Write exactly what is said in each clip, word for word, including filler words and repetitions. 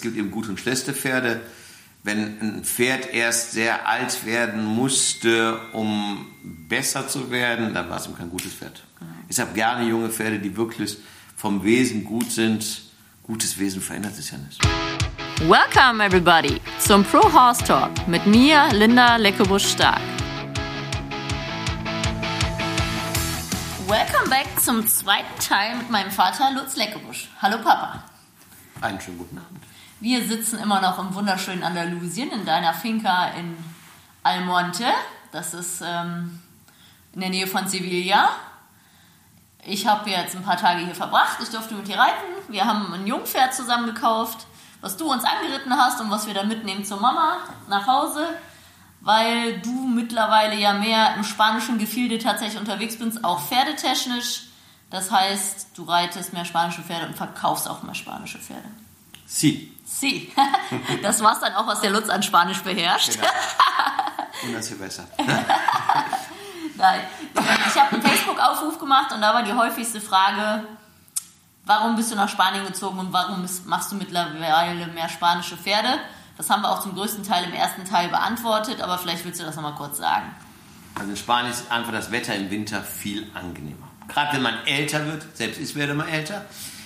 es gibt eben gute und schlechte Pferde. Wenn ein Pferd erst sehr alt werden musste, um besser zu werden, dann war es eben kein gutes Pferd. Genau. Ich habe gerne junge Pferde, die wirklich vom Wesen gut sind. Gutes Wesen verändert sich ja nicht. Welcome everybody zum Pro Horse Talk mit mir, Linda Leckebusch-Stark. Welcome back zum zweiten Teil mit meinem Vater Lutz Leckebusch. Hallo Papa. Einen schönen guten Abend. Wir sitzen immer noch im wunderschönen Andalusien in deiner Finca in Almonte. Das ist ähm, in der Nähe von Sevilla. Ich habe jetzt ein paar Tage hier verbracht. Ich durfte mit dir reiten. Wir haben ein Jungpferd zusammen gekauft, was du uns angeritten hast und was wir dann mitnehmen zur Mama nach Hause, weil du mittlerweile ja mehr im spanischen Gefilde tatsächlich unterwegs bist, auch pferdetechnisch. Das heißt, du reitest mehr spanische Pferde und verkaufst auch mehr spanische Pferde. Sie. Sie. Das war's dann auch, was der Lutz an Spanisch beherrscht. Genau. Und das hier besser. Nein. Ich habe einen Facebook-Aufruf gemacht und da war die häufigste Frage, warum bist du nach Spanien gezogen und warum machst du mittlerweile mehr spanische Pferde? Das haben wir auch zum größten Teil im ersten Teil beantwortet, aber vielleicht willst du das nochmal kurz sagen. Also in Spanien ist einfach das Wetter im Winter viel angenehmer. Gerade wenn man älter wird, selbst ich werde immer älter,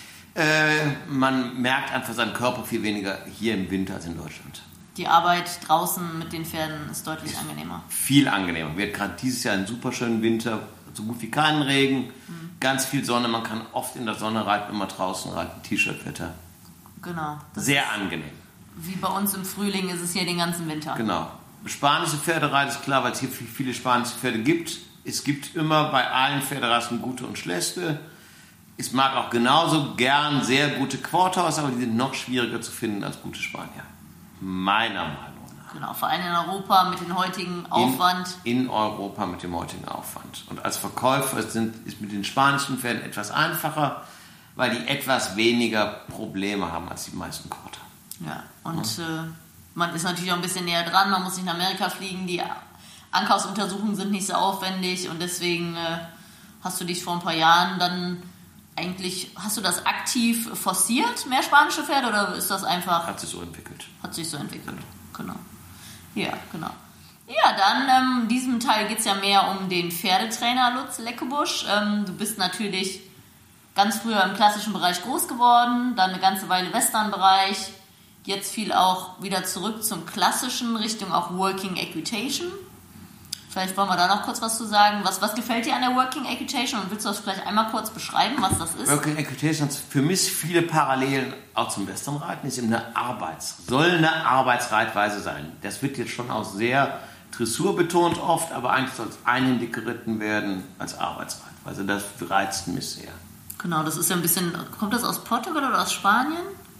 äh, man merkt einfach seinen Körper viel weniger hier im Winter als in Deutschland. Die Arbeit draußen mit den Pferden ist deutlich ist angenehmer. Viel angenehmer. Wir hatten gerade dieses Jahr einen super schönen Winter, so gut wie keinen Regen, mhm. ganz viel Sonne. Man kann oft in der Sonne reiten, immer draußen reiten, T-Shirt-Wetter. Genau. Sehr angenehm. Wie bei uns im Frühling ist es hier den ganzen Winter. Genau. Spanische Pferdereite ist klar, weil es hier viele spanische Pferde gibt. Es gibt immer bei allen Pferderassen gute und schlechte. Ich mag auch genauso gern sehr gute Quarterhorse, aber die sind noch schwieriger zu finden als gute Spanier. Meiner Meinung nach. Genau, vor allem in Europa mit dem heutigen Aufwand. In, in Europa mit dem heutigen Aufwand. Und als Verkäufer sind, ist mit den spanischen Pferden etwas einfacher, weil die etwas weniger Probleme haben als die meisten Quarter. Ja, und ja. Äh, man ist natürlich auch ein bisschen näher dran, man muss nicht nach Amerika fliegen, die Ankaufsuntersuchungen sind nicht so aufwendig und deswegen äh, hast du dich vor ein paar Jahren dann eigentlich, hast du das aktiv forciert, mehr spanische Pferde, oder ist das einfach... Hat sich so entwickelt. Hat sich so entwickelt, genau. Ja, genau. Ja, dann ähm, in diesem Teil geht es ja mehr um den Pferdetrainer Lutz Leckebusch. Ähm, du bist natürlich ganz früher im klassischen Bereich groß geworden, dann eine ganze Weile Western-Bereich, jetzt viel auch wieder zurück zum klassischen, Richtung auch Working Equitation. Vielleicht wollen wir da noch kurz was zu sagen. Was, was gefällt dir an der Working Equitation und willst du das vielleicht einmal kurz beschreiben, was das ist? Working Equitation hat für mich viele Parallelen auch zum Westernreiten. Ist eben eine Arbeits, soll eine Arbeitsreitweise sein. Das wird jetzt schon auch sehr dressurbetont oft, aber eigentlich soll es einhändig geritten werden als Arbeitsreitweise. Das reizt mich sehr. Genau, das ist ja ein bisschen, kommt das aus Portugal oder aus Spanien?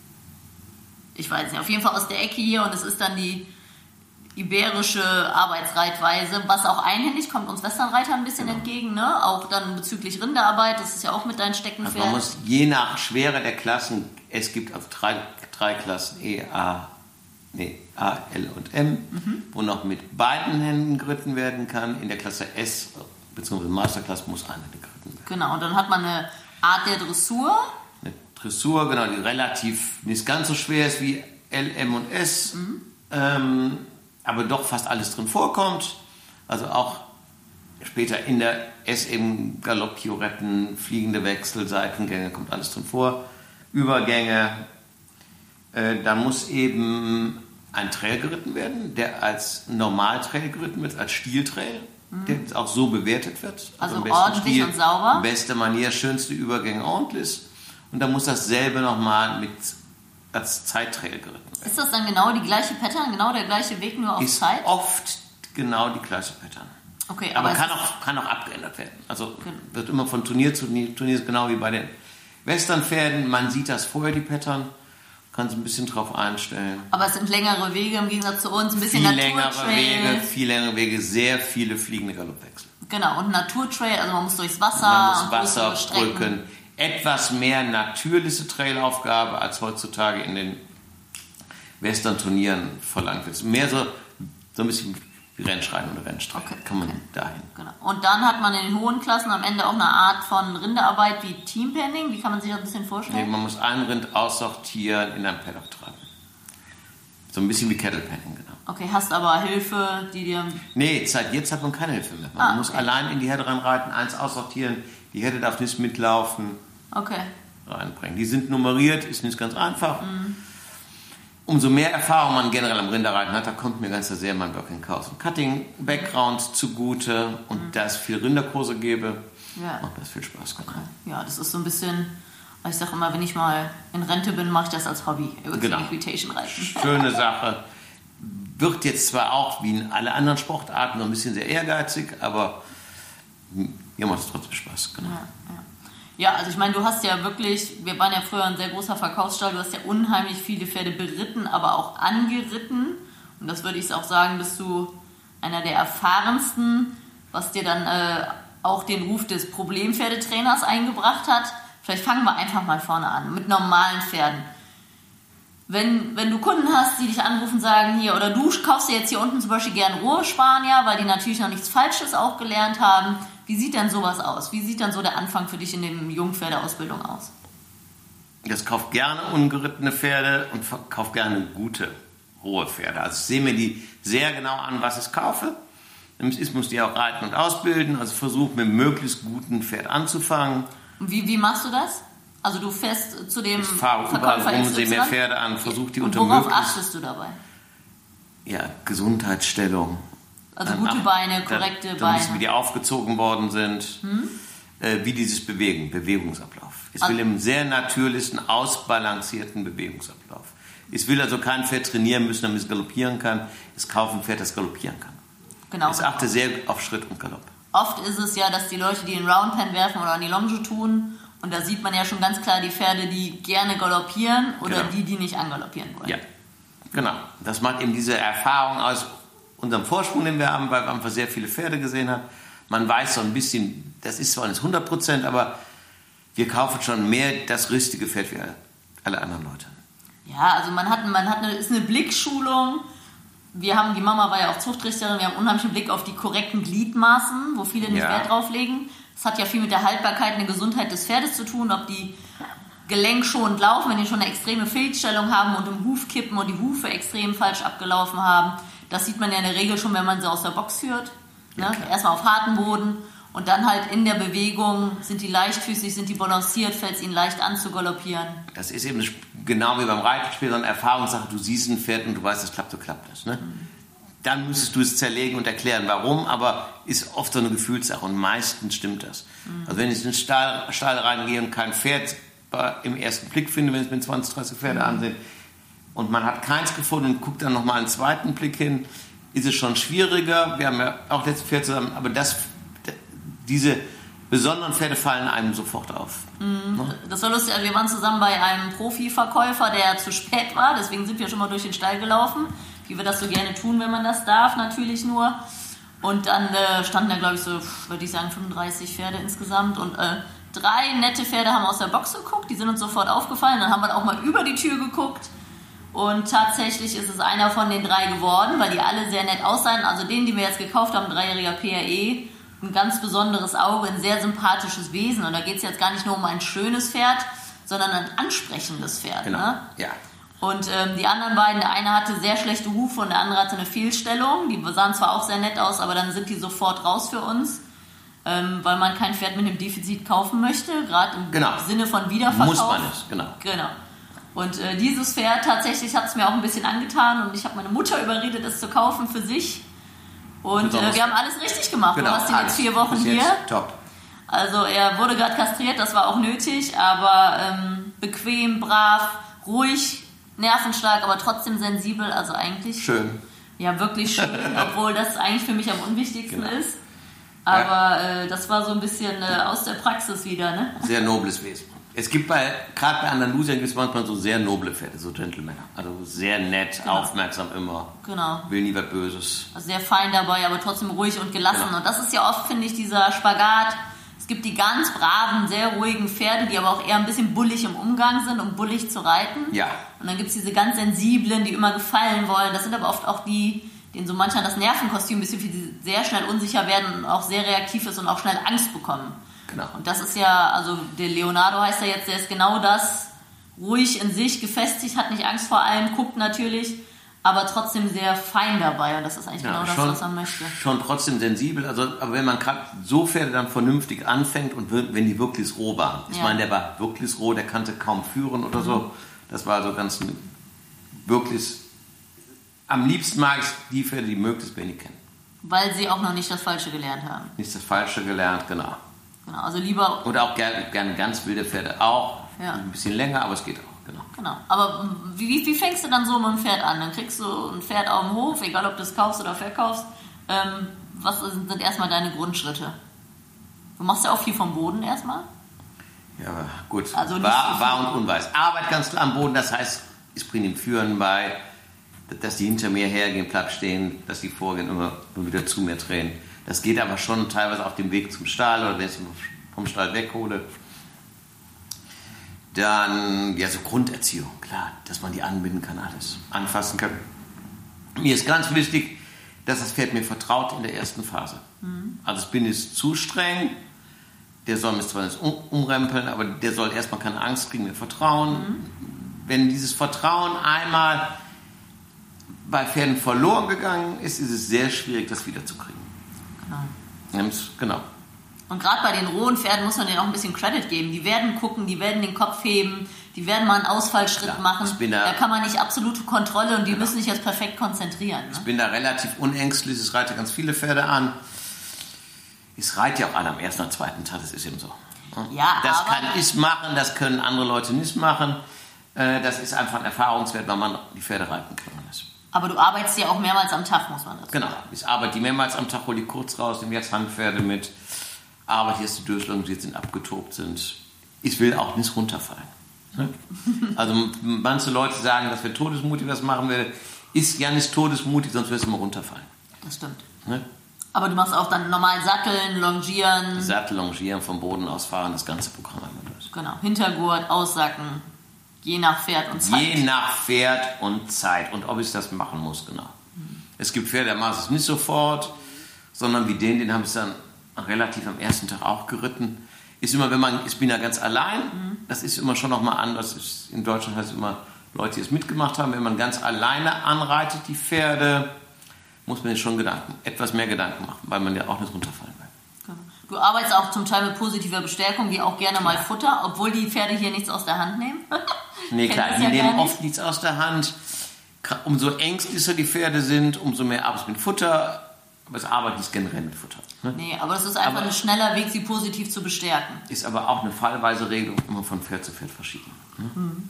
Ich weiß nicht, auf jeden Fall aus der Ecke hier und es ist dann die iberische Arbeitsreitweise, was auch einhändig kommt uns Westernreitern ein bisschen genau. entgegen, ne? Auch dann bezüglich Rinderarbeit, das ist ja auch mit deinen Steckenpferd. Also man muss je nach Schwere der Klassen, es gibt auf drei, drei Klassen E, A, nee, A, L und M, mhm. wo noch mit beiden Händen geritten werden kann. In der Klasse S bzw. Masterklasse muss einhändig geritten werden. Genau, und dann hat man eine Art der Dressur. Eine Dressur, genau, die relativ nicht ganz so schwer ist wie L, M und S. Mhm. Ähm, aber doch fast alles drin vorkommt. Also auch später in der S eben Galopp-Pirouetten, fliegende Wechsel, Seitengänge, kommt alles drin vor. Übergänge. Äh, da muss eben ein Trail geritten werden, der als Normaltrail geritten wird, als Stiltrail, mhm. der auch so bewertet wird. Also, also ordentlich Stil, und sauber. Beste Manier, schönste Übergänge, ordentlich. Und da muss dasselbe nochmal mit als Zeittrail geritten werden. Ist das dann genau die gleiche Pattern, genau der gleiche Weg, nur auf ist Zeit? Ist oft genau die gleiche Pattern. Okay, aber aber kann auch, kann auch abgeändert werden. Also okay. wird immer von Turnier zu Turnier, genau wie bei den Westernpferden. Man sieht das vorher, die Pattern, kann sich ein bisschen drauf einstellen. Aber es sind längere Wege im Gegensatz zu uns, ein bisschen viel längere Naturtrail. Wege, viel längere Wege, sehr viele fliegende Galoppwechsel. Genau, und Naturtrail, also man muss durchs Wasser. Man muss und Wasser, Brücken. Etwas mehr natürliche Trailaufgabe als heutzutage in den Western-Turnieren verlangt wird. Mehr so, so ein bisschen wie Rennschreien oder Rennstrecken. Okay, kann man okay. dahin. Genau. Und dann hat man in den hohen Klassen am Ende auch eine Art von Rinderarbeit wie Teampenning. Wie kann man sich das ein bisschen vorstellen? Nee, man muss ein Rind aussortieren, in ein Paddock treiben. So ein bisschen wie Kettlepanning, genau. Okay, hast aber Hilfe, die dir... Nee, seit jetzt hat man keine Hilfe mehr. Man Ah, muss okay. allein in die Herde reinreiten, eins aussortieren, die Herde darf nicht mitlaufen, Okay. reinbringen. Die sind nummeriert, ist nicht ganz einfach. Mhm. Umso mehr Erfahrung man generell am Rinderreiten hat, da kommt mir ganz sehr mein Working Cows und Cutting Background zugute und mhm. da es viel Rinderkurse gebe, Ja. macht das viel Spaß. Genau. Okay. Ja, das ist so ein bisschen... Ich sage immer, wenn ich mal in Rente bin, mache ich das als Hobby. Genau. Equitation reiten. Schöne Sache. Wird jetzt zwar auch wie in alle anderen Sportarten noch ein bisschen sehr ehrgeizig, aber mir macht es trotzdem Spaß. Genau. Ja, ja. ja, also ich meine, du hast ja wirklich, wir waren ja früher ein sehr großer Verkaufsstall, du hast ja unheimlich viele Pferde beritten, aber auch angeritten. Und das würde ich auch sagen, bist du einer der erfahrensten, was dir dann äh, auch den Ruf des Problempferdetrainers eingebracht hat. Vielleicht fangen wir einfach mal vorne an, mit normalen Pferden. Wenn, wenn du Kunden hast, die dich anrufen und sagen, hier, oder du kaufst dir jetzt hier unten zum Beispiel gern rohe Spanier, weil die natürlich noch nichts Falsches auch gelernt haben. Wie sieht denn sowas aus? Wie sieht dann so der Anfang für dich in der Jungpferdeausbildung aus? Ich kaufe gerne ungerittene Pferde und kaufe gerne gute, rohe Pferde. Also ich sehe mir die sehr genau an, was ich kaufe. Ich muss die auch reiten und ausbilden, also versuche mit möglichst guten Pferd anzufangen. Wie, wie machst du das? Also du fährst zu dem ich fahre überall rum, sehe mir Pferde an, versuche die und unter worauf möglichst... achtest du dabei? Ja, Gesundheitsstellung. Also Dann gute ach, Beine, korrekte dann, Beine. Dann müssen, wie die aufgezogen worden sind, hm? äh, wie die sich bewegen, Bewegungsablauf. Ich will einen sehr natürlichen, ausbalancierten Bewegungsablauf. Ich will also kein Pferd trainieren müssen, damit es galoppieren kann. Ich kaufe ein Pferd, das galoppieren kann. Genau. Ich achte sehr auf Schritt und Galopp. Oft ist es ja, dass die Leute, die in Roundpen werfen oder an die Longe tun, und da sieht man ja schon ganz klar die Pferde, die gerne galoppieren oder genau. die, die nicht angaloppieren wollen. Ja, genau. Das macht eben diese Erfahrung aus unserem Vorsprung, den wir haben, weil wir einfach sehr viele Pferde gesehen haben. Man weiß so ein bisschen, das ist zwar nicht hundert Prozent, aber wir kaufen schon mehr das richtige Pferd wie alle anderen Leute. Ja, also man hat, man hat eine, ist eine Blickschulung. Wir haben, die Mama war ja auch Zuchtrichterin, wir haben unheimlichen Blick auf die korrekten Gliedmaßen, wo viele nicht Ja. Wert drauf legen. Das hat ja viel mit der Haltbarkeit und der Gesundheit des Pferdes zu tun, ob die gelenkschonend laufen, wenn die schon eine extreme Fehlstellung haben und im Huf kippen und die Hufe extrem falsch abgelaufen haben. Das sieht man ja in der Regel schon, wenn man sie aus der Box führt. Ne? Ja, Erstmal auf harten Boden und dann halt in der Bewegung, sind die leichtfüßig, sind die balanciert, fällt es ihnen leicht an zu galoppieren. Das ist eben genau wie beim Reitspiel so eine Erfahrungssache. Du siehst ein Pferd und du weißt, das klappt, so klappt das. Ne? Mhm. Dann müsstest du es zerlegen und erklären, warum, aber ist oft so eine Gefühlssache und meistens stimmt das. Mhm. Also wenn ich in den Stall, Stall reingehe und kein Pferd im ersten Blick finde, wenn es mit zwanzig, dreißig Pferde mhm. ansehen und man hat keins gefunden und guckt dann nochmal einen zweiten Blick hin, ist es schon schwieriger. Wir haben ja auch letztes Pferd zusammen, aber das, diese besonderen Pferde fallen einem sofort auf. Mhm. Ne? Das war lustig, also wir waren zusammen bei einem Profiverkäufer, der zu spät war, deswegen sind wir schon mal durch den Stall gelaufen, wie wir das so gerne tun, wenn man das darf, natürlich nur. Und dann äh, standen da, glaube ich, so, würde ich sagen, fünfunddreißig Pferde insgesamt. Und äh, drei nette Pferde haben aus der Box geguckt, die sind uns sofort aufgefallen. Dann haben wir auch mal über die Tür geguckt. Und tatsächlich ist es einer von den drei geworden, weil die alle sehr nett aussahen. Also den, den wir jetzt gekauft haben, dreijähriger P R E, ein ganz besonderes Auge, ein sehr sympathisches Wesen. Und da geht es jetzt gar nicht nur um ein schönes Pferd, sondern ein ansprechendes Pferd. Genau, ne? ja. Und ähm, die anderen beiden, der eine hatte sehr schlechte Hufe und der andere hatte eine Fehlstellung. Die sahen zwar auch sehr nett aus, aber dann sind die sofort raus für uns, ähm, weil man kein Pferd mit einem Defizit kaufen möchte, gerade im genau. Sinne von Wiederverkauf. Muss man nicht, genau. Genau. Und äh, dieses Pferd, tatsächlich hat es mir auch ein bisschen angetan und ich habe meine Mutter überredet, es zu kaufen für sich. Und äh, wir haben alles richtig gemacht. Genau, du hast ihn jetzt vier Wochen jetzt hier. Top. Also er wurde gerade kastriert, das war auch nötig, aber ähm, bequem, brav, ruhig, nervenstark, aber trotzdem sensibel, also eigentlich... Schön. Ja, wirklich schön, obwohl das eigentlich für mich am unwichtigsten genau. ist. Aber ja. äh, das war so ein bisschen äh, aus der Praxis wieder, ne? Sehr nobles Wesen. Es gibt bei, gerade bei Andalusien gibt es manchmal so sehr noble Pferde, so Gentlemen. Also sehr nett, genau. aufmerksam immer. Genau. Will nie was Böses. Also sehr fein dabei, aber trotzdem ruhig und gelassen. Genau. Und das ist ja oft, finde ich, dieser Spagat. Es gibt die ganz braven, sehr ruhigen Pferde, die aber auch eher ein bisschen bullig im Umgang sind, um bullig zu reiten. Ja. Und dann gibt es diese ganz sensiblen, die immer gefallen wollen. Das sind aber oft auch die, denen so manchmal das Nervenkostüm ein bisschen viel, die sehr schnell unsicher werden und auch sehr reaktiv ist und auch schnell Angst bekommen. Genau. Und das ist ja, also der Leonardo heißt er jetzt, der ist genau das, ruhig in sich, gefestigt, hat nicht Angst vor allem, guckt natürlich, aber trotzdem sehr fein dabei. Und das ist eigentlich ja, genau schon, das, was man möchte. Schon trotzdem sensibel. Also, aber wenn man gerade so Pferde dann vernünftig anfängt und wenn die wirklich roh waren. Ich ja. meine, der war wirklich roh, der kannte kaum führen oder mhm. so. Das war so ganz wirklich... Am liebsten mag ich die Pferde, die möglichst wenig kennen. Weil sie auch noch nicht das Falsche gelernt haben. Nicht das Falsche gelernt, genau. Genau, also lieber... Oder auch gerne, gerne ganz wilde Pferde auch. Ja. Ein bisschen länger, aber es geht auch, genau. Genau, aber wie, wie fängst du dann so mit dem Pferd an? Dann kriegst du ein Pferd auf dem Hof, egal ob du es kaufst oder verkaufst. Ähm, was sind erstmal deine Grundschritte? Du machst ja auch viel vom Boden erstmal. Ja, gut. Also wahr, so wahr und unweis. Arbeit ganz klar am Boden, das heißt, ich bringe dem Führen bei... dass die hinter mir hergehen, platt stehen, dass die vorgehen, immer, immer wieder zu mir drehen. Das geht aber schon teilweise auf dem Weg zum Stall oder wenn ich es vom Stall weghole. Dann, ja, so Grunderziehung, klar, dass man die anbinden kann, alles anfassen kann. Mir ist ganz wichtig, dass das Pferd mir vertraut in der ersten Phase. Mhm. Also ich bin jetzt zu streng, der soll mich zwar nicht um, umrempeln, aber der soll erstmal keine Angst kriegen, mir vertrauen. Mhm. Wenn dieses Vertrauen einmal bei Pferden verloren gegangen ist, ist es sehr schwierig, das wiederzukriegen. Genau. genau. Und gerade bei den rohen Pferden muss man denen auch ein bisschen Credit geben. Die werden gucken, die werden den Kopf heben, die werden mal einen Ausfallschritt ja, machen. Da, da kann man nicht absolute Kontrolle und die genau. müssen sich jetzt perfekt konzentrieren. Ne? Ich bin da relativ unängstlich, ich reite ganz viele Pferde an. Ich reite ja auch alle am ersten oder zweiten Tag, das ist eben so. Ja, das aber kann ich machen, das können andere Leute nicht machen. Das ist einfach ein Erfahrungswert, weil man die Pferde reiten kann. Aber du arbeitest ja auch mehrmals am Tag, muss man dazu genau. sagen. Genau, ich arbeite die mehrmals am Tag, hole die kurz raus, nehme jetzt Handpferde mit, arbeite jetzt die Durchläufe, die jetzt sind, abgetobt sind. Ich will auch nicht runterfallen. Ne? Also manche Leute sagen, dass wir todesmutig was machen werden. Ist ja nicht todesmutig, sonst wirst du mal runterfallen. Das stimmt. Ne? Aber du machst auch dann normal Satteln, Longieren. Sattel, Longieren, vom Boden aus fahren, das ganze Programm einmal durch. Genau, Hintergurt, Aussacken. Je nach Pferd und Zeit. Je nach Pferd und Zeit und ob ich das machen muss, genau. Mhm. Es gibt Pferde, der macht es nicht sofort, sondern wie den, den habe ich dann relativ am ersten Tag auch geritten. Ist immer, wenn man, ich bin ja ganz allein, mhm. das ist immer schon nochmal anders. Ist, in Deutschland heißt es immer Leute, die es mitgemacht haben. Wenn man ganz alleine anreitet, die Pferde, muss man sich schon Gedanken, etwas mehr Gedanken machen, weil man ja auch nicht runterfallen will. Du arbeitest auch zum Teil mit positiver Bestärkung, wie auch gerne mal Futter, obwohl die Pferde hier nichts aus der Hand nehmen. Nee, klar, die ja nehmen oft nichts aus der Hand. Umso ängstlicher die Pferde sind, umso mehr arbeite ich mit Futter. Aber es arbeitet nicht generell mit Futter. Ne? Nee, aber das ist einfach aber ein schneller Weg, sie positiv zu bestärken. Ist aber auch eine fallweise Regelung, immer von Pferd zu Pferd verschieden. Ne? Mhm.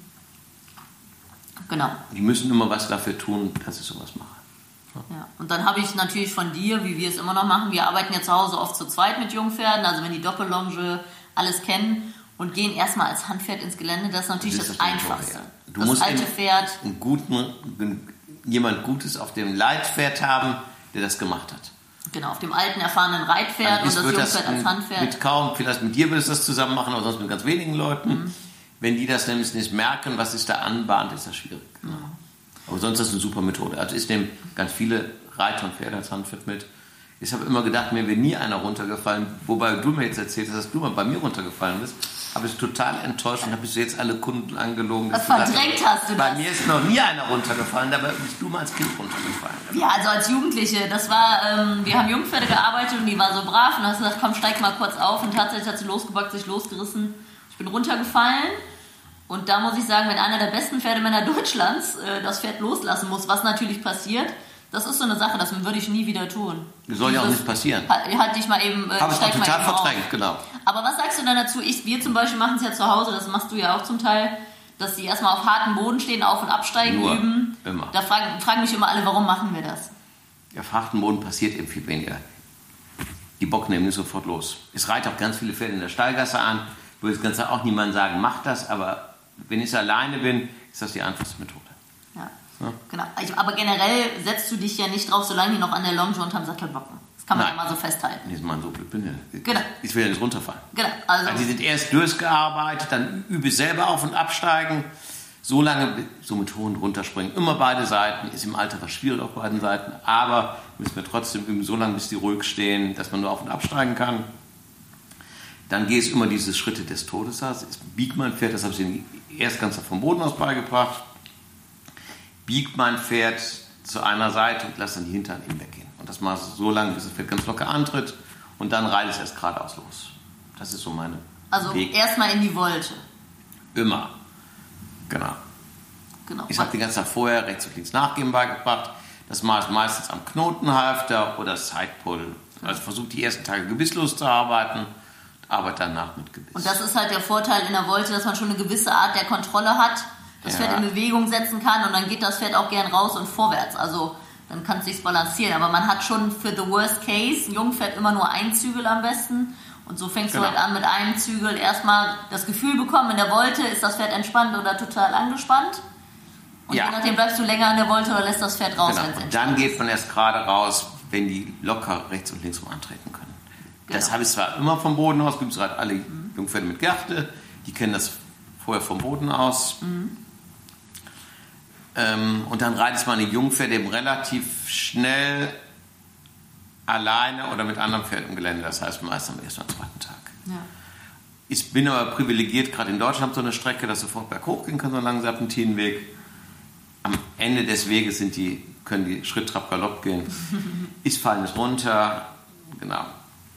Genau. Die müssen immer was dafür tun, dass ich sowas mache. Ja. Und dann habe ich natürlich von dir, wie wir es immer noch machen, wir arbeiten ja zu Hause oft zu zweit mit Jungpferden, also wenn die Doppellonge alles kennen und gehen erstmal als Handpferd ins Gelände, das ist natürlich das, das, das Einfachste. Du das musst alte Pferd. Einen guten, jemand Gutes auf dem Leitpferd haben, der das gemacht hat. Genau, auf dem alten, erfahrenen Reitpferd und das Jungpferd das als Handpferd. Mit kaum, vielleicht mit dir würdest du das zusammen machen, aber sonst mit ganz wenigen Leuten. Mhm. Wenn die das nämlich nicht merken, was sich da anbahnt, ist das schwierig. Mhm. Aber sonst ist das eine super Methode. Also ich nehme ganz viele Reiter und Pferde als Handpferd mit. Ich habe immer gedacht, mir wäre nie einer runtergefallen. Wobei du mir jetzt erzählt hast, dass du mal bei mir runtergefallen bist. Habe ich total enttäuscht und habe bis jetzt alle Kunden angelogen. Was verdrängt hast, hast du Bei das? mir ist noch nie einer runtergefallen, dabei bist du mal als Kind runtergefallen. Ja, also als Jugendliche. Das war, ähm, wir haben Jungpferde gearbeitet und die war so brav und hast gesagt, komm, steig mal kurz auf. Und tatsächlich hat sie losgebackt, sich losgerissen. Ich bin runtergefallen. Und da muss ich sagen, wenn einer der besten Pferdemänner Deutschlands äh, das Pferd loslassen muss, was natürlich passiert, das ist so eine Sache, das würde ich nie wieder tun. Das soll ja auch nicht passieren. Halt, halt dich mal eben, äh, habe ich auch total verdrängt, genau. Aber was sagst du dann dazu? Ich, wir zum Beispiel machen es ja zu Hause, das machst du ja auch zum Teil, dass die erstmal auf hartem Boden stehen, auf- und absteigen Nur, üben. Immer. Da fragen, fragen mich immer alle, warum machen wir das? Ja, auf hartem Boden passiert eben viel weniger. Die bocken eben nicht sofort los. Es reitet auch ganz viele Pferde in der Stallgasse an. Ich würde jetzt ganz auch niemand sagen, mach das, aber wenn ich alleine bin, ist das die einfachste Methode. Ja, ja. Genau. Ich, aber generell setzt du dich ja nicht drauf, solange die noch an der Longe unterm Sattel bocken. Das kann man Nein. ja mal so festhalten. Ich meine, so blöd bin ich. Genau. Ich will ja nicht runterfallen. Genau. Also, also die sind erst durchgearbeitet, dann übe ich selber auf- und absteigen. So lange, so mit hohen runterspringen. Immer beide Seiten. Ist im Alter was schwierig auf beiden Seiten. Aber müssen wir trotzdem üben, so lange, bis die ruhig stehen, dass man nur auf- und absteigen kann. Dann gehe ich immer diese Schritte des Todes. Ich biege mein Pferd, das habe ich ihnen erst ganz vom Boden aus beigebracht. Biegt mein Pferd zu einer Seite und lasse dann die Hintern eben weggehen. Und das mache ich so lange, bis das Pferd ganz locker antritt und dann reite ich erst geradeaus los. Das ist so meine Also erstmal in die Volte. Immer. Genau. genau. Ich habe die ganze Zeit vorher rechts und links nachgeben beigebracht. Das mache ich meistens am Knotenhalfter oder Sidepull. Also versuche die ersten Tage gebisslos zu arbeiten, arbeite danach mit Gebiss. Und das ist halt der Vorteil in der Volte, dass man schon eine gewisse Art der Kontrolle hat, das ja. Pferd in Bewegung setzen kann und dann geht das Pferd auch gern raus und vorwärts. Also dann kann es sich balancieren. Aber man hat schon für the worst case ein Jungpferd immer nur ein Zügel am besten. Und so fängst genau. du halt an mit einem Zügel erstmal das Gefühl bekommen, in der Volte ist das Pferd entspannt oder total angespannt. Und ja. je nachdem bleibst du länger in der Volte oder lässt das Pferd raus, genau. wenn es entspannt ist. Und dann geht man erst gerade raus, wenn die locker rechts und links rum antreten können. Genau. Das habe ich zwar immer vom Boden aus, gibt es gerade alle mhm. Jungpferde mit Gerte, die kennen das vorher vom Boden aus. Mhm. Ähm, und dann reitet man die Jungpferde eben relativ schnell alleine oder mit anderen Pferden im Gelände, das heißt meist am ersten oder zweiten Tag. Ja. Ich bin aber privilegiert, gerade in Deutschland so eine Strecke, dass sofort berghoch gehen kann, so einen langen Serpentinenweg. Am Ende des Weges sind die, können die Schritt, Trab, Galopp gehen. Ich falle nicht runter, genau.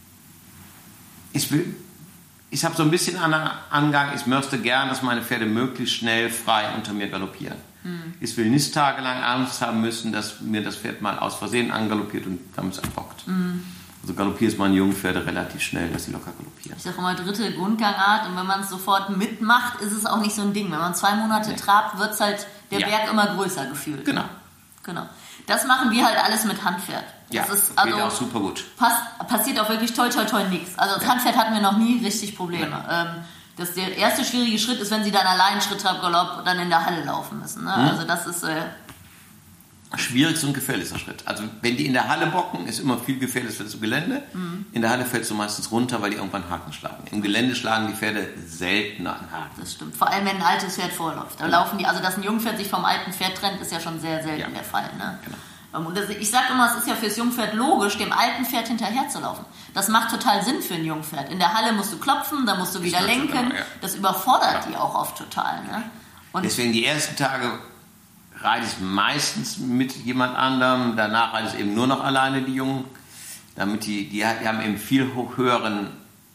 Ich will, ich habe so ein bisschen einen Angang, ich möchte gern, dass meine Pferde möglichst schnell frei unter mir galoppieren. Mhm. Ich will nicht tagelang Angst haben müssen, dass mir das Pferd mal aus Versehen angaloppiert und damit es abbockt. Mhm. Also galoppiere ich meine Jungpferde relativ schnell, dass sie locker galoppieren. Ich sage immer dritte Grundgangart und wenn man es sofort mitmacht, ist es auch nicht so ein Ding. Wenn man zwei Monate ja. trabt, wird es halt der ja. Berg immer größer gefühlt. Genau. genau. Das machen wir halt alles mit Handpferd. Das ja, ist, also, geht auch super gut. Pass, passiert auch wirklich toll, toll, toll nichts. Also als ja. Handpferd hatten wir noch nie richtig Probleme. Ja. Ähm, das der erste schwierige Schritt ist, wenn sie dann allein Schritt, Trab, Galopp dann in der Halle laufen müssen. Ne? Mhm. Also das ist... Äh, schwierigster und gefährlichster Schritt. Also wenn die in der Halle bocken, ist immer viel gefährlich für das Gelände. Mhm. In der Halle fällst du meistens runter, weil die irgendwann Haken schlagen. Im Gelände schlagen die Pferde seltener an Haken. Das stimmt. Vor allem, wenn ein altes Pferd vorläuft. Da ja. laufen die, also dass ein Jungpferd sich vom alten Pferd trennt, ist ja schon sehr selten ja. der Fall. Ne? Genau. Und das, ich sage immer, es ist ja fürs Jungpferd logisch, dem alten Pferd hinterher zu laufen. Das macht total Sinn für ein Jungpferd. In der Halle musst du klopfen, da musst du wieder das lenken. Genau, ja. Das überfordert ja. die auch oft total. Ne? Und deswegen die ersten Tage reite ich meistens mit jemand anderem, danach reite ich eben nur noch alleine die Jungen, damit die, die, die haben eben viel höheren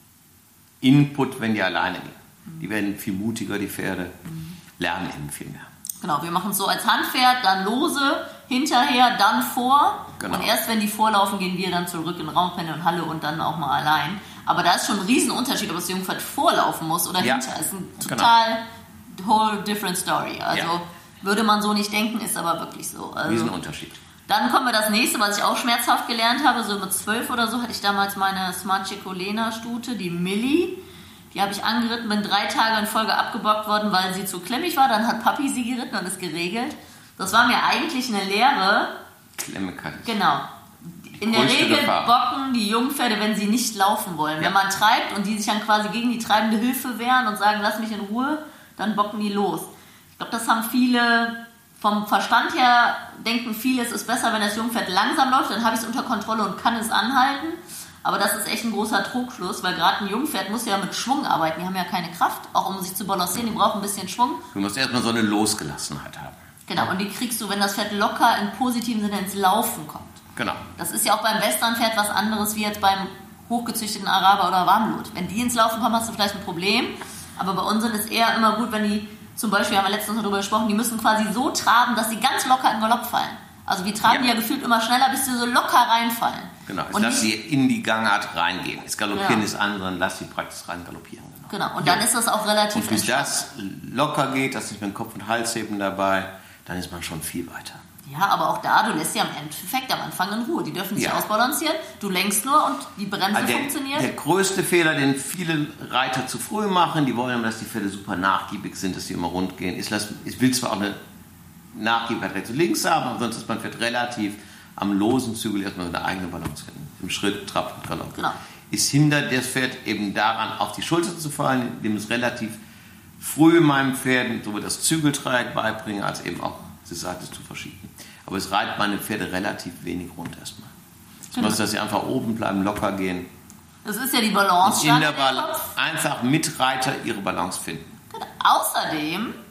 Input, wenn die alleine gehen. Die werden viel mutiger, die Pferde, lernen eben viel mehr. Genau, wir machen es so als Handpferd, dann lose, hinterher, dann vor genau. und erst wenn die vorlaufen, gehen wir dann zurück in Raumpenne und Halle und dann auch mal allein. Aber da ist schon ein Riesenunterschied, ob das Jungpferd vorlaufen muss oder ja. hinter. Das ist ein total genau. whole different story. Also ja. würde man so nicht denken, ist aber wirklich so. Also, Riesenunterschied. Dann kommen wir das nächste, was ich auch schmerzhaft gelernt habe. So mit zwölf oder so hatte ich damals meine Smart Chicolena Stute, die Millie. Die habe ich angeritten, bin drei Tage in Folge abgebockt worden, weil sie zu klemmig war. Dann hat Papi sie geritten und ist geregelt. Das war mir eigentlich eine Lehre. Klemmigkeit. Genau. In der Regel Gefahr. Bocken die Jungpferde, wenn sie nicht laufen wollen. Ja. Wenn man treibt und die sich dann quasi gegen die treibende Hilfe wehren und sagen, lass mich in Ruhe, dann bocken die los. Ich glaube, das haben viele, vom Verstand her denken viele, es ist besser, wenn das Jungpferd langsam läuft, dann habe ich es unter Kontrolle und kann es anhalten. Aber das ist echt ein großer Trugschluss, weil gerade ein Jungpferd muss ja mit Schwung arbeiten. Die haben ja keine Kraft, auch um sich zu balancieren, die brauchen ein bisschen Schwung. Du musst erstmal so eine Losgelassenheit haben. Genau, und die kriegst du, wenn das Pferd locker im positiven Sinne ins Laufen kommt. Genau. Das ist ja auch beim Westernpferd was anderes wie jetzt beim hochgezüchteten Araber oder Warmblut. Wenn die ins Laufen kommen, hast du vielleicht ein Problem. Aber bei uns ist es eher immer gut, wenn die, zum Beispiel haben wir letztens noch darüber gesprochen, die müssen quasi so traben, dass sie ganz locker in Galopp fallen. Also wir traben ja. die ja gefühlt immer schneller, bis sie so locker reinfallen. Genau, ich und lass die, sie in die Gangart reingehen. Das Galoppieren ja. ist andere, lass sie praktisch rein galoppieren. Genau, genau. Und dann ja. ist das auch relativ Und bis das locker geht, dass nicht mit Kopf und Hals heben dabei, dann ist man schon viel weiter. Ja, aber auch da, du lässt sie am Endeffekt am Anfang in Ruhe. Die dürfen sich ja. ausbalancieren, du lenkst nur und die Bremse also der, funktioniert. Der größte Fehler, den viele Reiter zu früh machen, die wollen immer, dass die Pferde super nachgiebig sind, dass sie immer rund gehen. Ich, lass, ich will zwar auch eine Nachgiebigkeit rechts und links haben, aber sonst ist man Pferd relativ am losen Zügel erstmal eine eigene Balance finden. Im Schritt, Trab und Galopp. Genau. Es hindert das Pferd eben daran, auf die Schulter zu fallen, indem es relativ früh meinem Pferd sowohl das Zügeltreieck beibringe, als eben auch die Seite zu verschieben. Aber es reitet meine Pferde relativ wenig rund erstmal. Ich genau. muss, dass sie einfach oben bleiben, locker gehen. Das ist ja die Balance. In der Balance einfach mit Reiter ihre Balance finden. Genau. Außerdem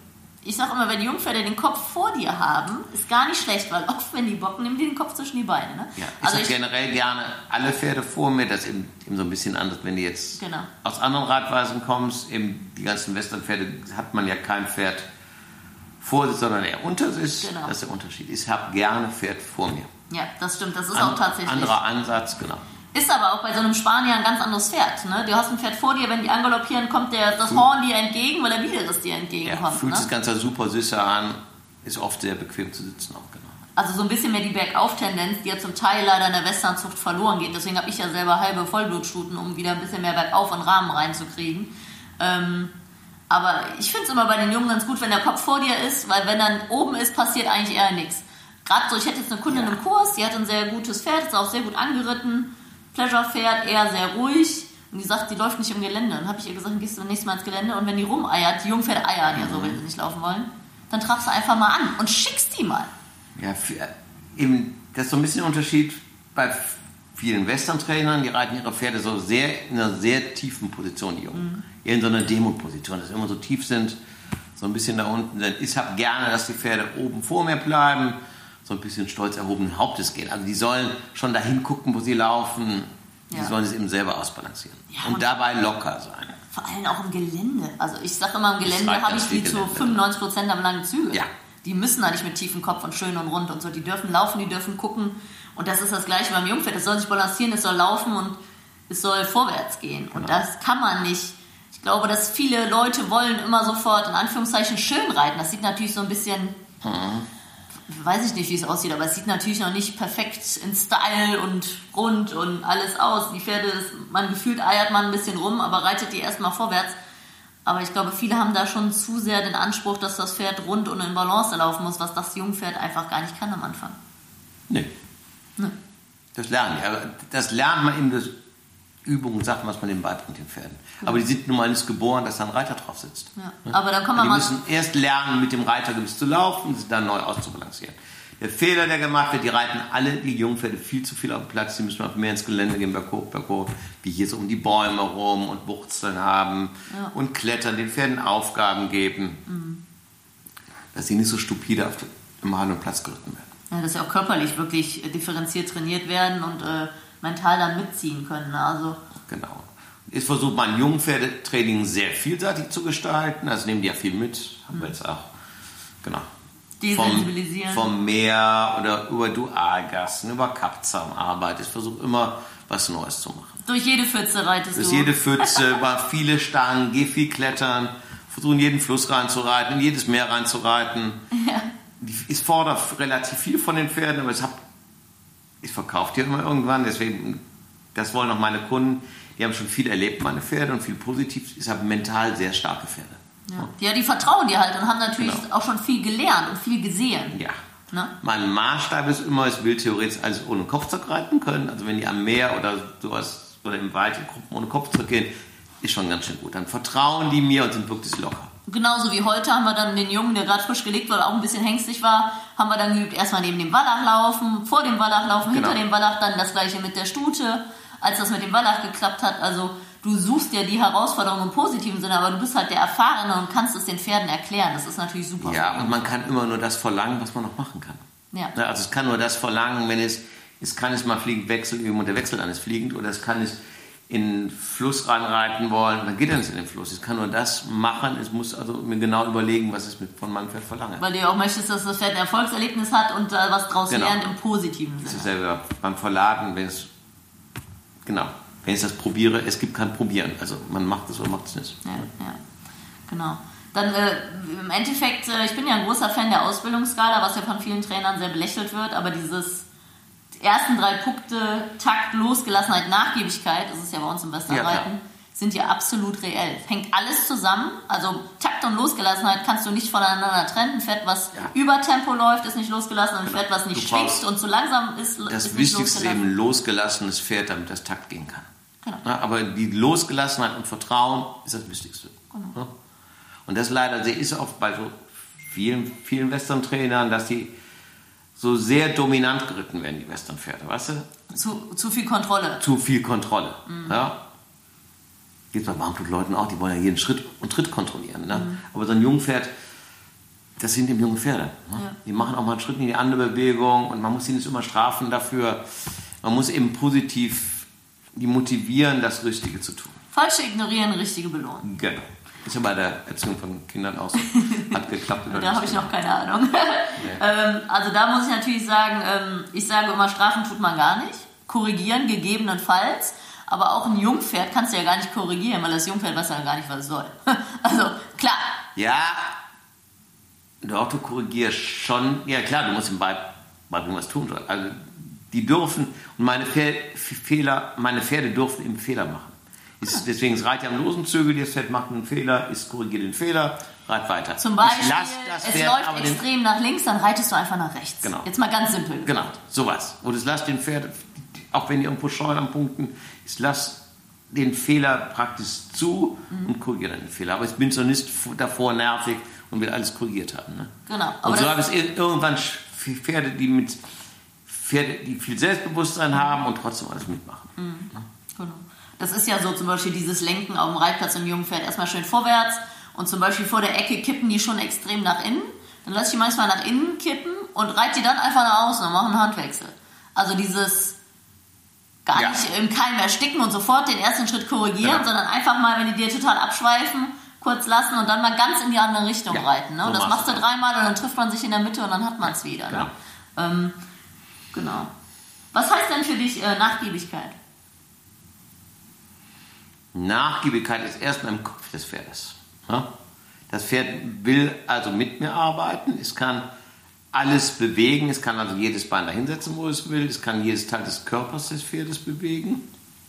ich sage immer, wenn die Jungpferde den Kopf vor dir haben, ist gar nicht schlecht, weil oft, wenn die bocken, nehmen die den Kopf zwischen die Beine. Ne? Ja, ich also habe generell gerne alle Pferde vor mir. Das ist eben, eben so ein bisschen anders, wenn du jetzt genau. aus anderen Reitweisen kommst. Eben die ganzen Westernpferde hat man ja kein Pferd vor sich, sondern eher unter sich. Genau. Das ist der Unterschied. Ich habe gerne Pferd vor mir. Ja, das stimmt. Das ist An, auch tatsächlich. Anderer Ansatz, genau. Ist aber auch bei so einem Spanier ein ganz anderes Pferd. Ne? Du hast ein Pferd vor dir, wenn die angaloppieren, kommt der, das Horn dir entgegen, weil er Widerriss dir entgegenkommt. Ja, fühlt ne? sich ganz super süß an, ist oft sehr bequem zu sitzen auch, genau. Also so ein bisschen mehr die Bergauf-Tendenz, die ja zum Teil leider in der Westernzucht verloren geht. Deswegen habe ich ja selber halbe Vollblutstuten, um wieder ein bisschen mehr Bergauf und Rahmen reinzukriegen. Ähm, aber ich finde es immer bei den Jungen ganz gut, wenn der Kopf vor dir ist, weil wenn dann oben ist, passiert eigentlich eher nichts. Gerade so, ich hätte jetzt eine Kundin ja. im Kurs, die hat ein sehr gutes Pferd, ist auch sehr gut angeritten. Pleasure-Pferd, eher sehr ruhig. Und die sagt, die läuft nicht im Gelände. Dann habe ich ihr gesagt, dann gehst du nächstes Mal ins Gelände und wenn die rumeiert, die Jungpferde eiern ja so, wenn sie nicht laufen wollen, dann trabst du einfach mal an und schickst die mal. Ja, für, eben, das ist so ein bisschen der Unterschied bei vielen Western-Trainern, die reiten ihre Pferde so sehr in einer sehr tiefen Position, die Jungen. Mhm. Eher in so einer Demut-Position, dass sie immer so tief sind, so ein bisschen da unten sind. Ich habe gerne, dass die Pferde oben vor mir bleiben, so ein bisschen stolz erhobenen Hauptes gehen. Also die sollen schon dahin gucken, wo sie laufen. Die ja. sollen es eben selber ausbalancieren. Ja, und, und dabei locker sein. Vor allem auch im Gelände. Also ich sage immer, im Gelände habe ich die zu fünfundneunzig Prozent am langen Züge. Ja. Die müssen da nicht mit tiefem Kopf und schön und rund und so. Die dürfen laufen, die dürfen gucken. Und das ist das Gleiche beim Jungpferd. Es soll sich balancieren, es soll laufen und es soll vorwärts gehen. Genau. Und das kann man nicht. Ich glaube, dass viele Leute wollen immer sofort in Anführungszeichen schön reiten. Das sieht natürlich so ein bisschen... Hm. Weiß ich nicht, wie es aussieht, aber es sieht natürlich noch nicht perfekt in Style und rund und alles aus. Die Pferde, das, man gefühlt eiert man ein bisschen rum, aber reitet die erstmal vorwärts. Aber ich glaube, viele haben da schon zu sehr den Anspruch, dass das Pferd rund und in Balance laufen muss, was das Jungpferd einfach gar nicht kann am Anfang. Nee. nee. Das lernen, ja. Das lernt man in der Übung, Sachen, was man denen beibringt, den Pferden. Ja. Aber die sind nun mal nicht geboren, dass da ein Reiter drauf sitzt. Ja. Ne? Aber dann kommen wir die mal... müssen erst lernen, mit dem Reitergewicht zu laufen und sie dann neu auszubalancieren. Der Fehler, der gemacht wird, die reiten alle die Jungpferde viel zu viel auf den Platz. Die müssen mehr ins Gelände gehen, berghoch, berghoch, wie hier so um die Bäume rum und Wurzeln haben ja. und klettern, den Pferden Aufgaben geben, mhm. dass sie nicht so stupide auf dem harten Platz geritten werden. Ja, dass sie auch körperlich wirklich differenziert trainiert werden und äh, mental dann mitziehen können. Also genau. Ich versuche mein Jungpferdetraining sehr vielseitig zu gestalten. Also nehmen die ja viel mit. Haben wir jetzt auch, genau. Desensibilisieren. Vom, vom Meer oder über Dualgassen, über Kappzahnarbeit. Ich versuche immer was Neues zu machen. Durch jede Pfütze reitest Durch du? Durch jede Pfütze, über viele Stangen, geh viel klettern, versuche in jeden Fluss reinzureiten, in jedes Meer reinzureiten. Ja. Ich fordere relativ viel von den Pferden, aber ich, hab, ich verkaufe die immer irgendwann. Deswegen, das wollen auch meine Kunden. Die haben schon viel erlebt, meine Pferde, und viel positiv. Ich habe mental sehr starke Pferde. Ja. ja, die vertrauen dir halt und haben natürlich genau. auch schon viel gelernt und viel gesehen. Ja. Ne? Mein Maßstab ist immer, ich will theoretisch alles ohne Kopfzeug reiten können. Also wenn die am Meer oder sowas oder im Wald in Gruppen ohne Kopfzeug gehen, ist schon ganz schön gut. Dann vertrauen die mir und sind wirklich locker. Genauso wie heute haben wir dann den Jungen, der gerade frisch gelegt war, auch ein bisschen hängstig war, haben wir dann geübt, erstmal neben dem Wallach laufen, vor dem Wallach laufen, genau. hinter dem Wallach, dann das gleiche mit der Stute, als das mit dem Wallach geklappt hat. Also du suchst ja die Herausforderung im positiven Sinne, aber du bist halt der Erfahrene und kannst es den Pferden erklären. Das ist natürlich super. Ja, und man kann immer nur das verlangen, was man noch machen kann. Ja. Also es kann nur das verlangen, wenn es, es kann ich mal Fliegenwechsel üben und der Wechsel dann ist fliegend, oder es kann ich in den Fluss reinreiten wollen, dann geht er nicht in den Fluss. Ich kann nur das machen, ich muss also mir genau überlegen, was ich mit von meinem Pferd verlange. Weil du ja auch möchtest, dass das Pferd ein Erfolgserlebnis hat und äh, was draus genau. lernt im positiven Sinne. Das ist selber beim Verladen, wenn es, genau, wenn ich das probiere, es gibt kein Probieren. Also man macht es oder macht es nicht. Ja, ja, genau. Dann äh, im Endeffekt, äh, ich bin ja ein großer Fan der Ausbildungsskala, was ja von vielen Trainern sehr belächelt wird, aber dieses ersten drei Punkte, Takt, Losgelassenheit, Nachgiebigkeit, das ist ja bei uns im Westernreiten, ja, sind ja absolut reell. Hängt alles zusammen, also Takt und Losgelassenheit kannst du nicht voneinander trennen. Ein Pferd, was ja. über Tempo läuft, ist nicht losgelassen, und ein Pferd, was nicht schwingt und zu langsam ist, ist nicht losgelassen. Das Wichtigste ist eben ein losgelassenes Pferd, damit das Takt gehen kann. Genau. Ja, aber die Losgelassenheit und Vertrauen ist das Wichtigste. Genau. Ja? Und das leider sehe ich oft bei so vielen, vielen Western-Trainern, dass die so sehr dominant geritten werden, die Westernpferde, weißt du? Zu, zu viel Kontrolle. Zu viel Kontrolle, mhm. ja. Gibt bei Warmblutleuten auch, die wollen ja jeden Schritt und Tritt kontrollieren, ne? Mhm. Aber so ein Jungpferd das sind eben junge Pferde. Ne? Ja. Die machen auch mal einen Schritt in die andere Bewegung und man muss sie nicht immer strafen dafür. Man muss eben positiv die motivieren, das Richtige zu tun. Falsche ignorieren, richtige belohnen. Genau. Ist ja bei der Erziehung von Kindern auch so. Hat geklappt. Da habe ich noch keine Ahnung. Nee. ähm, also da muss ich natürlich sagen, ähm, ich sage immer, strafen tut man gar nicht. Korrigieren gegebenenfalls. Aber auch ein Jungpferd kannst du ja gar nicht korrigieren, weil das Jungpferd weiß ja gar nicht, was es soll. Also, klar. Ja, doch, du korrigierst schon. Ja, klar, du musst ihm beibringen, was tun soll. Also, die dürfen, und meine Pferde, Fehler, meine Pferde dürfen eben Fehler machen. Ist, deswegen ist Reit ja am losen Zügel, das Pferd macht einen Fehler, ist korrigiert den Fehler, reit weiter. Zum Beispiel, es Pferd, läuft extrem den, nach links, dann reitest du einfach nach rechts. Genau. Jetzt mal ganz simpel. Genau, sowas. Und es lasst den Pferd, auch wenn ihr irgendwo scheuen am Punkten, es lasst den Fehler praktisch zu mhm. und korrigiert dann den Fehler. Aber ich bin so nicht davor nervig und will alles korrigiert haben. Ne? Genau. Aber und so habe es irgendwann Pferde, die mit Pferde, die viel Selbstbewusstsein haben und trotzdem alles mitmachen. Mhm. Genau. Das ist ja so zum Beispiel dieses Lenken auf dem Reitplatz im jungen Pferd erstmal schön vorwärts und zum Beispiel vor der Ecke kippen die schon extrem nach innen. Dann lasse ich die manchmal nach innen kippen und reite die dann einfach nach außen und mache einen Handwechsel. Also dieses gar ja. nicht im Keim ersticken und sofort den ersten Schritt korrigieren, ja. sondern einfach mal, wenn die dir total abschweifen, kurz lassen und dann mal ganz in die andere Richtung ja. reiten. Ne? Und so das machst du dreimal und dann trifft man sich in der Mitte und dann hat man es wieder. Genau. Ne? Ähm, genau. Was heißt denn für dich äh, Nachgiebigkeit? Nachgiebigkeit ist erstmal im Kopf des Pferdes. Das Pferd will also mit mir arbeiten, es kann alles bewegen, es kann also jedes Bein dahinsetzen, wo es will, es kann jedes Teil des Körpers des Pferdes bewegen.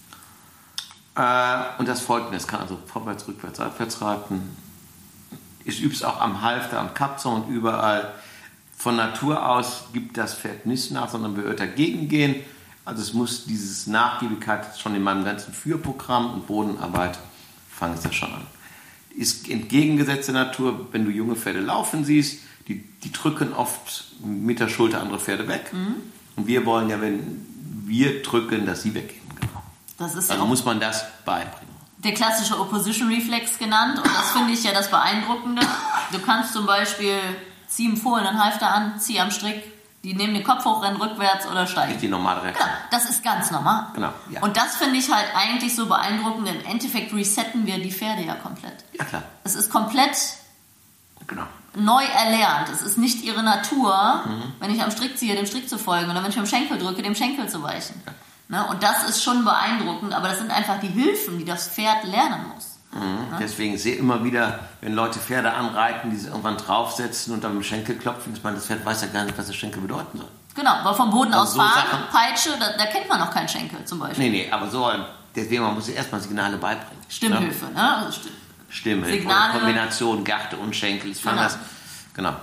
Und das folgt mir, es kann also vorwärts, rückwärts, abwärts reiten. Ich übe es auch am Halfter, am Kappzaum und überall. Von Natur aus gibt das Pferd nicht nach, sondern wird dagegen gehen. Also es muss dieses Nachgiebigkeit schon in meinem ganzen Führprogramm und Bodenarbeit fange ich das schon an. Ist entgegengesetzte Natur, wenn du junge Pferde laufen siehst, die, die drücken oft mit der Schulter andere Pferde weg. Mhm. Und wir wollen ja, wenn wir drücken, dass sie weggehen. Genau. Das ist also muss man das beibringen. Der klassische Opposition Reflex genannt und das finde ich ja das Beeindruckende. Du kannst zum Beispiel zieh im Fohlen einen Halfter an, zieh am Strick, die nehmen den Kopf hoch, rennen rückwärts oder steigen. Das ist die normale Reaktion. Genau, das ist ganz normal. Genau, ja. Und das finde ich halt eigentlich so beeindruckend. Im Endeffekt resetten wir die Pferde ja komplett. Ja, klar. Es ist komplett genau. neu erlernt. Es ist nicht ihre Natur, mhm. wenn ich am Strick ziehe, dem Strick zu folgen oder wenn ich am Schenkel drücke, dem Schenkel zu weichen. Ja. Ne? Und das ist schon beeindruckend, aber das sind einfach die Hilfen, die das Pferd lernen muss. Mhm. Ne? Deswegen sehe ich immer wieder, wenn Leute Pferde anreiten, die sie irgendwann draufsetzen und am Schenkel klopfen, ich meine, das Pferd weiß ja gar nicht, was das Schenkel bedeuten soll. Genau, weil vom Boden also aus so fahren, Sachen, Peitsche, da, da kennt man noch keinen Schenkel zum Beispiel. Nee, nee, aber so, deswegen, man muss sich erstmal Signale beibringen. Stimmhilfe, ne? ne? Also St- Stimmhilfe, Signale. Kombination, Garte und Schenkel, ich fand genau. das, genau.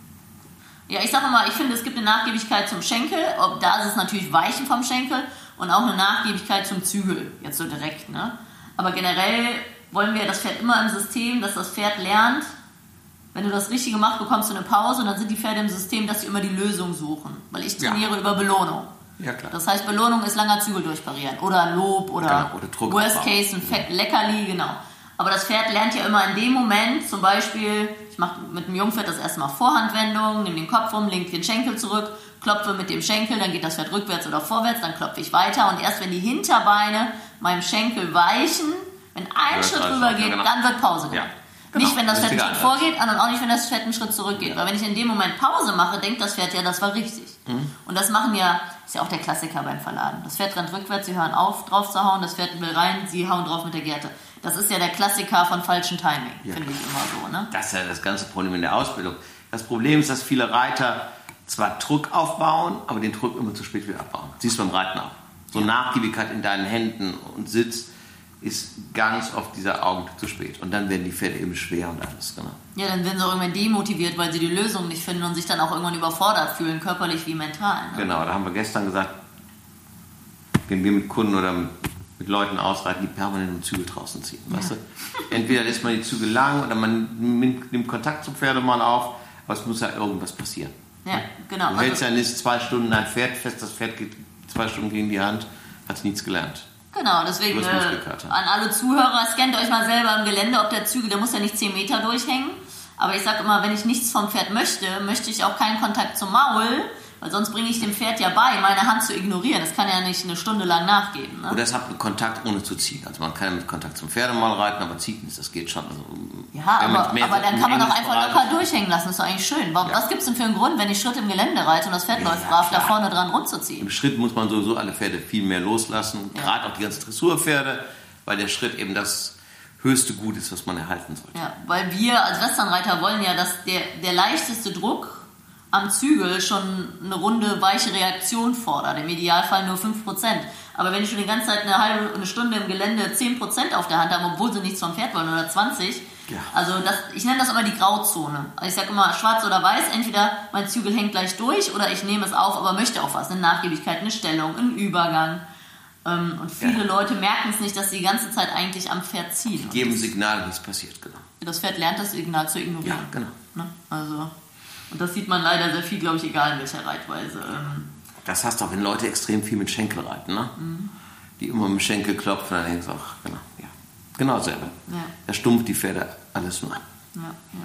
Ja, ich sage mal, ich finde, es gibt eine Nachgiebigkeit zum Schenkel, da ist es natürlich Weichen vom Schenkel und auch eine Nachgiebigkeit zum Zügel, jetzt so direkt, ne? Aber generell wollen wir das Pferd immer im System, dass das Pferd lernt, wenn du das Richtige machst, bekommst du eine Pause und dann sind die Pferde im System, dass sie immer die Lösung suchen. Weil ich trainiere ja. über Belohnung. Ja, klar. Das heißt, Belohnung ist langer Zügel durchparieren. Oder Lob oder, genau, oder Druck Worst Case, ein Fett, Leckerli, genau. Aber das Pferd lernt ja immer in dem Moment, zum Beispiel, ich mache mit dem Jungpferd das erste Mal Vorhandwendung, nehme den Kopf rum, lenke den Schenkel zurück, klopfe mit dem Schenkel, dann geht das Pferd rückwärts oder vorwärts, dann klopfe ich weiter und erst wenn die Hinterbeine meinem Schenkel weichen, wenn ein ja, Schritt rüber geht, genau. dann wird Pause gemacht. Ja. Genau. Nicht, wenn das Pferd einen Schritt vorgeht und auch nicht, wenn das Pferd einen Schritt zurückgeht. Ja. Weil wenn ich in dem Moment Pause mache, denkt das Pferd ja, das war richtig. Mhm. Und das machen ja, ist ja auch der Klassiker beim Verladen. Das Pferd rennt rückwärts, sie hören auf, drauf zu hauen, das Pferd will rein, sie hauen drauf mit der Gerte. Das ist ja der Klassiker von falschem Timing, ja. finde ich immer so. Ne? Das ist ja das ganze Problem in der Ausbildung. Das Problem ist, dass viele Reiter zwar Druck aufbauen, aber den Druck immer zu spät wieder abbauen. Siehst du beim Reiten auch. So ja. Nachgiebigkeit in deinen Händen und Sitz ist ganz oft dieser Augenblick zu spät. Und dann werden die Pferde eben schwer und alles, genau. Ja, dann werden sie auch irgendwann demotiviert, weil sie die Lösung nicht finden und sich dann auch irgendwann überfordert fühlen, körperlich wie mental. Ne? Genau, da haben wir gestern gesagt, wenn wir mit Kunden oder mit, mit Leuten ausreiten, die permanent im Zügel draußen ziehen. Ja. Weißt du? Entweder lässt man die Zügel lang oder man nimmt Kontakt zum Pferdemann auf, aber es muss ja irgendwas passieren. Ja, genau. Du hältst ja nicht zwei Stunden ein Pferd fest, das Pferd geht zwei Stunden gegen die Hand, hat nichts gelernt. Genau, deswegen äh, an alle Zuhörer, scannt euch mal selber im Gelände, ob der Zügel, der muss ja nicht zehn Meter durchhängen, Aber ich sage immer, wenn ich nichts vom Pferd möchte, möchte ich auch keinen Kontakt zum Maul, weil sonst bringe ich dem Pferd ja bei, meine Hand zu ignorieren. Das kann ja nicht eine Stunde lang nachgeben. Ne? Oder es hat einen Kontakt ohne zu ziehen. Also man kann ja mit Kontakt zum Pferdemaul reiten, aber zieht nicht, das geht schon. Also, ja, aber, aber so dann kann man auch einfach Bereich locker durchhängen lassen. Das ist doch eigentlich schön. Warum, ja. Was gibt es denn für einen Grund, wenn ich Schritt im Gelände reite und das Pferd ja, läuft ja, brav, klar. da vorne dran rumzuziehen? Im Schritt muss man sowieso alle Pferde viel mehr loslassen, Ja. gerade auch die ganzen Dressurpferde, weil der Schritt eben das höchste Gut ist, was man erhalten sollte. Ja, weil wir als Westernreiter wollen ja, dass der, der leichteste Druck am Zügel schon eine runde, weiche Reaktion fordert. Im Idealfall nur fünf Prozent. Aber wenn ich schon die ganze Zeit eine halbe eine Stunde im Gelände zehn Prozent auf der Hand habe, obwohl sie nichts vom Pferd wollen, oder zwanzig, ja. also das, ich nenne das immer die Grauzone. Also ich sage immer schwarz oder weiß, entweder mein Zügel hängt gleich durch oder ich nehme es auf, aber möchte auch was, eine Nachgiebigkeit, eine Stellung, einen Übergang. Und viele ja. Leute merken es nicht, dass sie die ganze Zeit eigentlich am Pferd ziehen. Die geben Signale, wie es passiert, genau. Das Pferd lernt das Signal zu ignorieren. Ja, genau. Ne? Also, und das sieht man leider sehr viel, glaube ich, egal in welcher Reitweise. Das hast du auch, wenn Leute extrem viel mit Schenkel reiten, ne? Mhm. Die immer mit dem Schenkel klopfen, dann denkst du auch, genau, ja. Genau dasselbe. Ja. Da stumpft die Pferde alles nur. Ja,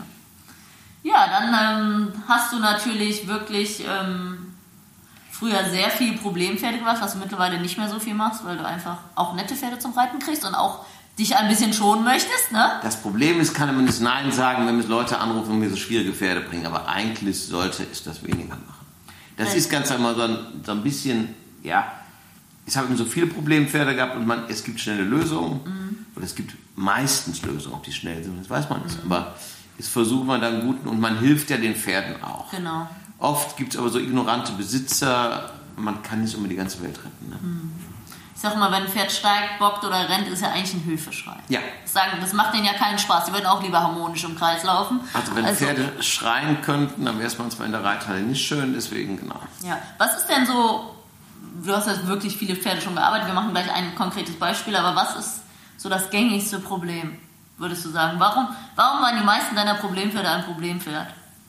ja. ja dann ähm, hast du natürlich wirklich ähm, früher sehr viel Problempferde gemacht, was du mittlerweile nicht mehr so viel machst, weil du einfach auch nette Pferde zum Reiten kriegst und auch dich ein bisschen schonen möchtest, ne? Das Problem ist, kann man nicht Nein sagen, wenn mir Leute anrufen und mir so schwierige Pferde bringen, aber eigentlich sollte ich das weniger machen. Das ja. ist ganz einmal so ein, so ein bisschen, ja, ich habe eben so viele Problempferde gehabt und man, es gibt schnelle Lösungen, mhm. oder es gibt meistens Lösungen, ob die schnell sind, das weiß man nicht, mhm. aber es versucht man dann guten und man hilft ja den Pferden auch. Genau. Oft gibt es aber so ignorante Besitzer, man kann nicht immer die ganze Welt retten. Ne? Mhm. Ich sag mal, wenn ein Pferd steigt, bockt oder rennt, ist ja eigentlich ein Hilfeschrei. Ja. Ich sage, das macht denen ja keinen Spaß. Die würden auch lieber harmonisch im Kreis laufen. Also wenn also, Pferde schreien könnten, dann wäre es manchmal in der Reithalle nicht schön, deswegen genau. Ja. Was ist denn so, du hast jetzt wirklich viele Pferde schon gearbeitet, wir machen gleich ein konkretes Beispiel, aber was ist so das gängigste Problem, würdest du sagen? Warum, warum waren die meisten deiner Problempferde ein Problempferd?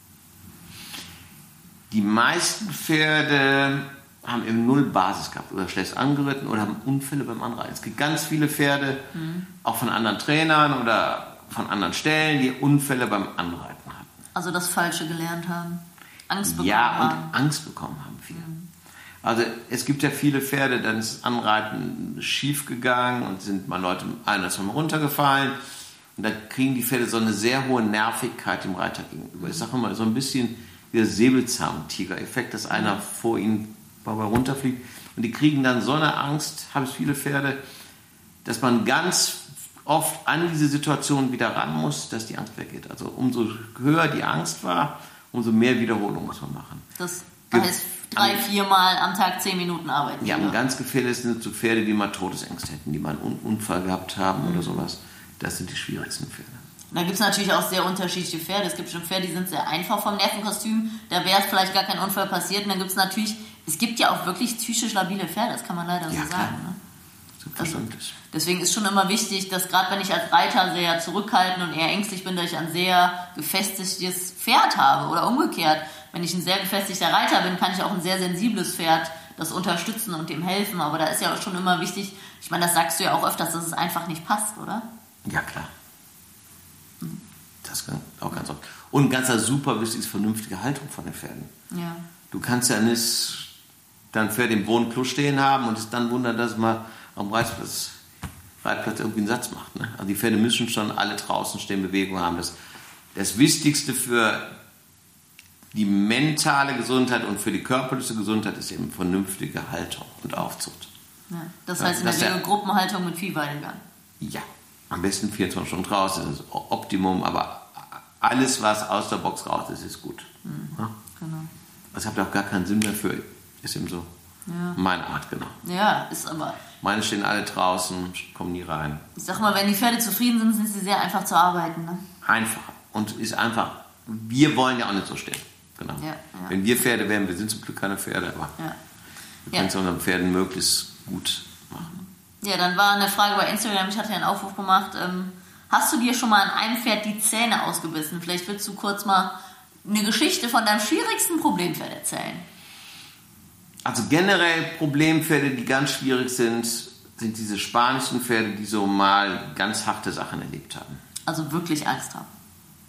Die meisten Pferde haben eben null Basis gehabt oder schlecht angeritten oder haben Unfälle beim Anreiten. Es gibt ganz viele Pferde, mhm. auch von anderen Trainern oder von anderen Stellen, die Unfälle beim Anreiten hatten. Also das Falsche gelernt haben, Angst bekommen ja, haben. Ja, und Angst bekommen haben viele. Mhm. Also es gibt ja viele Pferde, dann ist das Anreiten schief gegangen und sind mal Leute ein oder zwei Mal runtergefallen. Und da kriegen die Pferde so eine sehr hohe Nervigkeit dem Reiter gegenüber. Ich sage immer, so ein bisschen wie der Säbelzahntiger-Effekt, dass einer vor ihnen runterfliegt. Und die kriegen dann so eine Angst, habe ich viele Pferde, dass man ganz oft an diese Situation wieder ran muss, dass die Angst weggeht. Also umso höher die Angst war, umso mehr Wiederholung muss man machen. Das heißt drei, viermal am Tag zehn Minuten arbeiten. Ja, und ganz gefährlich sind so Pferde, die mal Todesängste hätten, die mal einen Unfall gehabt haben mhm. oder sowas. Das sind die schwierigsten Pferde. Da gibt es natürlich auch sehr unterschiedliche Pferde. Es gibt schon Pferde, die sind sehr einfach vom Nervenkostüm. Da wäre vielleicht gar kein Unfall passiert. Und dann gibt es natürlich, es gibt ja auch wirklich psychisch labile Pferde, das kann man leider ja, so klar. sagen. Ne? Selbstverständlich. Also, deswegen ist schon immer wichtig, dass gerade wenn ich als Reiter sehr zurückhaltend und eher ängstlich bin, dass ich ein sehr gefestigtes Pferd habe oder umgekehrt. Wenn ich ein sehr gefestigter Reiter bin, kann ich auch ein sehr sensibles Pferd das unterstützen und dem helfen. Aber da ist ja auch schon immer wichtig, ich meine, das sagst du ja auch öfters, dass es einfach nicht passt, oder? Ja, klar. Das kann auch ganz oft. Und ganz super wichtig ist vernünftige Haltung von den Pferden. Ja. Du kannst ja nicht dein Pferd im Bodenklo stehen haben und es dann wundern, dass man am Reitplatz, Reitplatz irgendwie einen Satz macht. Ne? Also die Pferde müssen schon alle draußen stehen, Bewegung haben. Das, das Wichtigste für die mentale Gesundheit und für die körperliche Gesundheit ist eben vernünftige Haltung und Aufzucht. Ja. Das heißt in der Regel Gruppenhaltung mit Viehweidegang. Ja, am besten vierundzwanzig Stunden raus, das ist das Optimum, aber alles, was aus der Box raus ist, ist gut. Mhm. Ja? Genau. Also ich habe auch gar keinen Sinn dafür, ist eben so. Ja. Meine Art, genau. Ja, ist aber... Meine stehen alle draußen, kommen nie rein. Ich sag mal, wenn die Pferde zufrieden sind, sind sie sehr einfach zu arbeiten. Ne? Einfach. Und ist einfach, wir wollen ja auch nicht so stehen. Genau. Ja, ja. Wenn wir Pferde wären, wir sind zum Glück keine Pferde, aber ja. wir können es ja. unseren Pferden möglichst gut machen. Ja, dann war eine Frage bei Instagram, ich hatte ja einen Aufruf gemacht, ähm, hast du dir schon mal an einem Pferd die Zähne ausgebissen? Vielleicht willst du kurz mal eine Geschichte von deinem schwierigsten Problempferd erzählen. Also generell Problempferde, die ganz schwierig sind, sind diese spanischen Pferde, die so mal ganz harte Sachen erlebt haben. Also wirklich Angst haben.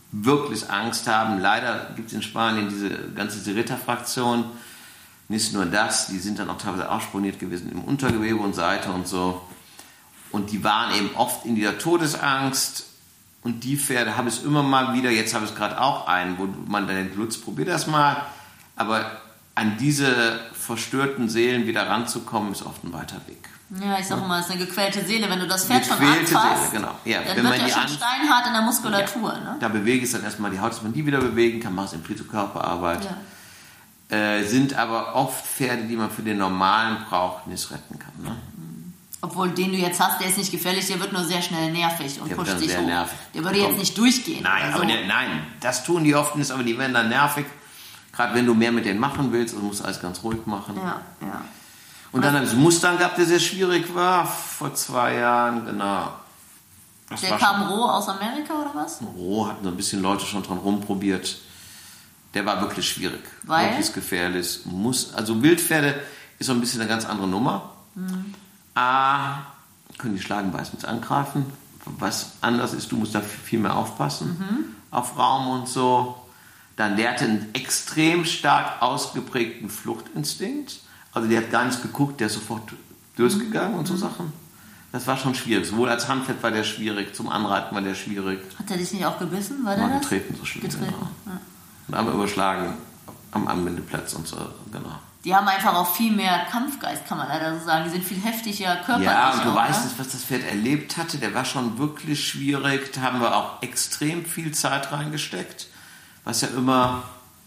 wirklich Angst haben. Leider gibt es in Spanien diese ganze Zereta-Fraktion. Nicht nur das, die sind dann auch teilweise aussponiert gewesen im Untergewebe und Seite und so. Und die waren eben oft in dieser Todesangst. Und die Pferde habe ich immer mal wieder, jetzt habe ich gerade auch einen, wo man dann denkt, Lutz, probier das mal. Aber an diese verstörten Seelen wieder ranzukommen, ist oft ein weiter Weg. Ja, ich sag immer, es ist eine gequälte Seele. Wenn du das Pferd schon Gequälte anfasst, Seele, genau. Ja, dann wenn wird man ja die schon an- steinhart in der Muskulatur. Ja. Ne? Da bewege ich dann erstmal die Haut, dass man die wieder bewegen kann, machst implizite Körperarbeit. Ja. Äh, sind aber oft Pferde, die man für den normalen Brauch nicht retten kann. Ne? Obwohl den du jetzt hast, der ist nicht gefährlich, der wird nur sehr schnell nervig und Der wird pusht dann sich sehr hoch. nervig. Der würde jetzt nicht durchgehen. Nein, Also, aber der, nein, das tun die oft nicht, aber die werden dann nervig. Gerade wenn du mehr mit denen machen willst, also musst du alles ganz ruhig machen. ja, ja. Und dann habe ich einen Mustang gehabt, der sehr schwierig war, vor zwei Jahren, genau. Das Der war kam schon- roh aus Amerika oder was? roh, hatten so ein bisschen Leute schon dran rumprobiert. Der war wirklich schwierig. Weil? Wirklich gefährlich. Muss, also Wildpferde ist so ein bisschen eine ganz andere Nummer. Mhm. A, können die schlagen, beißen, nicht angreifen. Was anders ist, du musst da viel mehr aufpassen. Mhm. Auf Raum und so. Dann der hatte einen extrem stark ausgeprägten Fluchtinstinkt. Also der hat gar nicht geguckt, der ist sofort durchgegangen Mhm. und so Sachen. Das war schon schwierig. Sowohl als Handpferd war der schwierig, zum Anreiten war der schwierig. Hat er dich nicht auch gebissen? War der Mal das? getreten so schlimm. Getreten, Genau. ja. Und einmal überschlagen am Anwendeplatz und so, genau. Die haben einfach auch viel mehr Kampfgeist, kann man leider so sagen. Die sind viel heftiger körperlich. Ja, und du auch, weißt ne? nicht, was das Pferd erlebt hatte. Der war schon wirklich schwierig. Da haben wir auch extrem viel Zeit reingesteckt. Was ja immer,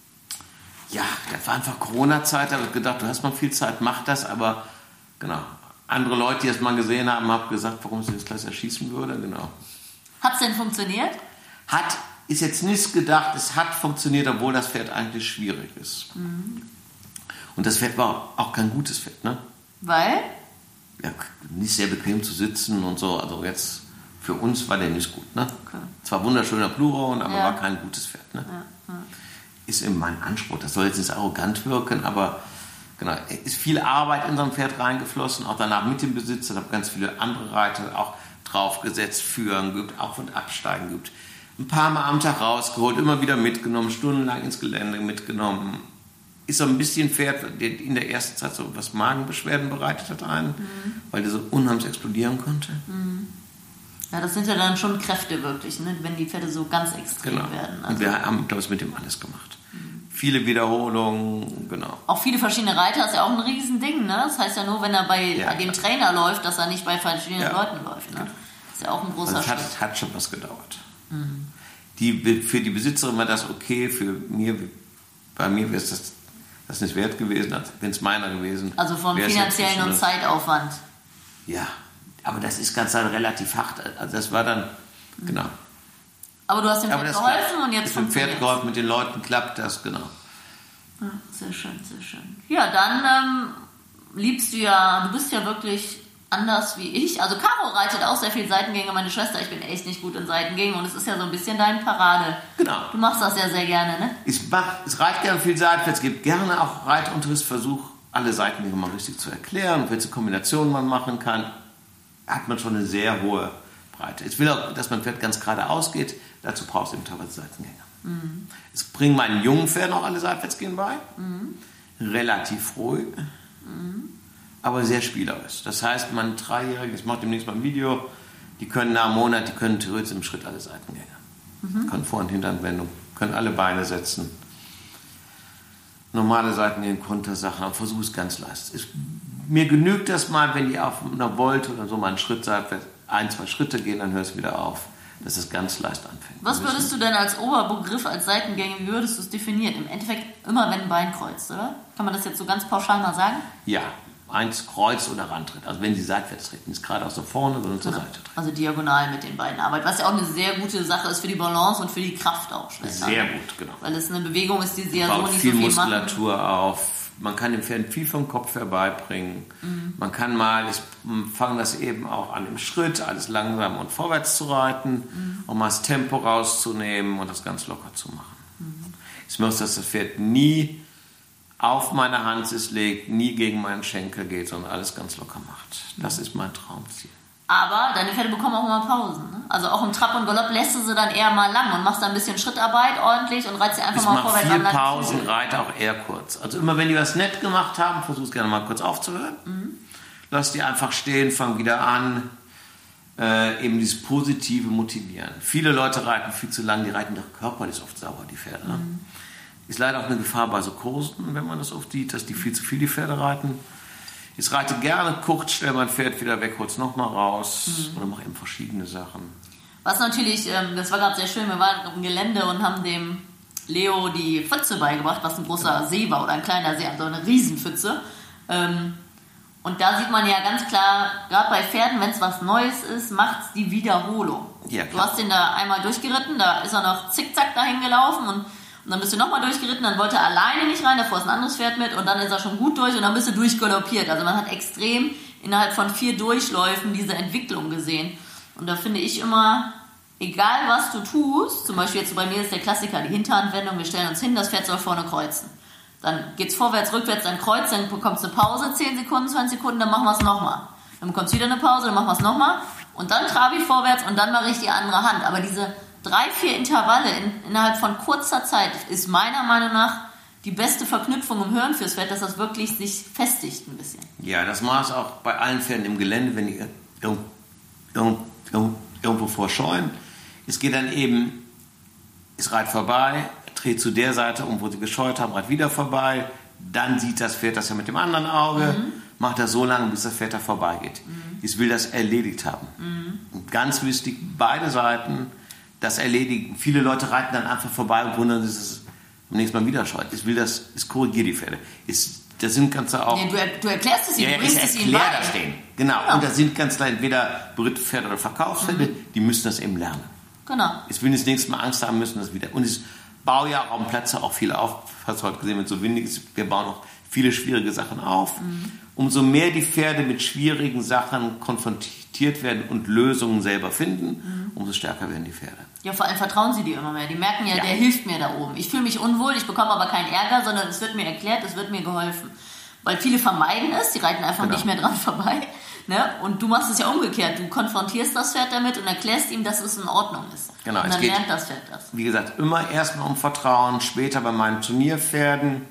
ja, das war einfach Corona-Zeit. Da habe ich gedacht, du hast mal viel Zeit, mach das. Aber genau, andere Leute, die das mal gesehen haben, haben gesagt, warum sie das gleich erschießen würde. Genau. Hat es denn funktioniert? Hat, ist jetzt nicht gedacht, es hat funktioniert, obwohl das Pferd eigentlich schwierig ist. Mhm. Und das Pferd war auch kein gutes Pferd, ne? Weil? Ja, nicht sehr bequem zu sitzen und so. Also jetzt, für uns war der nicht gut, ne? Okay. Zwar wunderschöner Pluron, aber Ja. war kein gutes Pferd, ne? Ja, ja. Ist eben mein Anspruch. Das soll jetzt nicht arrogant wirken, aber genau, ist viel Arbeit in so ein Pferd reingeflossen, auch danach mit dem Besitzer. Ich habe ganz viele andere Reiter auch draufgesetzt, führen geübt, Auf- und Absteigen geübt. Ein paar Mal am Tag rausgeholt, immer wieder mitgenommen, stundenlang ins Gelände mitgenommen. Ist so ein bisschen Pferd, der in der ersten Zeit so was Magenbeschwerden bereitet hat einen, mhm. weil der so unheimlich explodieren konnte. Mhm. Ja, das sind ja dann schon Kräfte wirklich, ne? Wenn die Pferde so ganz extrem Genau. werden. Also Und wir haben, glaube ich, mit dem alles gemacht. Mhm. Viele Wiederholungen, genau. auch viele verschiedene Reiter ist ja auch ein Riesending, ne? Das heißt ja nur, wenn er bei Ja, dem klar. Trainer läuft, dass er nicht bei verschiedenen Ja. Leuten läuft. Ne? Ist ja auch ein großer Also es Schritt. hat, hat schon was gedauert. Mhm. Die, für die Besitzerin war das okay, für mir, bei mir wäre es das, das nicht wert gewesen, wenn es meiner gewesen. Also vom wäre es finanziellen jetzt und nicht Zeitaufwand. so- Ja, aber das ist ganz dann relativ hart. Also das war dann, Mhm. genau. Aber du hast dem Aber Pferd das geholfen klappt. und jetzt Ist mit dem Pferd funktioniert's. geholfen, mit den Leuten klappt das, genau. Ja, sehr schön, sehr schön. Ja, dann ähm, liebst du ja, du bist ja wirklich anders wie ich. Also Caro reitet auch sehr viel Seitengänge, meine Schwester. Ich bin echt nicht gut in Seitengängen und es ist ja so ein bisschen dein Parade. Genau. Du machst das ja sehr gerne, ne? Ich, mach, ich reite gerne viel Seitwärts, es gibt gerne auch Reitunterricht, versuche alle Seitengänge mal richtig zu erklären, welche Kombinationen man machen kann. Hat man schon eine sehr hohe Breite. Ich will auch, dass mein Pferd ganz geradeaus geht, dazu brauchst du eben teilweise Seitengänge. Mhm. Ich bringe meinen jungen Pferden auch alle Seitwärtsgehen bei, mhm. relativ ruhig, mhm. aber sehr spielerisch. Das heißt, mein Dreijähriger, ich mache demnächst mal ein Video, die können nach einem Monat, die können theoretisch im Schritt alle Seitengänge. Mhm. Können Vor- und Hinteranwendung, können alle Beine setzen. Normale Seitengänge, Kontersachen, aber versuche es ganz leicht. Ich, mir genügt das mal, wenn die auf einer Volte oder so mal einen Schritt seitwärts, ein, zwei Schritte gehen, dann hör es wieder auf. Dass es ganz leicht anfängt. Was würdest du denn als Oberbegriff, als Seitengänge, wie würdest du es definieren? Im Endeffekt immer, wenn ein Bein kreuzt, oder? Kann man das jetzt so ganz pauschal mal sagen? Ja, eins Kreuz oder Randtritt. Also wenn sie seitwärts treten, nicht gerade aus der vorne, sondern zur Genau. Seite treten. Also diagonal mit den beiden arbeiten, was ja auch eine sehr gute Sache ist für die Balance und für die Kraft auch. Später. Sehr gut, genau. Weil es eine Bewegung ist, die sie ja Baut so nicht viel so viel Muskulatur machen. auf. Man kann dem Pferd viel vom Kopf herbeibringen. Mhm. Man kann mal, ich fange das eben auch an im Schritt, alles langsam und vorwärts zu reiten, mhm. um mal das Tempo rauszunehmen und das ganz locker zu machen. Mhm. Ich möchte, dass das Pferd nie auf meine Hand sich legt, nie gegen meinen Schenkel geht, sondern alles ganz locker macht. Das mhm. ist mein Traumziel. Aber deine Pferde bekommen auch immer Pausen, ne? Also auch im Trab und Galopp lässt du sie dann eher mal lang und machst dann ein bisschen Schrittarbeit ordentlich und reizt sie einfach Ich mal mache vorwärts vier an. dann Pausen, Flügel. reite auch eher kurz. Also immer wenn die was nett gemacht haben, versuch es gerne mal kurz aufzuhören. Mhm. Lass die einfach stehen, fang wieder an. Äh, eben dieses positive Motivieren. Viele Leute reiten viel zu lang, die reiten doch körperlich oft sauber, die Pferde. Ne? Mhm. Ist leider auch eine Gefahr bei so Kursen, wenn man das oft sieht, dass die viel zu viel die Pferde reiten. Ich reite gerne kurz, stelle mein Pferd wieder weg, hol's nochmal raus Mhm. oder mache eben verschiedene Sachen. Was natürlich, ähm, das war gerade sehr schön, wir waren im Gelände und haben dem Leo die Pfütze beigebracht, was ein großer See war oder ein kleiner See, also eine Riesenpfütze. Ähm, und da sieht man ja ganz klar, gerade bei Pferden, wenn es was Neues ist, macht es die Wiederholung. Ja, du klar. hast den da einmal durchgeritten, da ist er noch zickzack dahin gelaufen und, und dann bist du nochmal durchgeritten, dann wollte er alleine nicht rein, davor ist ein anderes Pferd mit und dann ist er schon gut durch und dann bist du durchgaloppiert. Also man hat extrem innerhalb von vier Durchläufen diese Entwicklung gesehen. Und da finde ich immer, egal was du tust, zum Beispiel jetzt bei mir ist der Klassiker die Hinterhandwendung, wir stellen uns hin, das Pferd soll vorne kreuzen. Dann geht's vorwärts, rückwärts, dann kreuzt, dann bekommst du eine Pause, zehn Sekunden, zwanzig Sekunden, dann machen wir es nochmal. Dann bekommst du wieder eine Pause, dann machen wir es nochmal. Und dann trabe ich vorwärts und dann mache ich die andere Hand. Aber diese drei, vier Intervalle in, innerhalb von kurzer Zeit ist meiner Meinung nach die beste Verknüpfung im Hören fürs Pferd, dass das wirklich sich festigt ein bisschen. Ja, das mache ich auch bei allen Pferden im Gelände, wenn die irgendwo, irgendwo, irgendwo vorscheuen. Es geht dann eben, es reitet vorbei, dreht zu der Seite um, wo sie gescheut haben, reitet wieder vorbei. Dann sieht das Pferd das ja mit dem anderen Auge, mhm. macht das so lange, bis das Pferd da vorbeigeht. Mhm. Ich will das erledigt haben. Mhm. Und ganz wichtig, beide Seiten das erledigen. Viele Leute reiten dann einfach vorbei und wundern sich, dass es am nächsten Mal wieder scheut. Ich will das, ich korrigiere die Pferde. Ich, das sind ganz auch... Nee, du, er, du erklärst es ihnen, ja, du bringst ich es ihnen bei. erkläre das denen. Genau. Genau. Und das sind ganz klar entweder Brittpferde oder Verkaufspferde, mhm. die müssen das eben lernen. Genau. Ich will das nächste Mal Angst haben müssen, das wieder... Und ich baue ja auch am Platz auch viel auf. Hast du heute gesehen, wenn es so windig ist, wir bauen auch viele schwierige Sachen auf. Mhm. Umso mehr die Pferde mit schwierigen Sachen konfrontiert werden und Lösungen selber finden, mhm. umso stärker werden die Pferde. Ja, vor allem vertrauen sie dir immer mehr. Die merken ja, ja. der hilft mir da oben. Ich fühle mich unwohl, ich bekomme aber keinen Ärger, sondern es wird mir erklärt, es wird mir geholfen. Weil viele vermeiden es, die reiten einfach genau. nicht mehr dran vorbei. Ne? Und du machst es ja umgekehrt. Du konfrontierst das Pferd damit und erklärst ihm, dass es in Ordnung ist. Genau, und dann lernt das Pferd das. Wie gesagt, immer erstmal um Vertrauen, später bei meinen Turnierpferden.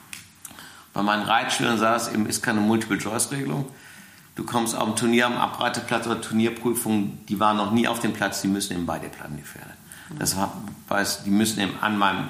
Bei meinen Reitschülern saß eben, ist keine Multiple-Choice-Regelung. Du kommst auf dem Turnier am Abreiteplatz oder Turnierprüfung, die waren noch nie auf dem Platz, die müssen eben bei dir bleiben, die Pferde. Mhm. Das heißt, die müssen eben an meinem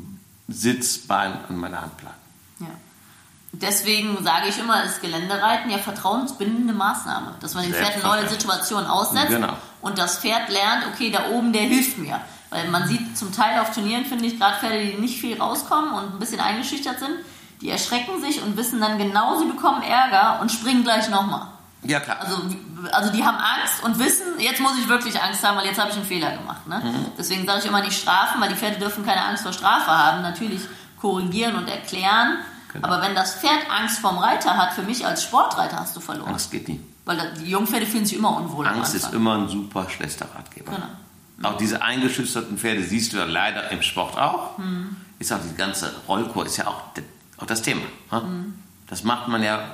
Sitzbein, an meiner Hand bleiben. Ja. Deswegen sage ich immer, ist Geländereiten ja vertrauensbindende Maßnahme, dass man dem Pferd eine neue Situation aussetzt genau. und das Pferd lernt, okay, da oben, der hilft mir. Weil man sieht zum Teil auf Turnieren, finde ich, gerade Pferde, die nicht viel rauskommen und ein bisschen eingeschüchtert sind, die erschrecken sich und wissen dann genau, sie bekommen Ärger und springen gleich nochmal. Ja, klar. Also, also die haben Angst und wissen, jetzt muss ich wirklich Angst haben, weil jetzt habe ich einen Fehler gemacht. Ne? Mhm. Deswegen sage ich immer nicht strafen, weil die Pferde dürfen keine Angst vor Strafe haben. Natürlich korrigieren und erklären. Genau. Aber wenn das Pferd Angst vorm Reiter hat, für mich als Sportreiter hast du verloren. Angst geht nie. Weil die Jungpferde fühlen sich immer unwohl. Angst ist immer ein super schlechter Ratgeber. Genau. Auch diese eingeschüchterten Pferde siehst du ja leider im Sport auch. Mhm. Ist auch die ganze Rollkur, ist ja auch, auch das Thema. Ne? Mhm. Das macht man ja,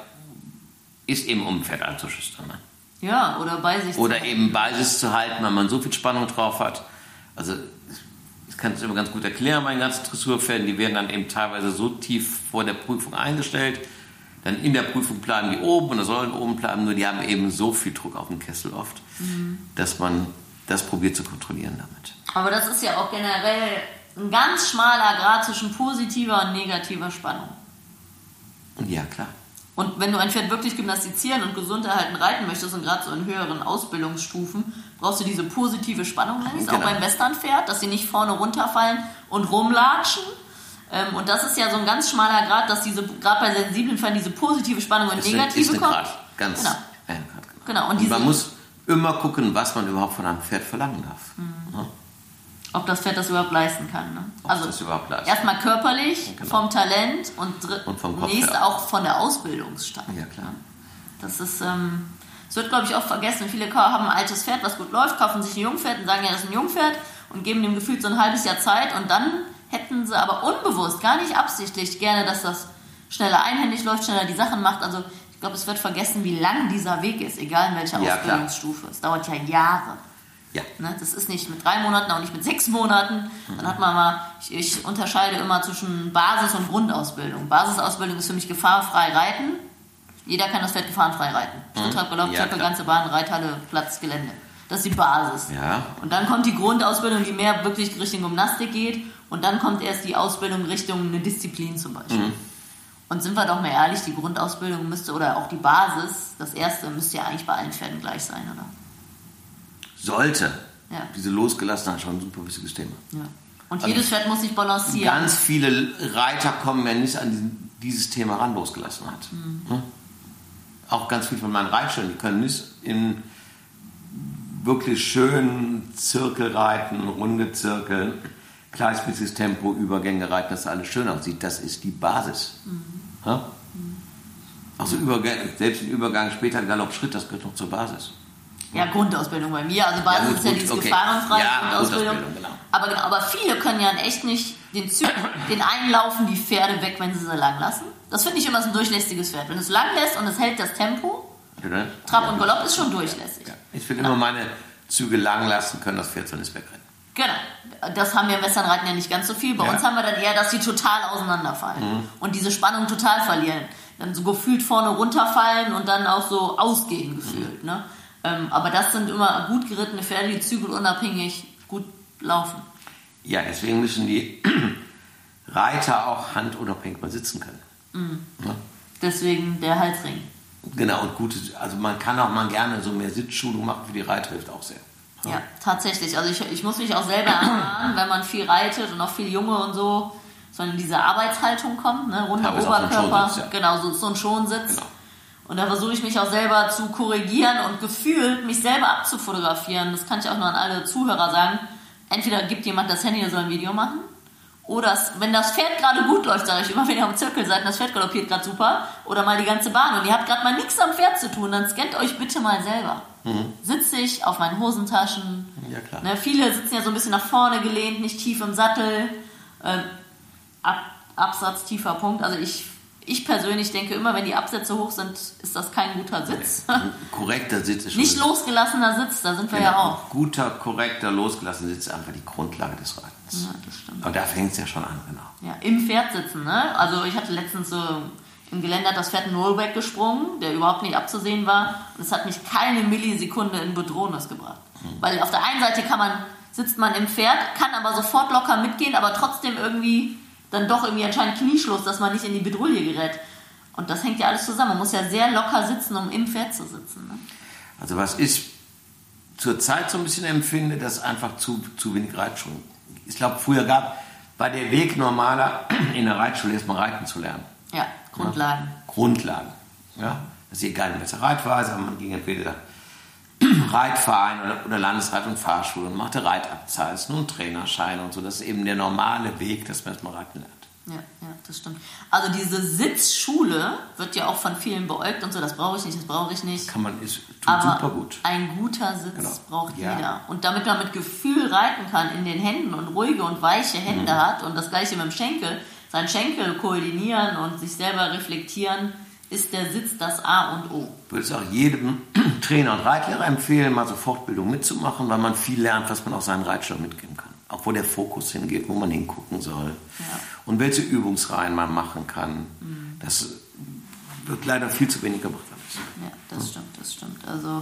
ist eben um ein Pferd einzuschüchtern. Ne? Ja, oder bei sich Oder zu eben bei sich zu halten, weil man so viel Spannung drauf hat. Also ich kann es immer ganz gut erklären, meine ganzen Dressurpferden, die werden dann eben teilweise so tief vor der Prüfung eingestellt, dann in der Prüfung bleiben die oben und da sollen oben bleiben, nur die haben eben so viel Druck auf den Kessel oft, mhm. dass man das probiert zu kontrollieren damit. Aber das ist ja auch generell ein ganz schmaler Grad zwischen positiver und negativer Spannung. Ja, klar. Und wenn du ein Pferd wirklich gymnastizieren und gesund erhalten reiten möchtest und gerade so in höheren Ausbildungsstufen, brauchst du diese positive Spannung längst, genau. auch beim Westernpferd, dass sie nicht vorne runterfallen und rumlatschen. Und das ist ja so ein ganz schmaler Grad, dass diese, gerade bei sensiblen Pferden, diese positive Spannung und negative ist eine kommt. Grad, ganz genau. ein Grad, genau. genau. Und, und man muss immer gucken, was man überhaupt von einem Pferd verlangen darf. Mhm. Ja? Ob das Pferd das überhaupt leisten kann. Ne? Ob also das überhaupt leisten. Erstmal körperlich, genau. vom Talent und, und vom Kopf nächst her. auch von der Ausbildungsstand. Ja, klar. Das ist, ähm, das wird, glaube ich, oft vergessen. Viele haben ein altes Pferd, was gut läuft, kaufen sich ein Jungpferd und sagen, ja, das ist ein Jungpferd und geben dem gefühlt so ein halbes Jahr Zeit und dann hätten sie aber unbewusst, gar nicht absichtlich, gerne, dass das schneller einhändig läuft, schneller die Sachen macht. Also ich glaube, es wird vergessen, wie lang dieser Weg ist, egal in welcher ja, Ausbildungsstufe. Klar. Es dauert ja Jahre. Ja. Ne? Das ist nicht mit drei Monaten, auch nicht mit sechs Monaten. Mhm. Dann hat man mal, ich, ich unterscheide immer zwischen Basis- und Grundausbildung. Basisausbildung ist für mich gefahrfrei reiten. Jeder kann das Pferd gefahrenfrei reiten. Schritt, Galopp, ja, Zirkel, ganze Bahn, Reithalle, Platz, Gelände. Das ist die Basis. Ja. Und dann kommt die Grundausbildung, die mehr wirklich Richtung Gymnastik geht. Und dann kommt erst die Ausbildung Richtung eine Disziplin zum Beispiel. Mhm. Und sind wir doch mal ehrlich, die Grundausbildung müsste, oder auch die Basis, das erste, müsste ja eigentlich bei allen Pferden gleich sein, oder? Sollte. Ja. Diese Losgelassenheit schon ein super wichtiges Thema. Ja. Und also jedes Pferd muss sich balancieren. Ganz viele Reiter kommen ja nicht an diesen, dieses Thema ran, Losgelassenheit. Mhm. Hm? Auch ganz viele von meinen Reitschülern, die können nicht in wirklich schönen Zirkel reiten, runde Zirkel, gleichmäßiges Tempo, Übergänge reiten, dass alles schön aussieht. Das ist die Basis. Mhm. Ja? Mhm. Auch so Übergänge, selbst im Übergang später Galopp, Schritt, das gehört noch zur Basis. Ja, Grundausbildung bei mir. Also Basis ja, gut, ist ja dieses okay. gefahrenfreie ja, Grundausbildung. Genau. Aber, genau, aber viele können ja echt nicht den Zug, den einen laufen die Pferde weg, wenn sie sie lang lassen. Das finde ich immer so ein durchlässiges Pferd. Wenn es lang lässt und es hält das Tempo, ja, Trab ja, und Galopp ist schon durchlässig. Ja. Ich will ja. immer meine Züge lang lassen, können das Pferd so nicht wegrennen. Genau. Das haben wir im Westernreiten ja nicht ganz so viel. Bei ja. uns haben wir dann eher, dass sie total auseinanderfallen mhm. und diese Spannung total verlieren. Dann so gefühlt vorne runterfallen und dann auch so ausgehen gefühlt. Mhm. Ne? Ähm, aber das sind immer gut gerittene Pferde, die zügelunabhängig gut laufen. Ja, deswegen müssen die Reiter auch handunabhängig mal sitzen können. Mhm. Ja? Deswegen der Halsring. Genau, und gute, also man kann auch mal gerne so mehr Sitzschulung machen, für die Reiter hilft auch sehr. Ja, ja tatsächlich. Also ich, ich muss mich auch selber erfahren, wenn man viel reitet und auch viel Junge und so, so in diese Arbeitshaltung kommt, ne? Runder Oberkörper, so ja. genau, so, so ein Schonsitz. Genau. Und da versuche ich mich auch selber zu korrigieren und gefühlt mich selber abzufotografieren. Das kann ich auch nur an alle Zuhörer sagen. Entweder gibt jemand das Handy, der soll ein Video machen. Oder wenn das Pferd gerade gut läuft, sage ich immer, wenn ihr am Zirkel seid und das Pferd galoppiert gerade super, oder mal die ganze Bahn und ihr habt gerade mal nichts am Pferd zu tun, dann scannt euch bitte mal selber. Mhm. Sitze ich auf meinen Hosentaschen. Ja, klar. Ne, viele sitzen ja so ein bisschen nach vorne gelehnt, nicht tief im Sattel. Äh, Ab, Absatz, tiefer Punkt. Also ich, ich persönlich denke immer, wenn die Absätze hoch sind, ist das kein guter Sitz. Okay. Korrekter Sitz ist schon... Nicht losgelassener Sitz, da sind wir genau. ja auch. Guter, korrekter, losgelassener Sitz ist einfach die Grundlage des Reitens. Ja, das stimmt. Aber da fängt es ja schon an, genau. Ja, im Pferd sitzen, ne? Also ich hatte letztens so, im Gelände hat das Pferd einen Rollback gesprungen, der überhaupt nicht abzusehen war. Und es hat mich keine Millisekunde in Bedrohung gebracht. Hm. Weil auf der einen Seite kann man, sitzt man im Pferd, kann aber sofort locker mitgehen, aber trotzdem irgendwie dann doch irgendwie anscheinend Knieschluss, dass man nicht in die Bedrulle gerät. Und das hängt ja alles zusammen. Man muss ja sehr locker sitzen, um im Pferd zu sitzen. Ne? Also was ich zurzeit so ein bisschen empfinde, dass einfach zu, zu wenig Reitschulen. Ich glaube, früher gab, war der Weg normaler, in der Reitschule erstmal reiten zu lernen. Ja, Grundlagen. Ja? Grundlagen. Ja? Das ist egal, in welcher Reitweise, aber man ging entweder Reitverein oder, oder Landesreit- und Fahrschule und machte Reitabzeichen und Trainerscheine und so. Das ist eben der normale Weg, dass man erstmal reiten lernt. Ja, ja, das stimmt. Also diese Sitzschule wird ja auch von vielen beäugt und so, das brauche ich nicht, das brauche ich nicht. Kann man, ist tut aber super gut. Ein guter Sitz genau. braucht ja. jeder. Und damit man mit Gefühl reiten kann in den Händen und ruhige und weiche Hände mhm. hat und das gleiche mit dem Schenkel, seinen Schenkel koordinieren und sich selber reflektieren, ist der Sitz das A und O. Ich würde es auch jedem Trainer und Reitlehrer empfehlen, mal so Fortbildung mitzumachen, weil man viel lernt, was man auch seinen Reitstall mitgeben kann. Auch wo der Fokus hingeht, wo man hingucken soll. Ja. Und welche Übungsreihen man machen kann. Mhm. Das wird leider viel zu wenig gemacht. Ja, das stimmt, das stimmt. Also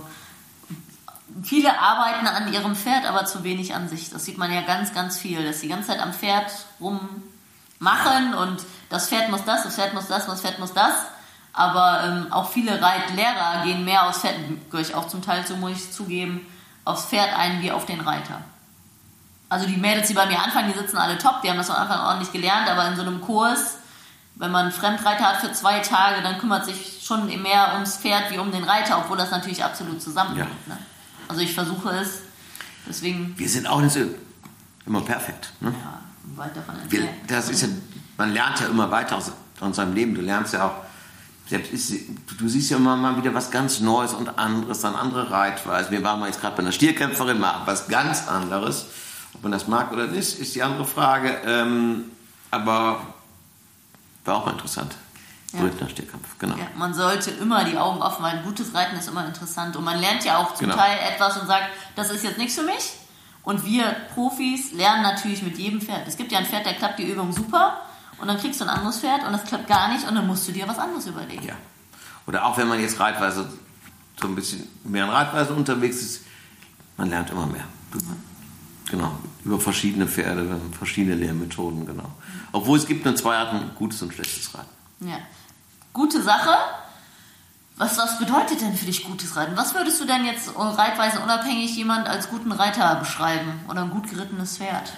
viele arbeiten an ihrem Pferd, aber zu wenig an sich. Das sieht man ja ganz, ganz viel, dass sie die ganze Zeit am Pferd rummachen und das Pferd muss das, das Pferd muss das, das Pferd muss das. Aber ähm, auch viele Reitlehrer gehen mehr aufs Pferd, gehöre ich auch zum Teil zu, muss ich zugeben, aufs Pferd ein wie auf den Reiter. Also die Mädels, die bei mir anfangen, die sitzen alle top, die haben das am Anfang ordentlich gelernt, aber in so einem Kurs, wenn man einen Fremdreiter hat für zwei Tage, dann kümmert sich schon mehr ums Pferd wie um den Reiter, obwohl das natürlich absolut zusammenhängt. Ja. Ne? Also ich versuche es, deswegen... Wir sind auch nicht so immer perfekt. Ne? Ja, weit davon entfernt. Wir, das ist ja, man lernt ja immer weiter aus, aus seinem Leben, du lernst ja auch, selbst ist, du siehst ja immer mal wieder was ganz Neues und anderes, dann andere Reitweisen. Wir waren mal jetzt gerade bei einer Stierkämpferin, mal was ganz anderes. Ob man das mag oder nicht, ist die andere Frage. Ähm, aber war auch mal interessant. Ja. Brüttner Stierkampf, genau. Ja, man sollte immer die Augen offen halten. Gutes Reiten ist immer interessant. Und man lernt ja auch zum Genau. Teil etwas und sagt, das ist jetzt nichts für mich. Und wir Profis lernen natürlich mit jedem Pferd. Es gibt ja ein Pferd, der klappt die Übung super. Und dann kriegst du ein anderes Pferd und das klappt gar nicht. Und dann musst du dir was anderes überlegen. Ja. Oder auch wenn man jetzt reitweise so ein bisschen mehr in Reitweise unterwegs ist, man lernt immer mehr. Du, ja. Genau. Über verschiedene Pferde, verschiedene Lehrmethoden, genau. Obwohl es gibt nur zwei Arten, gutes und schlechtes Reiten. Ja. Gute Sache. Was, was bedeutet denn für dich gutes Reiten? Was würdest du denn jetzt reitweise unabhängig jemand als guten Reiter beschreiben? Oder ein gut gerittenes Pferd?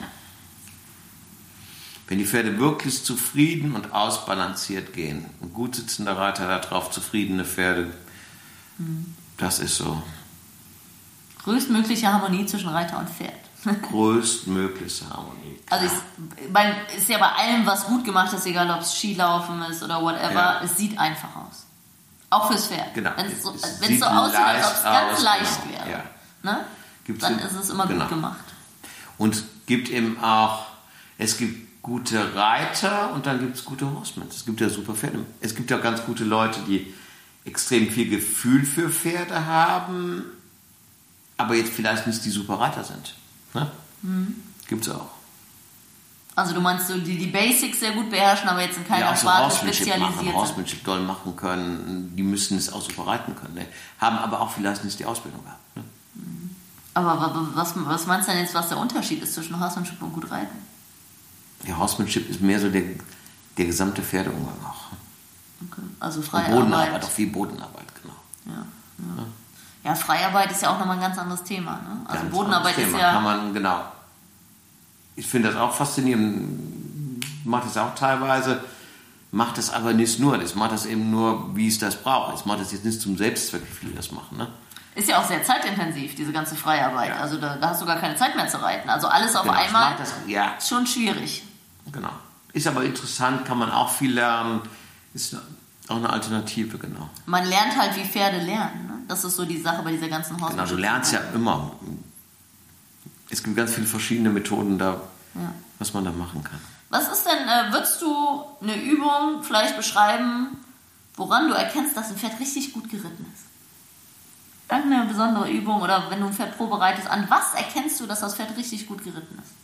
Wenn die Pferde wirklich zufrieden und ausbalanciert gehen, ein gut sitzender Reiter da drauf, zufriedene Pferde, mhm. das ist so. Größtmögliche Harmonie zwischen Reiter und Pferd. Größtmögliche Harmonie. Klar. Also ich, beim, ist ja bei allem, was gut gemacht ist, egal ob es Skilaufen ist oder whatever, ja. Es sieht einfach aus. Auch fürs Pferd. Genau. Wenn es so, so aussieht, als ob es ganz leicht genau. wäre, ja. ne? dann ist es immer genau. gut gemacht. Und es gibt eben auch, es gibt gute Reiter und dann gibt es gute Horsemen. Es gibt ja super Pferde. Es gibt ja ganz gute Leute, die extrem viel Gefühl für Pferde haben, aber jetzt vielleicht nicht die super Reiter sind. Ne? Mhm. Gibt es auch. Also du meinst, so die, die Basics sehr gut beherrschen, aber jetzt in keiner ja, Sparte so spezialisiert sind. Horsemanship doll machen können, die müssen es auch super reiten können. Ne? Haben aber auch vielleicht nicht die Ausbildung gehabt. Ne? Aber was, was meinst du denn jetzt, was der Unterschied ist zwischen Horsemanship und gut reiten? Ja, Horsemanship ist mehr so der, der gesamte Pferdeumgang auch. Okay. Also freie Bodenarbeit, Arbeit. auch viel Bodenarbeit, genau. Ja, ja. ja. ja Freiarbeit ist ja auch nochmal ein ganz anderes Thema. Ne? Also ganz Bodenarbeit Thema. ist ja... Kann man, genau. Ich finde das auch faszinierend, macht es auch teilweise, macht es aber nicht nur, das macht es eben nur, wie es das braucht. Es macht es jetzt nicht zum Selbstzweck, wie viele das machen. Ne? Ist ja auch sehr zeitintensiv, diese ganze Freiarbeit. Ja. Also da, da hast du gar keine Zeit mehr zu reiten. Also alles auf genau, einmal das, ja. ist schon schwierig. Genau. Ist aber interessant, kann man auch viel lernen. Ist auch eine Alternative, genau. Man lernt halt, wie Pferde lernen. Ne? Das ist so die Sache bei dieser ganzen Horsemanship. Genau, du lernst ja immer. Es gibt ganz viele verschiedene Methoden da, ja. was man da machen kann. Was ist denn, äh, würdest du eine Übung vielleicht beschreiben, woran du erkennst, dass ein Pferd richtig gut geritten ist? Irgendeine besondere Übung oder wenn du ein Pferd vorbereitest, an was erkennst du, dass das Pferd richtig gut geritten ist?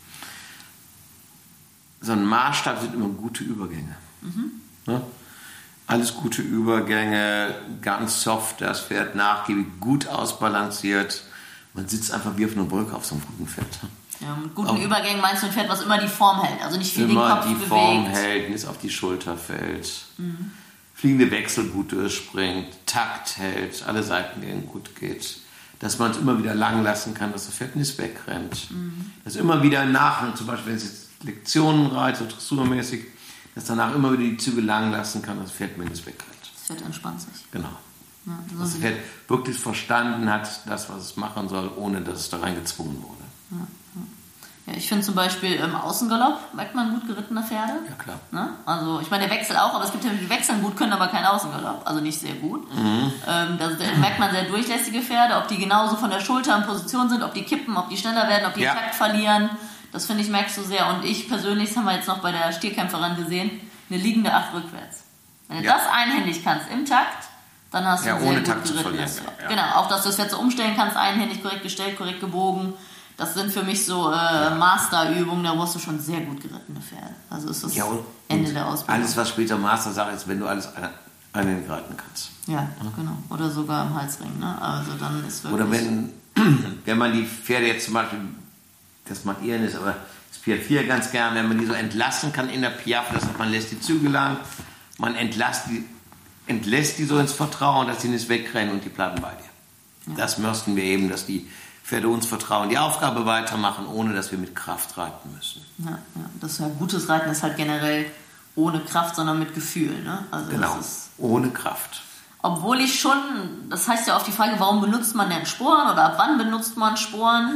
So ein Maßstab sind immer gute Übergänge. Mhm. Ne? Alles gute Übergänge, ganz soft, das Pferd nachgiebig, gut ausbalanciert. Man sitzt einfach wie auf einer Brücke auf so einem guten Pferd. Ja, mit guten Auch Übergängen meinst du ein Pferd, was immer die Form hält, also nicht viel den Kopf bewegt. Immer die Form hält, nicht auf die Schulter fällt, mhm. fliegende Wechsel gut durchspringt, Takt hält, alle Seitengänge gut geht. Dass man es immer wieder lang lassen kann, dass das Pferd nicht wegrennt. Mhm. Dass immer wieder nachher, zum Beispiel wenn es jetzt Lektionen reitet, so dressurmäßig, dass danach immer wieder die Züge lang lassen kann, dass das Pferd mindestens wegrennt. Das Pferd entspannt sich. Genau. Ja, so dass das Pferd wirklich verstanden hat, das, was es machen soll, ohne dass es da reingezwungen wurde. Ja, ja. ja ich finde zum Beispiel im Außengalopp merkt man gut gerittene Pferde. Ja, klar. Ne? Also ich meine, der Wechsel auch, aber es gibt ja die wechseln gut, können aber keinen Außengalopp, also nicht sehr gut. Mhm. Ähm, da, da merkt man sehr durchlässige Pferde, ob die genauso von der Schulter in Position sind, ob die kippen, ob die schneller werden, ob die ja. Takt verlieren. Das finde ich, merkst du sehr. Und ich persönlich, das haben wir jetzt noch bei der Stierkämpferin gesehen, eine liegende Acht rückwärts. Wenn du ja. das einhändig kannst im Takt, dann hast du ja, ein sehr ohne gut Takt zu gerittenes verlieren. Ja, ja. Genau, auch dass du das Pferd so umstellen kannst, einhändig korrekt gestellt, korrekt gebogen. Das sind für mich so äh, ja. Masterübungen, da brauchst du schon sehr gut gerittene Pferde. Also ist das ja, und, Ende der Ausbildung. Alles, was später Master-Sache ist, wenn du alles einhändig reiten kannst. Ja, ja, genau. Oder sogar im Halsring. Ne? Also dann ist wirklich... Oder wenn, wenn man die Pferde jetzt zum Beispiel, das macht ihr nicht, aber das Piaffe vier ganz gern, wenn man die so entlassen kann in der Piaffe, das heißt, man lässt die Züge lang, man entlässt die, entlässt die so ins Vertrauen, dass sie nicht wegrennen und die bleiben bei dir. Ja. Das möchten wir eben, dass die Pferde uns vertrauen, die Aufgabe weitermachen, ohne dass wir mit Kraft reiten müssen. Ja, ja. Das ist ja gutes Reiten ist halt generell ohne Kraft, sondern mit Gefühl. Ne? Also genau, das ist, ohne Kraft. Obwohl ich schon, das heißt ja auf die Frage, warum benutzt man denn Sporen oder ab wann benutzt man Sporen?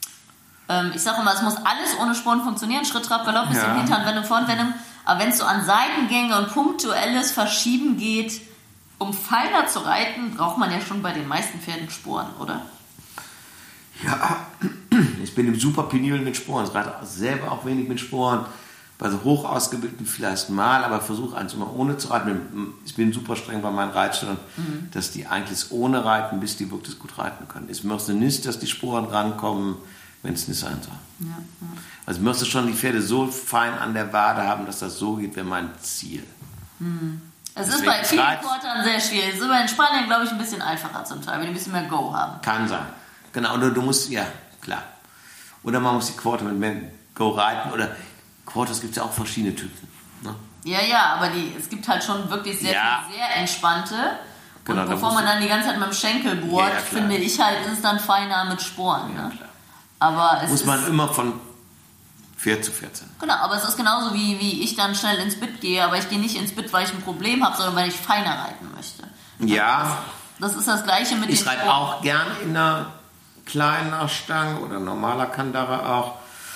Ähm, ich sage immer, es muss alles ohne Sporen funktionieren, Schritt, Trab, Galopp, bisschen ja. Hinterhandwendung, Vorhandwendung. Aber wenn es so an Seitengänge und punktuelles Verschieben geht, um feiner zu reiten, braucht man ja schon bei den meisten Pferden Sporen, oder? Ja, ich bin im super penibel mit Sporen. Ich reite selber auch wenig mit Sporen. Bei so hoch ausgebildeten vielleicht mal, aber versuche eins immer ohne zu reiten. Ich bin super streng bei meinen Reitschülern, mhm. dass die eigentlich ohne reiten, bis die wirklich gut reiten können. Ich möchte nicht, dass die Sporen rankommen, wenn es nicht sein soll. Ja, ja. Also ich möchte schon die Pferde so fein an der Wade haben, dass das so geht, wäre mein Ziel. Mhm. Es ist bei vielen Quartern sehr schwierig. Es ist bei den Spaniern, glaube ich, ein bisschen einfacher zum Teil, weil die ein bisschen mehr Go haben. Kann sein. Genau, oder du musst, ja, klar. Oder man muss die Quarter mit mehr Go reiten. Oder Quarters gibt es ja auch verschiedene Typen. Ne? Ja, ja, aber die, es gibt halt schon wirklich sehr, ja. viel, sehr entspannte. Genau, und bevor man dann die ganze Zeit mit dem Schenkel bohrt, ja, ja, finde ich halt, ist es dann feiner mit Sporen. Ja, ne? Klar. Aber es muss man ist, immer von Pferd zu Pferd sein. Genau, aber es ist genauso wie, wie ich dann schnell ins Bett gehe, aber ich gehe nicht ins Bett, weil ich ein Problem habe, sondern weil ich feiner reiten möchte. Ja. Das, das ist das Gleiche mit ich den reite auch gern in einer kleinen Stange oder normaler Kandare auch.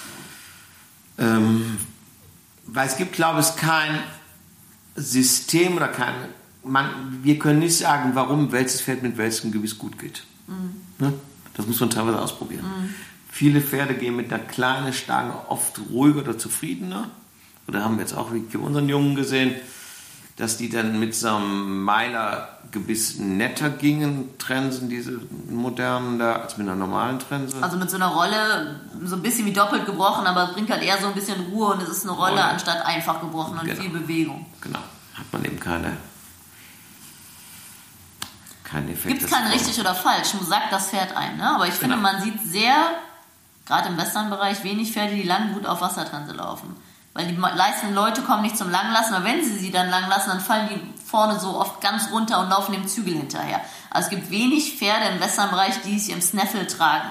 Ähm, weil es gibt, glaube ich, kein System oder kein... Man, wir können nicht sagen, warum welches Pferd mit welchem Gewiss gut geht. Mhm. Ne? Das muss man teilweise ausprobieren. Mhm. Viele Pferde gehen mit einer kleinen Stange oft ruhiger oder zufriedener. Oder haben wir jetzt auch wie unseren Jungen gesehen, dass die dann mit so einem Meiler-Gebiss netter gingen, Trensen, diese modernen da, als mit einer normalen Trense. Also mit so einer Rolle, so ein bisschen wie doppelt gebrochen, aber es bringt halt eher so ein bisschen Ruhe und es ist eine Rolle, Rolle. anstatt einfach gebrochen und genau. viel Bewegung. Genau, hat man eben keine, keine Effekte. Gibt es kein richtig oder falsch, sagt das Pferd ein, ne? Aber ich genau. finde, man sieht sehr, gerade im Western-Bereich, wenig Pferde, die lang gut auf Wassertrense laufen. Weil die meisten Leute kommen nicht zum Langlassen, aber wenn sie sie dann lang lassen, dann fallen die vorne so oft ganz runter und laufen dem Zügel hinterher. Also es gibt wenig Pferde im Westernbereich, die sich im Snaffle tragen.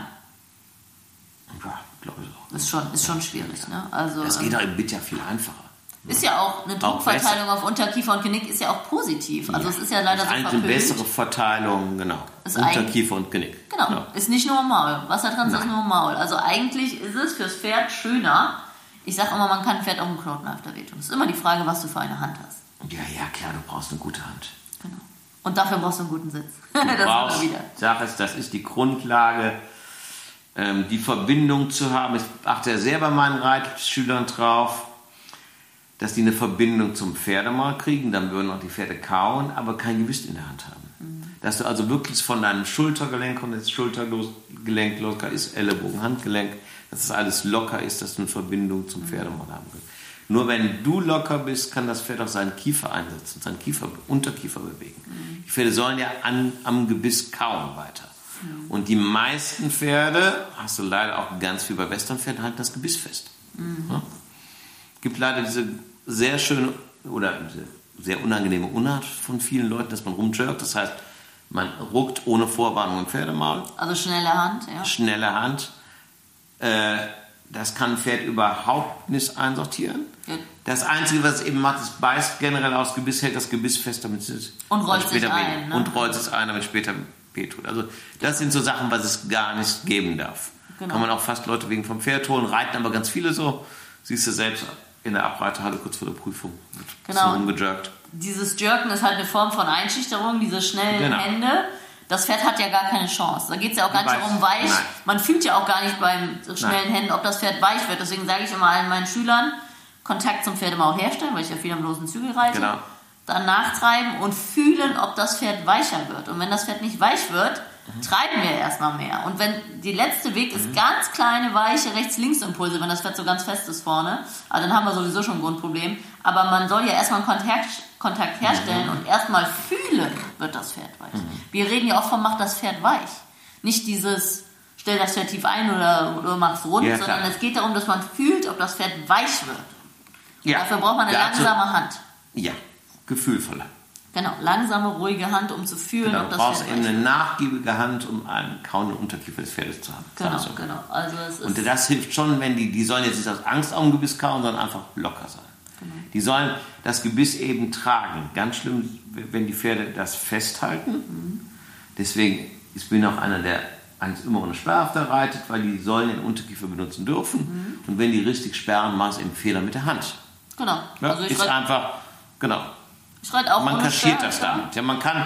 Ja, glaube ich auch. Ist schon, ist schon schwierig, ne? Also, das geht auch im Bit ja viel einfacher. Ist ja auch eine Druckverteilung auf Unterkiefer und Genick ist ja auch positiv. Also ja. es ist ja leider ist so verpönt. Eine bessere Verteilung, genau. Ist Unterkiefer und Genick. Genau. genau, ist nicht nur im Maul. Wassertranse ist nur im Maul. Also eigentlich ist es fürs Pferd schöner. Ich sage immer, man kann ein Pferd auch einen Knoten auf der wehtun. Es ist immer die Frage, was du für eine Hand hast. Ja, ja, klar, du brauchst eine gute Hand. Genau. Und dafür brauchst du einen guten Sitz. Du das brauchst, wieder. Sag es, das ist die Grundlage, ähm, die Verbindung zu haben. Ich achte ja sehr bei meinen Reitschülern drauf, dass die eine Verbindung zum Pferdemal kriegen. Dann würden auch die Pferde kauen, aber kein Gewicht in der Hand haben. Mhm. Dass du also wirklich von deinem Schultergelenk und das Schultergelenk locker ist, Ellenbogen, Handgelenk, dass das alles locker ist, dass du eine Verbindung zum Pferdemal haben kannst. Nur wenn du locker bist, kann das Pferd auch seinen Kiefer einsetzen, seinen Kiefer, Unterkiefer bewegen. Mhm. Die Pferde sollen ja an, am Gebiss kauen weiter. Mhm. Und die meisten Pferde, hast du leider auch ganz viel bei Westernpferden, halten das Gebiss fest. Mhm. Ja? Gibt leider diese sehr schöne oder sehr unangenehme Unart von vielen Leuten, dass man rumjerkt. Das heißt, man ruckt ohne Vorwarnung im Pferdemaul. Also schnelle Hand, ja. Schnelle Hand. Das kann ein Pferd überhaupt nicht einsortieren. Ja. Das Einzige, was es eben macht, es beißt generell aus Gebiss, hält das Gebiss fest, damit es und rollt sich ein, ne? und rollt es ein, damit es später wehtut. Also das sind so Sachen, was es gar nicht geben darf. Genau. Kann man auch fast Leute wegen vom Pferd holen, reiten aber ganz viele so. Siehst du selbst in der Abreiterhalle kurz vor der Prüfung. Wird genau. rumgejerkt. Dieses Jerken ist halt eine Form von Einschüchterung, diese schnellen genau. Hände. Das Pferd hat ja gar keine Chance. Da geht es ja auch gar nicht darum, weich. Nein. Man fühlt ja auch gar nicht beim schnellen Händen, ob das Pferd weich wird. Deswegen sage ich immer allen meinen Schülern, Kontakt zum Pferdemaul herstellen, weil ich ja viel am losen Zügel reite. Genau. Dann nachtreiben und fühlen, ob das Pferd weicher wird. Und wenn das Pferd nicht weich wird, mhm. treiben wir erstmal mehr. Und wenn die letzte Weg ist, mhm. ganz kleine, weiche Rechts-Links-Impulse, wenn das Pferd so ganz fest ist vorne, also dann haben wir sowieso schon ein Grundproblem. Aber man soll ja erstmal einen Kontakt, Kontakt herstellen mhm. und erstmal fühlen, wird das Pferd weich. Mhm. Wir reden ja oft von, macht das Pferd weich. Nicht dieses, stell das Pferd tief ein oder, oder mach's rund, ja, sondern es geht darum, dass man fühlt, ob das Pferd weich wird. Ja. Dafür braucht man eine ja, langsame also, Hand. Ja, gefühlvoller. Genau, langsame, ruhige Hand, um zu fühlen, genau, ob das Pferd weich wird. Du brauchst eben eine nachgiebige Hand, um einen kauenden Unterkiefer des Pferdes zu haben. Genau, so. genau. Also es ist und das hilft schon, wenn die, die sollen jetzt nicht aus Angst am Gebiss kauen, sondern einfach locker sein. Genau. Die sollen das Gebiss eben tragen. Ganz schlimm, wenn die Pferde das festhalten. Mhm. Deswegen, ich bin auch einer, der eigentlich immer ohne Sperrhafter reitet, weil die sollen den Unterkiefer benutzen dürfen. Mhm. Und wenn die richtig sperren, mach es eben Fehler mit der Hand. Genau. Ja, also ich ist einfach, genau. Ich reite auch man ohne kaschiert Sperr, das damit. Ja, man kann,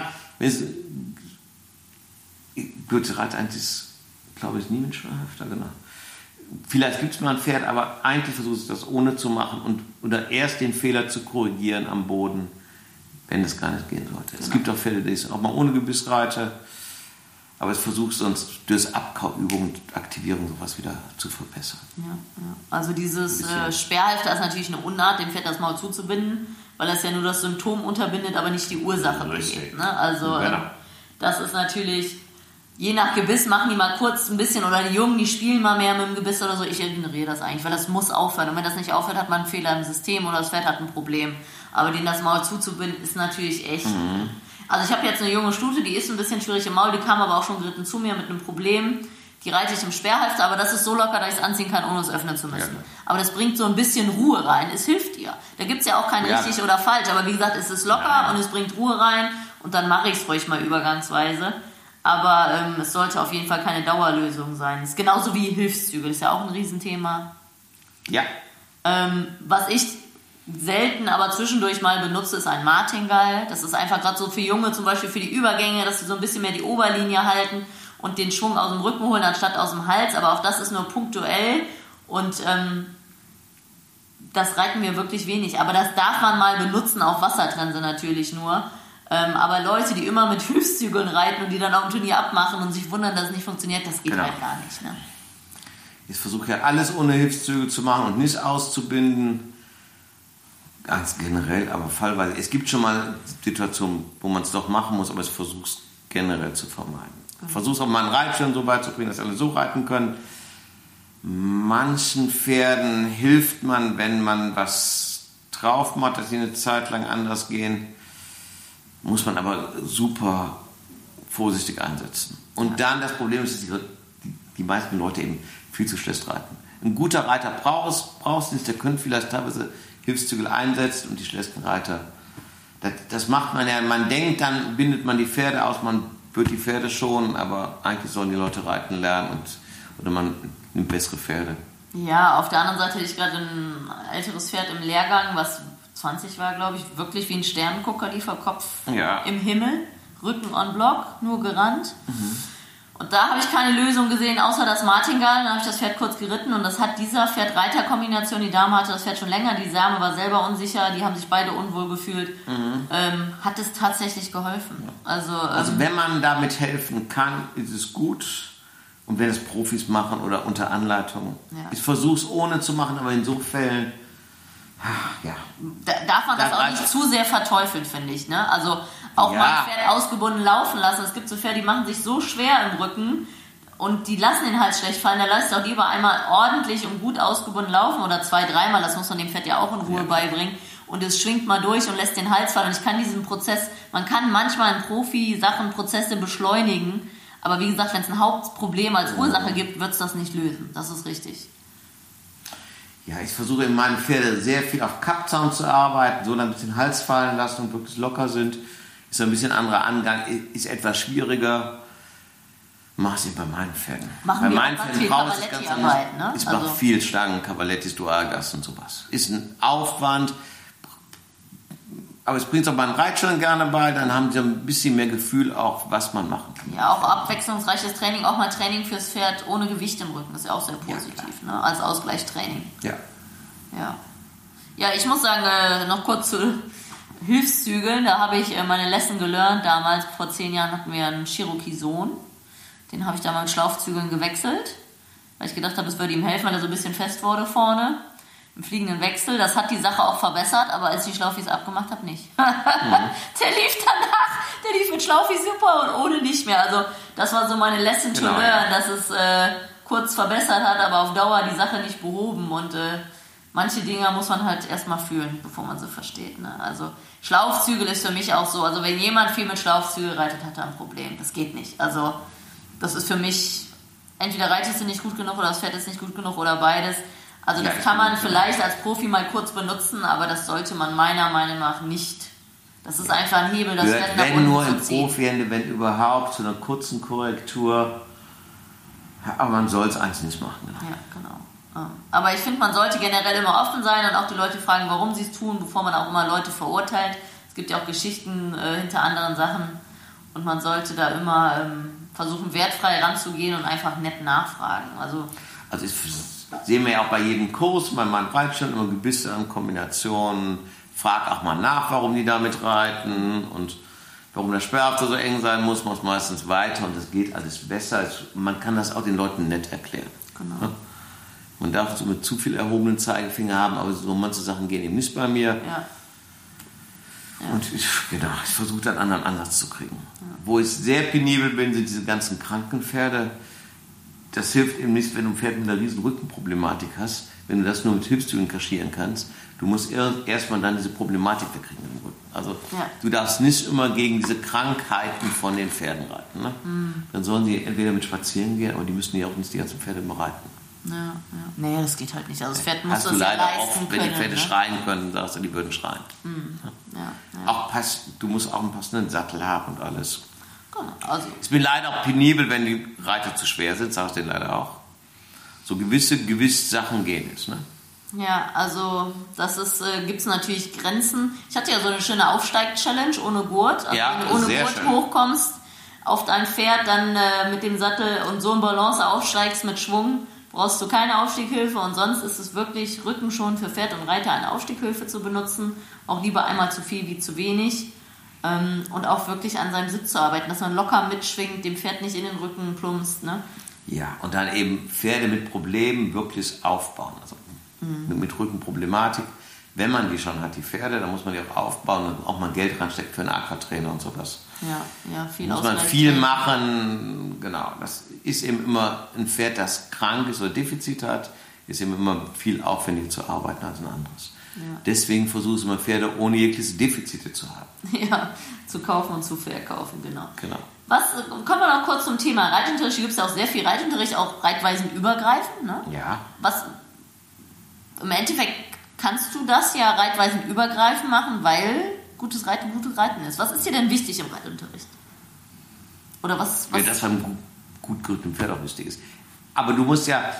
gut, ich reite eigentlich, glaube ich, nie mit Sperrhafter, genau. vielleicht gibt es mal ein Pferd, aber eigentlich versuchst du das ohne zu machen und oder erst den Fehler zu korrigieren am Boden, wenn es gar nicht gehen sollte. Genau. Es gibt auch Pferde, die ich auch mal ohne Gebiss reite, aber es versuchst sonst durch Abkauübung und Aktivierung sowas wieder zu verbessern. Ja, ja. Also dieses äh, Sperrhalfter ist natürlich eine Unart, dem Pferd das Maul zuzubinden, weil das ja nur das Symptom unterbindet, aber nicht die Ursache behebt. Ne? Also genau. ähm, das ist natürlich, je nach Gebiss machen die mal kurz ein bisschen, oder die Jungen, die spielen mal mehr mit dem Gebiss oder so. Ich ignoriere das eigentlich, weil das muss aufhören. Und wenn das nicht aufhört, hat man einen Fehler im System oder das Pferd hat ein Problem. Aber denen das Maul zuzubinden, ist natürlich echt... Mhm. Also ich habe jetzt eine junge Stute, die ist ein bisschen schwierig im Maul, die kam aber auch schon geritten zu mir mit einem Problem. Die reite ich im Sperrhalfter, aber das ist so locker, dass ich es anziehen kann, ohne es öffnen zu müssen. Ja. Aber das bringt so ein bisschen Ruhe rein, es hilft ihr. Da gibt es ja auch kein ja. richtig oder falsch, aber wie gesagt, es ist locker ja. und es bringt Ruhe rein und dann mache ich es ruhig mal übergangsweise. Aber ähm, es sollte auf jeden Fall keine Dauerlösung sein. Es ist genauso wie Hilfszügel, ist ja auch ein Riesenthema. Ja. Ähm, was ich selten, aber zwischendurch mal benutze, ist ein Martingall. Das ist einfach gerade so für Junge, zum Beispiel für die Übergänge, dass sie so ein bisschen mehr die Oberlinie halten und den Schwung aus dem Rücken holen, anstatt aus dem Hals. Aber auch das ist nur punktuell und ähm, das reiten wir wirklich wenig. Aber das darf man mal benutzen, auf Wassertrense natürlich nur. Ähm, aber Leute, die immer mit Hilfszügeln reiten und die dann auch ein Turnier abmachen und sich wundern, dass es nicht funktioniert, das geht genau. halt gar nicht. Ne? Ich versuche ja alles ohne Hilfszügel zu machen und nicht auszubinden. Ganz generell, aber fallweise. Es gibt schon mal Situationen, wo man es doch machen muss, aber ich versuche es generell zu vermeiden. Ich versuche es auch mal einen Reitschirm so weit zu kriegen, dass alle so reiten können. Manchen Pferden hilft man, wenn man was drauf macht, dass sie eine Zeit lang anders gehen. Muss man aber super vorsichtig einsetzen. Und dann das Problem ist, dass die, die, die meisten Leute eben viel zu schlecht reiten. Ein guter Reiter braucht es nicht, der könnte vielleicht teilweise Hilfszügel einsetzt und die schlechten Reiter. Das, das macht man ja, man denkt, dann bindet man die Pferde aus, man wird die Pferde schonen, aber eigentlich sollen die Leute reiten lernen und, oder man nimmt bessere Pferde. Ja, auf der anderen Seite hatte ich gerade ein älteres Pferd im Lehrgang, was zwanzig war, glaube ich, wirklich wie ein Sternengucker, die vor Kopf ja. im Himmel, Rücken on Block, nur gerannt. Mhm. Und da habe ich keine Lösung gesehen, außer das Martingall. Dann habe ich das Pferd kurz geritten und das hat dieser Pferd-Reiter-Kombination, die Dame hatte das Pferd schon länger, die Dame war selber unsicher, die haben sich beide unwohl gefühlt, mhm. ähm, hat es tatsächlich geholfen. Also, ähm, also wenn man damit helfen kann, ist es gut. Und wenn es Profis machen oder unter Anleitung. Ja. Ich versuche es ohne zu machen, aber in so Fällen, ach, ja. Da, darf man das da auch nicht zu sehr verteufeln, finde ich. Ne? Also auch ja. mal ein Pferd ausgebunden laufen lassen. Es gibt so Pferde, die machen sich so schwer im Rücken und die lassen den Hals schlecht fallen. Da lässt auch lieber einmal ordentlich und gut ausgebunden laufen oder zwei, dreimal. Das muss man dem Pferd ja auch in Ruhe ja. beibringen. Und es schwingt mal durch und lässt den Hals fallen. Und ich kann diesen Prozess, man kann manchmal in Profi-Sachen Prozesse beschleunigen. Aber wie gesagt, wenn es ein Hauptproblem als Ursache gibt, wird es das nicht lösen. Das ist richtig. Ja, ich versuche in meinen Pferden sehr viel auf Kappzaum zu arbeiten, so dann ein bisschen Hals fallen lassen und wirklich locker sind. Ist ein bisschen anderer Angang, ist etwas schwieriger. Mach es bei meinen Pferden. Machen bei wir meinen Pferden brauche ich es ganz anders. Ne? Ich also mache viel Stangen, Cavalettis, Dualgas und sowas. Ist ein Aufwand, aber es bringt es auch beim Reitschirm gerne bei, dann haben sie ein bisschen mehr Gefühl auch, was man machen kann. Ja, auch abwechslungsreiches Training, auch mal Training fürs Pferd ohne Gewicht im Rücken, das ist ja auch sehr positiv, ja, ne? Als Ausgleichstraining. Ja. Ja, ja, ich muss sagen, äh, noch kurz zu Hilfszügeln, da habe ich äh, meine Lesson gelernt, damals vor zehn Jahren hatten wir einen Cherokee-Sohn, den habe ich da mal mit Schlaufzügeln gewechselt, weil ich gedacht habe, es würde ihm helfen, weil er so ein bisschen fest wurde vorne. Im fliegenden Wechsel, das hat die Sache auch verbessert, aber als ich die Schlaufis abgemacht habe, nicht. mhm. Der lief danach, der lief mit Schlaufis super und ohne nicht mehr. Also das war so meine Lesson to genau, learn, ja. dass es äh, kurz verbessert hat, aber auf Dauer die Sache nicht behoben. Und äh, manche Dinge muss man halt erstmal fühlen, bevor man sie versteht. Ne? Also Schlaufzügel ist für mich auch so, also wenn jemand viel mit Schlaufzügel reitet, hat er ein Problem. Das geht nicht. Also das ist für mich, entweder reitest du nicht gut genug oder das Pferd ist nicht gut genug oder beides. Also das ja, kann man vielleicht als Profi mal kurz benutzen, aber das sollte man meiner Meinung nach nicht. Das ist einfach ein Hebel, das Pferd nach unten wenn nur zu im ziehen. Profi-Ende, wenn überhaupt, zu einer kurzen Korrektur. Aber man soll es eigentlich nicht machen. Genau. Ja, genau. Aber ich finde, man sollte generell immer offen sein und auch die Leute fragen, warum sie es tun, bevor man auch immer Leute verurteilt. Es gibt ja auch Geschichten äh, hinter anderen Sachen und man sollte da immer ähm, versuchen, wertfrei ranzugehen und einfach nett nachfragen. Also Also ich, sehen wir ja auch bei jedem Kurs, bei meinem Reitstand immer Gebisse an Kombinationen. Frag auch mal nach, warum die damit reiten und warum der Sperrhafter so eng sein muss, muss meistens weiter und das geht alles besser. Man kann das auch den Leuten nett erklären. Genau. Man darf so mit zu viel erhobenen Zeigefinger haben, aber so manche Sachen gehen eben nicht bei mir. Ja. Ja. Und ich, genau, ich versuche dann einen anderen Ansatz zu kriegen. Ja. Wo ich sehr penibel bin, sind diese ganzen kranken Pferde. Das hilft eben nicht, wenn du ein Pferd mit einer riesen Rückenproblematik hast, wenn du das nur mit Hilfszügen kaschieren kannst. Du musst erstmal dann diese Problematik wegkriegen im Rücken. Also ja. Du darfst nicht immer gegen diese Krankheiten von den Pferden reiten. Ne? Mhm. Dann sollen sie entweder mit spazieren gehen, aber die müssen ja auch nicht die ganzen Pferde immer reiten. Ja, ja. Nee, das geht halt nicht. Also das Pferd muss Hast das du leider leisten oft, wenn können, die Pferde ne? schreien können, sagst du, die würden schreien. Mhm. Ja, ja. Auch pass, du musst auch einen passenden Sattel haben und alles. Genau. Also. Ich bin leider auch penibel, wenn die Reiter zu schwer sind, sag ich denen leider auch. So gewisse, gewisse Sachen gehen es, ne? Ja, also das ist, äh, gibt es natürlich Grenzen. Ich hatte ja so eine schöne Aufsteig-Challenge ohne Gurt. Also ja, wenn du ohne sehr Gurt schön. hochkommst auf dein Pferd, dann äh, mit dem Sattel und so in Balance aufsteigst mit Schwung, brauchst du keine Aufstieghilfe und sonst ist es wirklich rückenschonend für Pferd und Reiter, eine Aufstieghilfe zu benutzen. Auch lieber einmal zu viel wie zu wenig. Ähm, und auch wirklich an seinem Sitz zu arbeiten, dass man locker mitschwingt, dem Pferd nicht in den Rücken plumpst, ne? Ja, und dann eben Pferde mit Problemen wirklich aufbauen. Also mhm. mit Rückenproblematik. Wenn man die schon hat, die Pferde, dann muss man die auch aufbauen und auch mal Geld reinstecken für einen Aquatrainer und sowas. Ja, ja, viel da muss man viel machen, genau. Das ist eben immer ein Pferd, das krank ist oder Defizit hat, ist eben immer viel aufwendiger zu arbeiten als ein anderes. Ja. Deswegen versuche ich immer Pferde ohne jegliche Defizite zu haben. Ja, zu kaufen und zu verkaufen, genau. Genau. Was, kommen wir noch kurz zum Thema Reitunterricht. Hier gibt es ja auch sehr viel Reitunterricht, auch reitweisenübergreifend. Ne? Ja. Was, im Endeffekt kannst du das ja reitweisenübergreifend machen, weil gutes Reiten gutes Reiten ist. Was ist dir denn wichtig im Reitunterricht? Oder was? was ja, das beim gut gerückten Pferd auch wichtig ist. Aber du musst ja,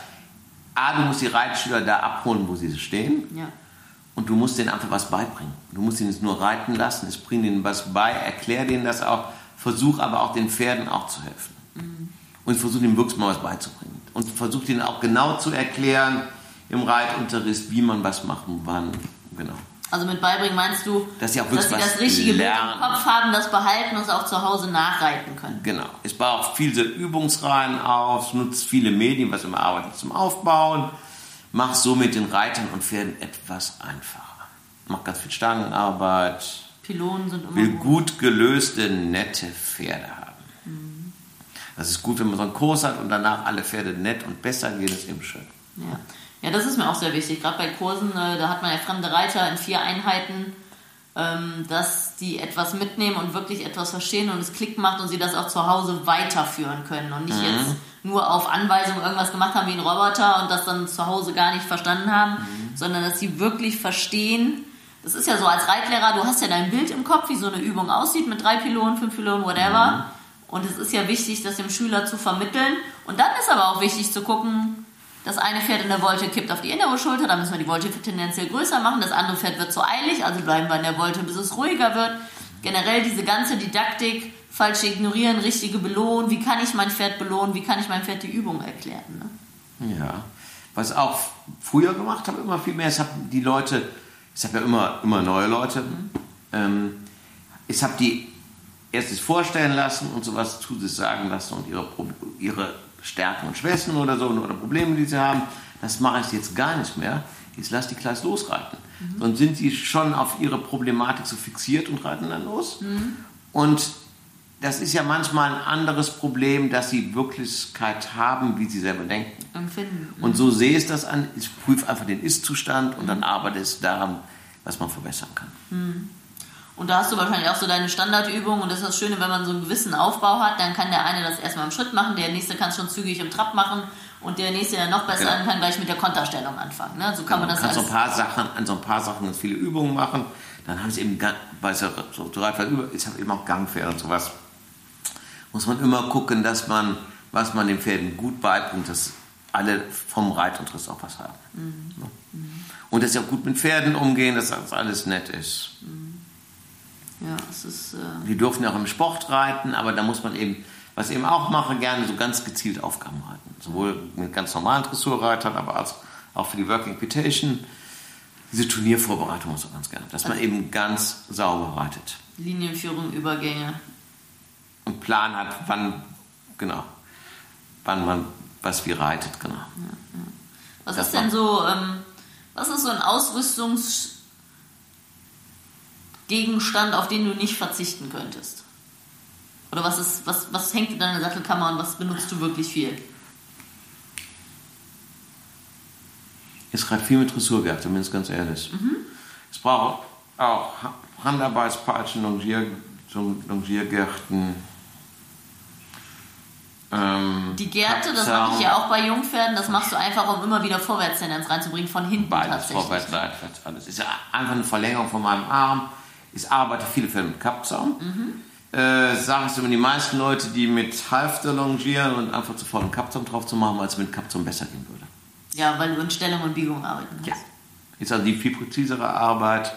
A, du musst die Reitschüler da abholen, wo sie stehen. Ja. Und du musst denen einfach was beibringen. Du musst ihnen nicht nur reiten lassen, es bringt ihnen was bei, erklär denen das auch, versuch aber auch den Pferden auch zu helfen. Mhm. Und versuch ihnen wirklich mal was beizubringen. Und versuch ihnen auch genau zu erklären im Reitunterricht, wie man was machen, wann, genau. Also mit beibringen meinst du, dass sie, auch dass sie das richtige Bild lernen. im Kopf haben, das behalten und es auch zu Hause nachreiten können. Genau. Es baut auch viele Übungsreihen auf, nutzt viele Medien, was immer arbeiten zum Aufbauen. Mach so mit den Reitern und Pferden etwas einfacher. Mach ganz viel Stangenarbeit. Pylonen sind immer will gut. gut gelöste, nette Pferde haben. Mhm. Das ist gut, wenn man so einen Kurs hat und danach alle Pferde nett und besser gehen, ist eben schön. Ja. Ja, das ist mir auch sehr wichtig. Gerade bei Kursen, äh, da hat man ja fremde Reiter in vier Einheiten, ähm, dass die etwas mitnehmen und wirklich etwas verstehen und es Klick macht und sie das auch zu Hause weiterführen können und nicht mhm. jetzt nur auf Anweisung irgendwas gemacht haben wie ein Roboter und das dann zu Hause gar nicht verstanden haben, mhm. sondern dass sie wirklich verstehen. Das ist ja so als Reitlehrer, du hast ja dein Bild im Kopf, wie so eine Übung aussieht mit drei Pylonen, fünf Pylonen, whatever. Mhm. Und es ist ja wichtig, das dem Schüler zu vermitteln. Und dann ist aber auch wichtig zu gucken, das eine Pferd in der Volte kippt auf die innere Schulter, dann müssen wir die Volte tendenziell größer machen. Das andere Pferd wird zu eilig, also bleiben wir in der Volte, bis es ruhiger wird. Generell diese ganze Didaktik, falsche ignorieren, richtige belohnen. Wie kann ich mein Pferd belohnen? Wie kann ich meinem Pferd die Übung erklären? Ne? Ja, was auch früher gemacht habe, immer viel mehr, ich habe die Leute, ich habe ja immer, immer neue Leute, mhm. ähm, ich habe die erst sich vorstellen lassen und sowas zu sich sagen lassen und ihre, ihre Stärken und Schwächen oder so oder Probleme, die sie haben, das mache ich jetzt gar nicht mehr. Jetzt lass die Kleis losreiten. Mhm. Dann sind die schon auf ihre Problematik so fixiert und reiten dann los. Mhm. Und das ist ja manchmal ein anderes Problem, dass sie Wirklichkeit haben, wie sie selber denken. Empfinden. Mhm. Und so sehe ich das an. Ich prüfe einfach den Ist-Zustand und mhm. dann arbeite ich daran, was man verbessern kann. Mhm. Und da hast du wahrscheinlich auch so deine Standardübung und das ist das Schöne, wenn man so einen gewissen Aufbau hat, dann kann der eine das erstmal im Schritt machen, der nächste kann es schon zügig im Trab machen und der nächste, der noch besser genau. kann gleich mit der Konterstellung anfangen. Ne? So kann genau. man das kann alles... so ein paar Sachen, an so ein paar Sachen ganz viele Übungen machen, dann haben sie eben, bei so, so ich habe eben auch Gangpferde und sowas, muss man immer gucken, dass man, was man den Pferden gut beibringt, dass alle vom Reitunterricht auch was haben. Mhm. Ja. Mhm. Und dass sie auch gut mit Pferden umgehen, dass das alles nett ist. Mhm. Ja, es ist... Äh die dürfen ja auch im Sport reiten, aber da muss man eben, Was ich eben auch mache, gerne so ganz gezielt Aufgaben reiten. Sowohl mit ganz normalen Dressurreitern, aber als auch für die Working Equitation. Diese Turniervorbereitung muss auch ganz gerne. Dass man eben ganz sauber reitet. Linienführung, Übergänge. Und Plan hat, wann, genau, wann man was wie reitet, genau. Ja, ja. Was das ist denn so, ähm, was ist so ein Ausrüstungsgegenstand, auf den du nicht verzichten könntest? Oder was ist, was, was hängt in deiner Sattelkammer und was benutzt du wirklich viel? Ich reite viel mit Dressurgärten, bin ich ganz ehrlich. Mhm. Ich brauche auch Handarbeitspeitschen, Longier, Longiergärten. Ähm, die Gärte, das mache ich ja auch bei Jungpferden, das machst du einfach, um immer wieder Vorwärtstendenz reinzubringen, von hinten beides, tatsächlich. Vorwärts, reinwärts, alles. Ist ja einfach eine Verlängerung von meinem Arm. Ich arbeite viele Pferde mit Kappzaum. Mhm. Äh, sage ich immer, die meisten Leute, die mit Halfter longieren und einfach zuvor einen Kappzaum drauf zu machen, weil es mit Kappzaum besser gehen würde. Ja, weil du in Stellung und Biegung arbeiten kannst. Ja. Ist also die viel präzisere Arbeit.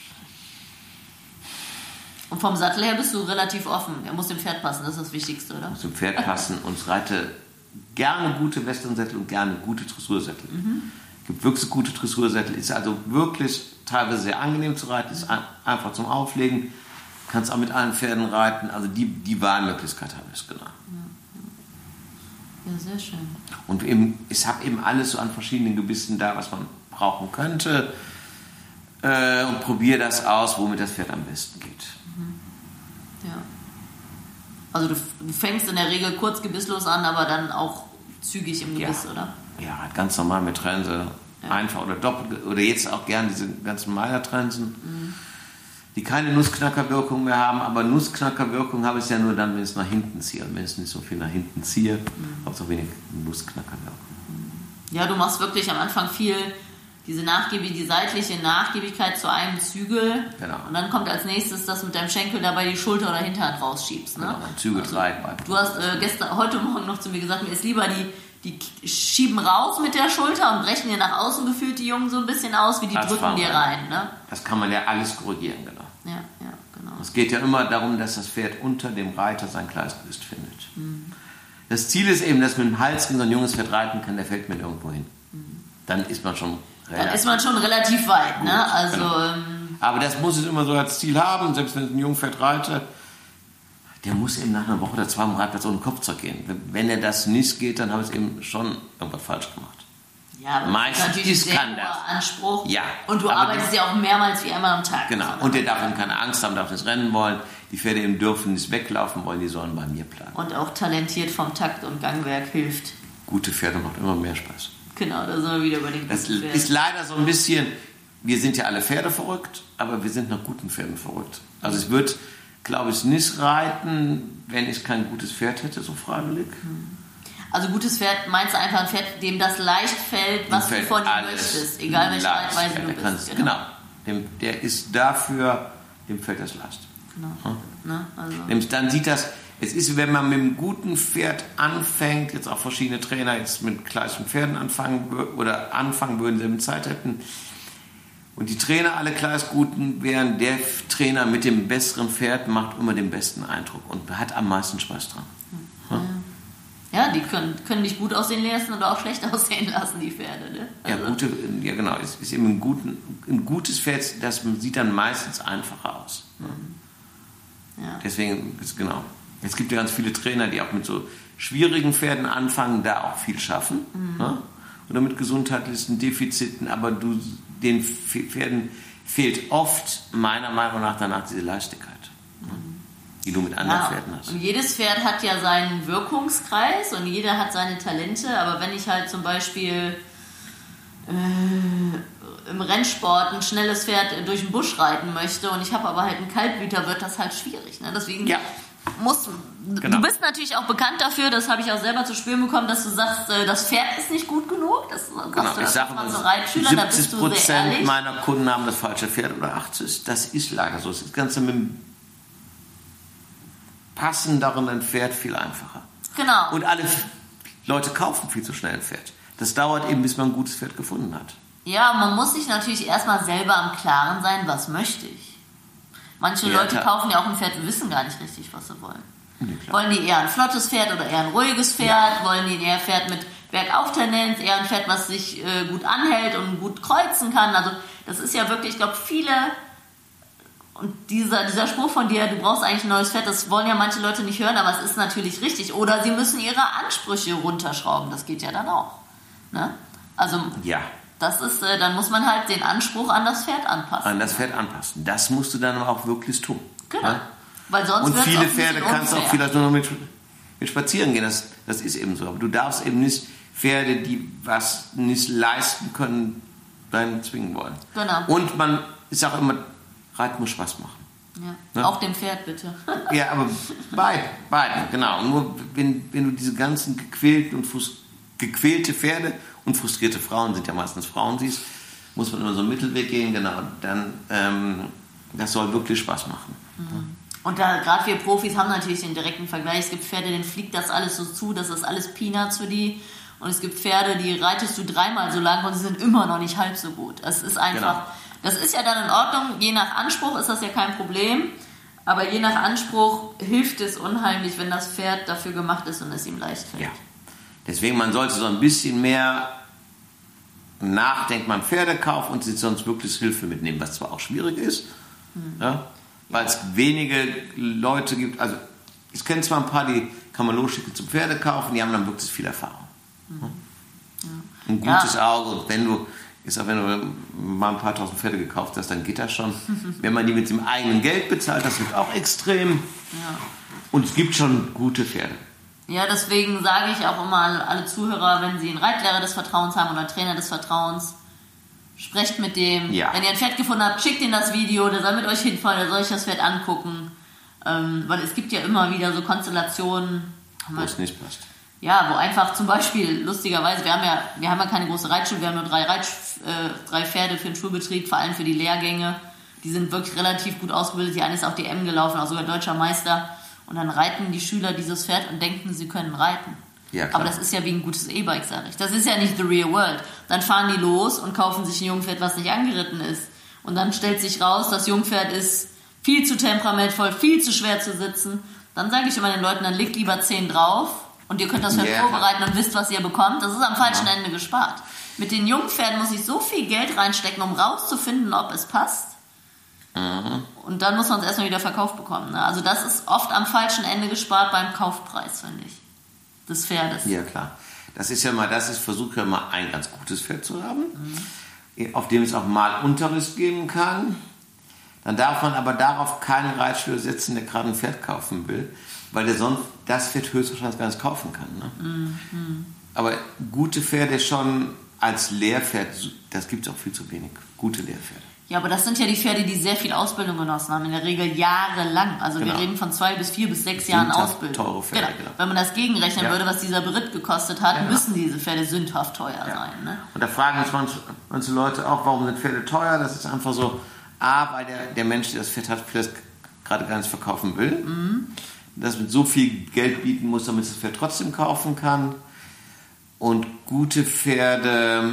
Und vom Sattel her bist du relativ offen. Er muss dem Pferd passen, das ist das Wichtigste, oder? Muss dem Pferd passen und ich reite gerne gute Westernsättel und gerne gute Dressursättel. Mhm. Es gibt wirklich gute Dressursättel. Ist also wirklich teilweise sehr angenehm zu reiten. Ist einfach zum Auflegen. Kannst auch mit allen Pferden reiten. Also die, die Wahlmöglichkeit habe ich, genau. Ja, sehr schön. Und eben, ich habe eben alles so an verschiedenen Gebissen da, was man brauchen könnte. Äh, und probiere das aus, womit das Pferd am besten geht. Mhm. Ja. Also du, du fängst in der Regel kurz gebisslos an, aber dann auch zügig im Gebiss, ja. oder? Ja, halt ganz normal mit Trense. Ja. Einfach oder doppelt. Oder jetzt auch gern diese ganzen Meyer-Trensen. Mhm. Die keine Nussknackerwirkung mehr haben, aber Nussknackerwirkung habe ich ja nur dann, wenn ich es nach hinten ziehe. Und wenn ich nicht so viel nach hinten ziehe, mhm. habe ich auch wenig Nussknackerwirkung. Ja, du machst wirklich am Anfang viel diese Nachgiebig, die seitliche Nachgiebigkeit zu einem Zügel. Genau. Und dann kommt als nächstes, dass du mit deinem Schenkel dabei die Schulter oder Hinterhand rausschiebst. Ne? Genau, Zügel also, drei. Du hast äh, gestern, heute Morgen noch zu mir gesagt, mir ist lieber die Die schieben raus mit der Schulter und brechen dir nach außen gefühlt die Jungen so ein bisschen aus, wie die das drücken dir rein. Ne? Das kann man ja alles korrigieren, genau. Ja, ja, genau. Es geht ja immer darum, dass das Pferd unter dem Reiter sein Gleichgewicht findet. Mhm. Das Ziel ist eben, dass mit dem Halsring so ein junges Pferd reiten kann, der fällt mir irgendwo hin. Mhm. Dann ist man schon relativ Dann ist man schon relativ weit. Gut, ne? Also, genau. ähm, Aber das muss es immer so als Ziel haben, selbst wenn ich ein Jungpferd reite. Der muss eben nach einer Woche oder zwei am Reitplatz ohne Kopfzeug gehen. Wenn er das nicht geht, dann habe ich eben schon irgendwas falsch gemacht. Ja, aber meistens das ist natürlich ein sehr hoher Anspruch. Ja, und du arbeitest ja auch mehrmals wie einmal am Tag. Genau, und der darf eben keine Angst haben, darf nicht rennen wollen. Die Pferde eben dürfen nicht weglaufen wollen, die sollen bei mir planen. Und auch talentiert vom Takt und Gangwerk hilft. Gute Pferde macht immer mehr Spaß. Genau, da sind wir wieder bei den guten Das Pferden. ist leider so ein bisschen, wir sind ja alle Pferde verrückt, aber wir sind nach guten Pferden verrückt. Also es wird, glaube ich, nicht reiten, wenn ich kein gutes Pferd hätte, so freiwillig. Also gutes Pferd meinst du einfach ein Pferd, dem das leicht fällt, was du von ihm möchtest, egal welche Reitweise du bist. Genau, genau. Dem, der ist dafür, dem fällt das leicht. Genau. Hm? Ne? Also. Nämlich dann sieht das, es ist, wenn man mit einem guten Pferd anfängt, jetzt auch verschiedene Trainer jetzt mit gleichen Pferden anfangen oder anfangen würden, sie mit Zeit hätten, und die Trainer alle gleich guten wären, der Trainer mit dem besseren Pferd macht immer den besten Eindruck und hat am meisten Spaß dran. Ja, ja die können, können dich gut aussehen lassen oder auch schlecht aussehen lassen, die Pferde. Ne? Also. Ja, gute, ja, genau. Es ist eben ein, guten, ein gutes Pferd, das sieht dann meistens einfacher aus. Ne? Ja. Deswegen, ist, genau. Es gibt ja ganz viele Trainer, die auch mit so schwierigen Pferden anfangen, da auch viel schaffen. Mhm. Ne? Oder mit gesundheitlichen Defiziten, aber du, den Pferden fehlt oft, meiner Meinung nach, danach diese Leichtigkeit, ne? Die du mit anderen ja, Pferden hast. Und jedes Pferd hat ja seinen Wirkungskreis und jeder hat seine Talente, aber wenn ich halt zum Beispiel äh, im Rennsport ein schnelles Pferd durch den Busch reiten möchte und ich habe aber halt einen Kaltblüter, wird das halt schwierig. Ne? Deswegen ja. musst genau. Du bist natürlich auch bekannt dafür, das habe ich auch selber zu spüren bekommen, dass du sagst, das Pferd ist nicht gut genug. Das genau. du Ich das sage mal, so Reitschüler, da bist du sehr ehrlich. meiner Kunden haben das falsche Pferd oder achtzig. Das ist leider so. Das Ganze mit dem passenderen Pferd viel einfacher. Genau. Und alle Leute kaufen viel zu schnell ein Pferd. Das dauert eben, bis man ein gutes Pferd gefunden hat. Ja, man muss sich natürlich erstmal selber am Klaren sein, was möchte ich. Manche ja, Leute kaufen ja auch ein Pferd und wissen gar nicht richtig, was sie wollen. Nee, klar. Wollen die eher ein flottes Pferd oder eher ein ruhiges Pferd? Ja. Wollen die eher ein Pferd mit Bergauftendenz, eher ein Pferd, was sich äh, gut anhält und gut kreuzen kann? Also das ist ja wirklich, ich glaube, viele... Und dieser, dieser Spruch von dir, du brauchst eigentlich ein neues Pferd, das wollen ja manche Leute nicht hören, aber es ist natürlich richtig. Oder sie müssen ihre Ansprüche runterschrauben, das geht ja dann auch. Ne? Also ja. das ist, äh, dann muss man halt den Anspruch an das Pferd anpassen. An das Pferd anpassen. Das musst du dann aber auch wirklich tun. Genau. Ja? Weil sonst Und viele auch Pferde kannst du auch vielleicht nur noch mit, mit spazieren gehen, das, das ist eben so. Aber du darfst eben nicht Pferde, die was nicht leisten können, dahin zwingen wollen. Genau. Und man ist auch immer... Reiten muss Spaß machen. Ja. Ja? Auch dem Pferd bitte. Ja, aber beide, beide, genau. Nur wenn, wenn du diese ganzen gequälten und frust- gequälte Pferde und frustrierte Frauen, sind ja meistens Frauen, siehst, muss man immer so einen Mittelweg gehen, genau. Dann, ähm, das soll wirklich Spaß machen. Mhm. Und da gerade wir Profis haben natürlich den direkten Vergleich. Es gibt Pferde, denen fliegt das alles so zu, das ist alles Peanuts für die. Und es gibt Pferde, die reitest du dreimal so lang und sie sind immer noch nicht halb so gut. Es ist einfach... Genau. Das ist ja dann in Ordnung, je nach Anspruch ist das ja kein Problem, aber je nach Anspruch hilft es unheimlich, wenn das Pferd dafür gemacht ist und es ihm leicht fällt. Ja. Deswegen, man sollte so ein bisschen mehr nachdenken beim Pferdekauf und sich sonst wirklich Hilfe mitnehmen, was zwar auch schwierig ist, hm. ja, weil es wenige Leute gibt, also ich kenne zwar ein paar, die kann man losschicken zum Pferdekaufen, die haben dann wirklich viel Erfahrung. Hm. Ja. Ein gutes ja. Auge, und wenn du ist auch, wenn du mal ein paar tausend Pferde gekauft hast, dann geht das schon. Wenn man die mit dem eigenen Geld bezahlt, das wird auch extrem. Ja. Und es gibt schon gute Pferde. Ja, deswegen sage ich auch immer alle Zuhörer, wenn sie einen Reitlehrer des Vertrauens haben oder einen Trainer des Vertrauens, sprecht mit dem. Ja. Wenn ihr ein Pferd gefunden habt, schickt ihm das Video, der soll mit euch hinfahren, der soll euch das Pferd angucken. Ähm, weil es gibt ja immer wieder so Konstellationen, wo es nicht passt. Ja, wo einfach zum Beispiel, lustigerweise, wir haben ja, wir haben ja keine große Reitschule, wir haben nur drei, Reit, äh, drei Pferde für den Schulbetrieb, vor allem für die Lehrgänge. Die sind wirklich relativ gut ausgebildet. Die eine ist auch D M gelaufen, auch sogar deutscher Meister. Und dann reiten die Schüler dieses Pferd und denken, sie können reiten. Ja, klar. Aber das ist ja wie ein gutes E-Bike, sage ich. Das ist ja nicht the real world. Dann fahren die los und kaufen sich ein Jungpferd, was nicht angeritten ist. Und dann stellt sich raus, das Jungpferd ist viel zu temperamentvoll, viel zu schwer zu sitzen. Dann sage ich immer den Leuten, dann legt lieber zehn drauf. Und ihr könnt das Pferd yeah. vorbereiten und wisst, was ihr bekommt. Das ist am falschen ja. Ende gespart. Mit den Jungpferden muss ich so viel Geld reinstecken, um rauszufinden, ob es passt. Mhm. Und dann muss man es erstmal wieder verkauft bekommen. Ne? Also das ist oft am falschen Ende gespart beim Kaufpreis, finde ich, des Pferdes. Ja, klar. Das ist ja mal, das ist, versuche ja mal ein ganz gutes Pferd zu haben, mhm. auf dem es auch mal Unterricht geben kann. Dann darf man aber darauf keinen Reitschüler setzen, der gerade ein Pferd kaufen will, weil der sonst das Pferd höchstwahrscheinlich gar nicht kaufen kann. Ne? Mhm. Aber gute Pferde schon als Lehrpferd, das gibt es auch viel zu wenig. Gute Lehrpferde. Ja, aber das sind ja die Pferde, die sehr viel Ausbildung genossen haben, in der Regel jahrelang. Also genau. wir reden von zwei bis vier bis sechs Jahren Ausbildung. Teure Pferde, genau. genau. Wenn man das gegenrechnen ja. würde, was dieser Beritt gekostet hat, ja. müssen diese Pferde sündhaft teuer ja. sein. Ne? Und da fragen uns manche, manche Leute auch, warum sind Pferde teuer? Das ist einfach so, A, weil der, der Mensch, der das Pferd hat, vielleicht gerade gar nicht verkaufen will. Mhm. Das mit so viel Geld bieten muss, damit es das Pferd trotzdem kaufen kann. Und gute Pferde,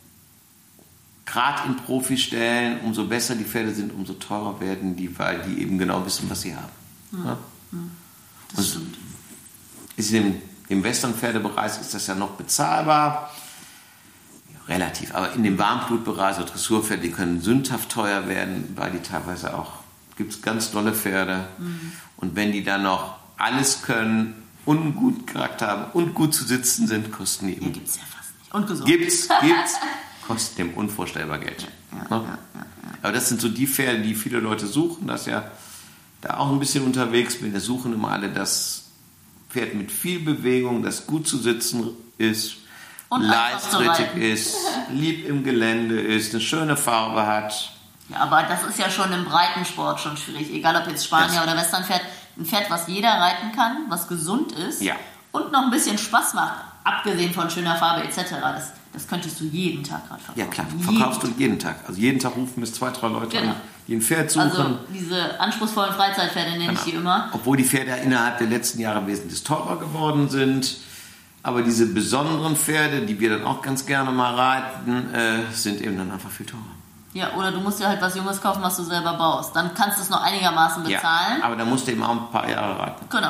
gerade in Profistellen, umso besser die Pferde sind, umso teurer werden die, weil die eben genau wissen, was sie haben. Ja. Ja. Das stimmt. Ist im, im Western-Pferdebereich ist das ja noch bezahlbar. Ja, relativ, aber in dem Warmblutbereich, so Dressurpferde, die können sündhaft teuer werden, weil die teilweise auch, gibt es ganz tolle Pferde. Mhm. Und wenn die dann noch alles können und gut Charakter haben und gut zu sitzen sind, kosten die eben. Ja, gibt's ja fast nicht. Und gesund. Gibt's, gibt's. Kostet dem unvorstellbar Geld. Ja, ja, ja, ja, ja. Aber das sind so die Pferde, die viele Leute suchen, dass ja da auch ein bisschen unterwegs bin. Da suchen immer alle das Pferd mit viel Bewegung, das gut zu sitzen ist, und leichtrittig ist, lieb im Gelände ist, eine schöne Farbe hat. Ja, aber das ist ja schon im Breitensport schon schwierig. Egal ob jetzt Spanier das oder Westernpferd. Ein Pferd, was jeder reiten kann, was gesund ist ja. und noch ein bisschen Spaß macht, abgesehen von schöner Farbe et cetera. Das, das könntest du jeden Tag gerade verkaufen. Ja klar, verkaufst du jeden Tag. Also jeden Tag rufen bis zwei, drei Leute genau. an, die ein Pferd suchen. Also diese anspruchsvollen Freizeitpferde nenne genau. ich die immer. Obwohl die Pferde innerhalb der letzten Jahre wesentlich teurer geworden sind. Aber diese besonderen Pferde, die wir dann auch ganz gerne mal reiten, äh, sind eben dann einfach viel teurer. Ja, oder du musst dir halt was Junges kaufen, was du selber baust. Dann kannst du es noch einigermaßen bezahlen. Ja, aber dann musst du eben auch ein paar Jahre reiten. Genau.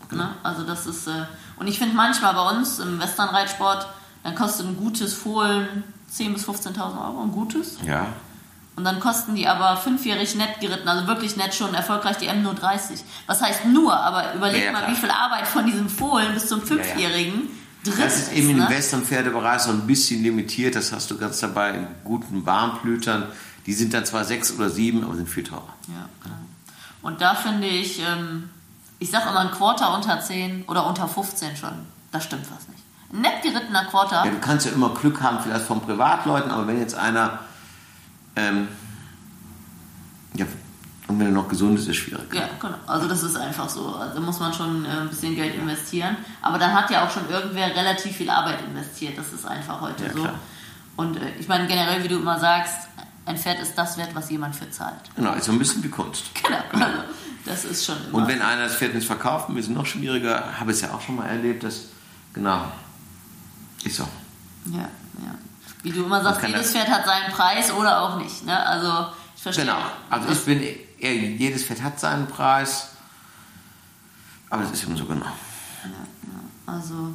genau. Ne? Also das ist, äh, und ich finde manchmal bei uns im Westernreitsport, dann kostet ein gutes Fohlen zehntausend bis fünfzehntausend Euro, ein gutes. Ja. Und dann kosten die aber fünfjährig nett geritten, also wirklich nett schon erfolgreich, die M nur dreißig. Was heißt nur, aber überleg ja, ja, mal, klar. wie viel Arbeit von diesem Fohlen bis zum Fünfjährigen ja, ja. drin Das ist eben ne? im Western-Pferdebereich so ein bisschen limitiert, das hast du ganz dabei in guten Warmblütern. Die sind dann zwar sechs oder sieben, aber sind viel teurer. Ja, genau. Und da finde ich, ähm, ich sag immer ein Quarter unter zehn oder unter fünfzehn schon, da stimmt was nicht. Ein nett gerittener Quarter. Ja, du kannst ja immer Glück haben, vielleicht von Privatleuten, aber wenn jetzt einer, ähm, ja, und wenn er noch gesund ist, ist schwierig. Ja, genau. Also das ist einfach so. Also muss man schon äh, ein bisschen Geld investieren. Aber dann hat ja auch schon irgendwer relativ viel Arbeit investiert. Das ist einfach heute Ja, so. klar. Und äh, ich meine generell, wie du immer sagst, ein Pferd ist das wert, was jemand für zahlt. Genau, ist so ein bisschen wie Kunst. Genau. Also das ist schon immer. Und wenn einer das Pferd nicht verkauft, ist es noch schwieriger. Habe ich es ja auch schon mal erlebt, dass, genau, ist so. Ja, ja. Wie du immer sagst, Man kann jedes das- Pferd hat seinen Preis oder auch nicht. Ne? Also ich verstehe. Genau, also ich bin eher, jedes Pferd hat seinen Preis, aber das ist immer so genau. Ja, ja. Also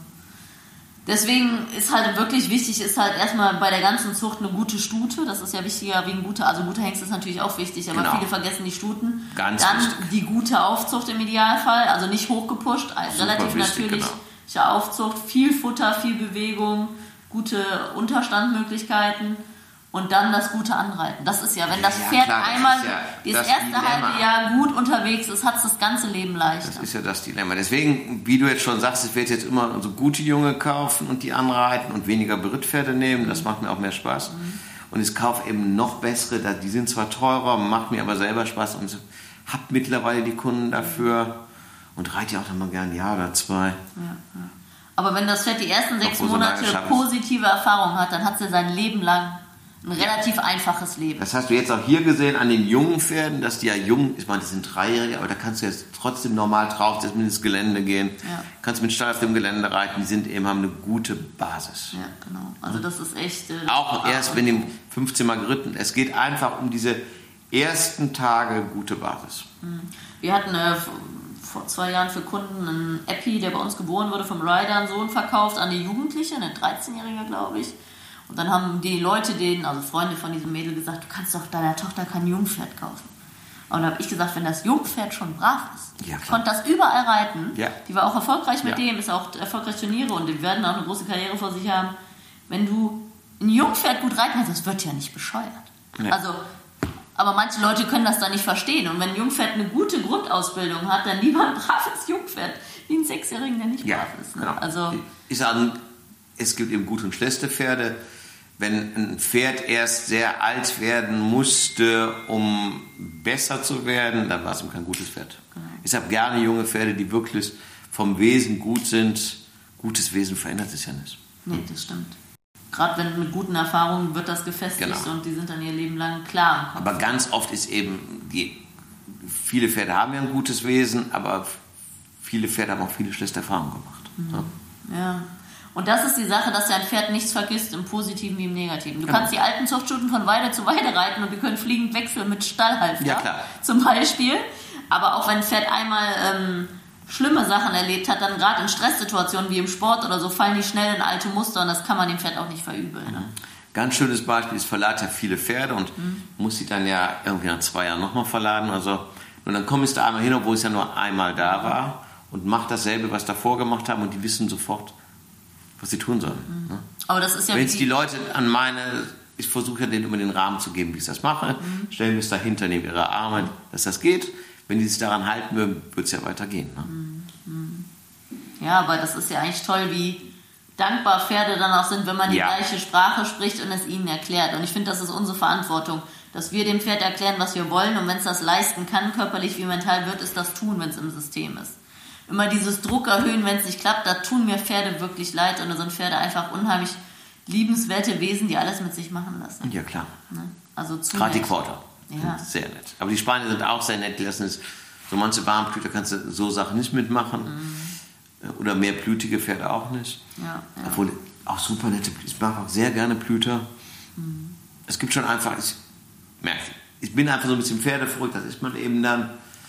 deswegen ist halt wirklich wichtig, ist halt erstmal bei der ganzen Zucht eine gute Stute. Das ist ja wichtiger wie ein guter, also guter Hengst ist natürlich auch wichtig, aber Genau. viele vergessen die Stuten. Ganz Dann wichtig. die gute Aufzucht im Idealfall, also nicht hochgepusht, relativ wichtig, natürliche genau. Aufzucht, viel Futter, viel Bewegung, gute Unterstandmöglichkeiten. Und dann das gute Anreiten. Das ist ja, wenn das Ja, Pferd klar, das einmal ist ja das, das erste Dilemma. halbe Jahr gut unterwegs ist, hat es das ganze Leben leichter. Das ist ja das Dilemma. Deswegen, wie du jetzt schon sagst, ich werde jetzt immer so gute Junge kaufen und die anreiten und weniger Berittpferde nehmen. Das macht mir auch mehr Spaß. Mhm. Und ich kaufe eben noch bessere, da- die sind zwar teurer, macht mir aber selber Spaß und habe mittlerweile die Kunden dafür und reite ja auch dann mal gern ein Jahr oder zwei. Ja, ja. Aber wenn das Pferd die ersten sechs Obwohl so Monate lange schafft es. positive Erfahrung hat, dann hat sie sein Leben lang ein relativ einfaches Leben. Das hast du jetzt auch hier gesehen an den jungen Pferden, dass die ja jung, ich meine, das sind Dreijährige, aber da kannst du jetzt trotzdem normal drauf, das mit ins Gelände gehen, Ja. kannst mit Stall auf dem Gelände reiten, die sind eben, haben eine gute Basis. Ja, genau. Also das ist echt... Äh, Auch erst, wenn die fünfzehn Mal geritten, es geht einfach um diese ersten Tage gute Basis. Wir hatten äh, vor zwei Jahren für Kunden einen Epi, der bei uns geboren wurde, vom Rider, einen Sohn verkauft an die Jugendliche, eine dreizehnjährige, glaube ich. Und dann haben die Leute denen, also Freunde von diesem Mädel, gesagt, du kannst doch deiner Tochter kein Jungpferd kaufen. Und dann habe ich gesagt, wenn das Jungpferd schon brav ist, Ja, ich klar. konnte das überall reiten, Ja. die war auch erfolgreich mit Ja. dem, ist auch erfolgreich Turniere und die werden auch eine große Karriere vor sich haben. Wenn du ein Jungpferd gut reiten kannst, das wird ja nicht bescheuert. Nee. Also, aber manche Leute können das dann nicht verstehen. Und wenn ein Jungpferd eine gute Grundausbildung hat, dann lieber ein braves Jungpferd wie ein Sechsjährigen, der nicht Ja, brav ist. Ne? genau. Also, Ich sage, es gibt eben gute und schlechte Pferde. Wenn ein Pferd erst sehr alt werden musste, um besser zu werden, dann war es eben kein gutes Pferd. Genau. Ich habe gerne junge Pferde, die wirklich vom Wesen gut sind. Gutes Wesen verändert sich ja nicht. nee, das stimmt. Gerade wenn mit guten Erfahrungen wird das gefestigt Genau. und die sind dann ihr Leben lang klar im Kopf. Aber ganz oft ist eben, die, viele Pferde haben ja ein gutes Wesen, aber viele Pferde haben auch viele schlechte Erfahrungen gemacht. Ja. Ja. Und das ist die Sache, dass ja ein Pferd nichts vergisst, im Positiven wie im Negativen. Du Genau. kannst die alten Zuchtstuten von Weide zu Weide reiten und die können fliegend wechseln mit Stallhalfter Ja, klar. zum Beispiel. Aber auch wenn ein Pferd einmal ähm, schlimme Sachen erlebt hat, dann gerade in Stresssituationen wie im Sport oder so, fallen die schnell in alte Muster und das kann man dem Pferd auch nicht verübeln. Ne? Ganz schönes Beispiel ist, verladet ja viele Pferde und Mhm. muss sie dann ja irgendwie nach zwei Jahren nochmal verladen. Also, und dann komme ich da einmal hin, obwohl ich ja nur einmal da war und mache dasselbe, was davor gemacht haben und die wissen sofort, was sie tun sollen. Ne? Aber das ist ja Wenn wie es die Leute an meine, ich versuche ja denen immer den Rahmen zu geben, wie ich das mache, Mhm. stellen wir es dahinter, nehmen ihre Arme, dass das geht. Wenn die sich daran halten würden, wird es ja weitergehen. Ne? Mhm. Ja, aber das ist ja eigentlich toll, wie dankbar Pferde dann auch sind, wenn man die Ja. gleiche Sprache spricht und es ihnen erklärt. Und ich finde, das ist unsere Verantwortung, dass wir dem Pferd erklären, was wir wollen. Und wenn es das leisten kann, körperlich wie mental, wird es das tun, wenn es im System ist. Immer dieses Druck erhöhen, wenn es nicht klappt, da tun mir Pferde wirklich leid. Und da sind Pferde einfach unheimlich liebenswerte Wesen, die alles mit sich machen lassen. Ja, klar. Ne? Also zu Gerade die nett. Quarter. Ja. Sind sehr nett. Aber die Spanier sind auch sehr nett. Die lassen es, so manche Warmblüter kannst du so Sachen nicht mitmachen. Mhm. Oder mehrblütige Pferde auch nicht. Ja, ja. Obwohl, auch super nette Blüter. Ich mag auch sehr gerne Blüter. Mhm. Es gibt schon einfach, ich merke, ich bin einfach so ein bisschen pferdeverrückt. Das ist man eben dann.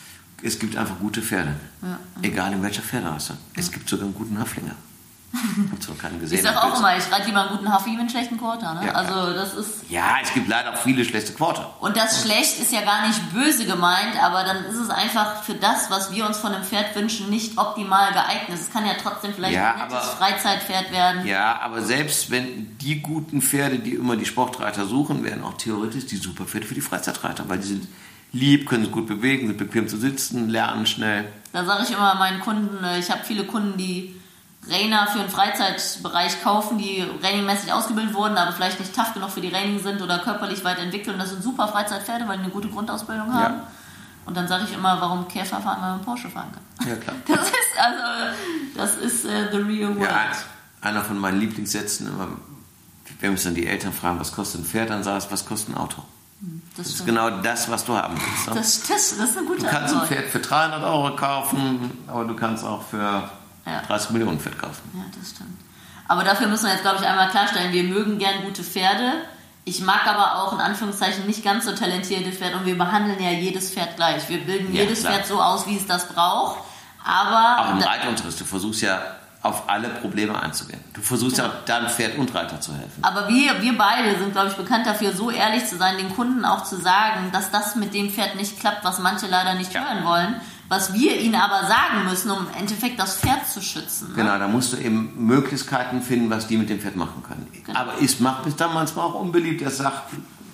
es gibt einfach gute Pferde. Ja. Egal in welcher Pferderasse. Es gibt sogar einen guten Haflinger. Hab's noch keinen gesehen. Ich sag auch immer, ich reite lieber einen guten Huffy mit einem schlechten Quarter. Ne? Ja, also das ist. Ja, es gibt leider auch viele schlechte Quarter. Und das schlecht ist ja gar nicht böse gemeint, aber dann ist es einfach für das, was wir uns von einem Pferd wünschen, nicht optimal geeignet. Es kann ja trotzdem vielleicht ja, ein nettes aber, Freizeitpferd werden. Ja, aber selbst wenn die guten Pferde, die immer die Sportreiter suchen, wären auch theoretisch die Superpferde für die Freizeitreiter, weil die sind lieb, können sich gut bewegen, sind bequem zu sitzen, lernen schnell. Da sage ich immer meinen Kunden, ich habe viele Kunden, die Reiner für den Freizeitbereich kaufen, die trainingmäßig ausgebildet wurden, aber vielleicht nicht tough genug für die Training sind oder körperlich weit entwickelt. Und das sind super Freizeitpferde, weil die eine gute Grundausbildung haben. Ja. Und dann sage ich immer, warum Käfer fahren, wenn man Porsche fahren kann. Ja, klar. Das ist also, das ist uh, the real world. Ja, einer von meinen Lieblingssätzen immer, wenn uns dann die Eltern fragen, was kostet ein Pferd, dann sagst du, was kostet ein Auto? Das, das ist genau das, was du haben willst. Ne? Das, das, das ist eine gute Du kannst Antwort. ein Pferd für dreihundert Euro kaufen, aber du kannst auch für ja. dreißig Millionen Pferd kaufen. Ja, das stimmt. Aber dafür müssen wir jetzt, glaube ich, einmal klarstellen, wir mögen gern gute Pferde. Ich mag aber auch in Anführungszeichen nicht ganz so talentierte Pferde und wir behandeln ja jedes Pferd gleich. Wir bilden ja, jedes klar. Pferd so aus, wie es das braucht. Aber auch im Reitunterricht, du versuchst ja auf alle Probleme einzugehen. Du versuchst ja, ja auch deinem Pferd und Reiter zu helfen. Aber wir, wir beide sind, glaube ich, bekannt dafür, so ehrlich zu sein, den Kunden auch zu sagen, dass das mit dem Pferd nicht klappt, was manche leider nicht ja. hören wollen, was wir ihnen aber sagen müssen, um im Endeffekt das Pferd zu schützen. Ne? Genau, da musst du eben Möglichkeiten finden, was die mit dem Pferd machen können. Genau. Aber es macht mich dann manchmal auch unbeliebt, er sagt,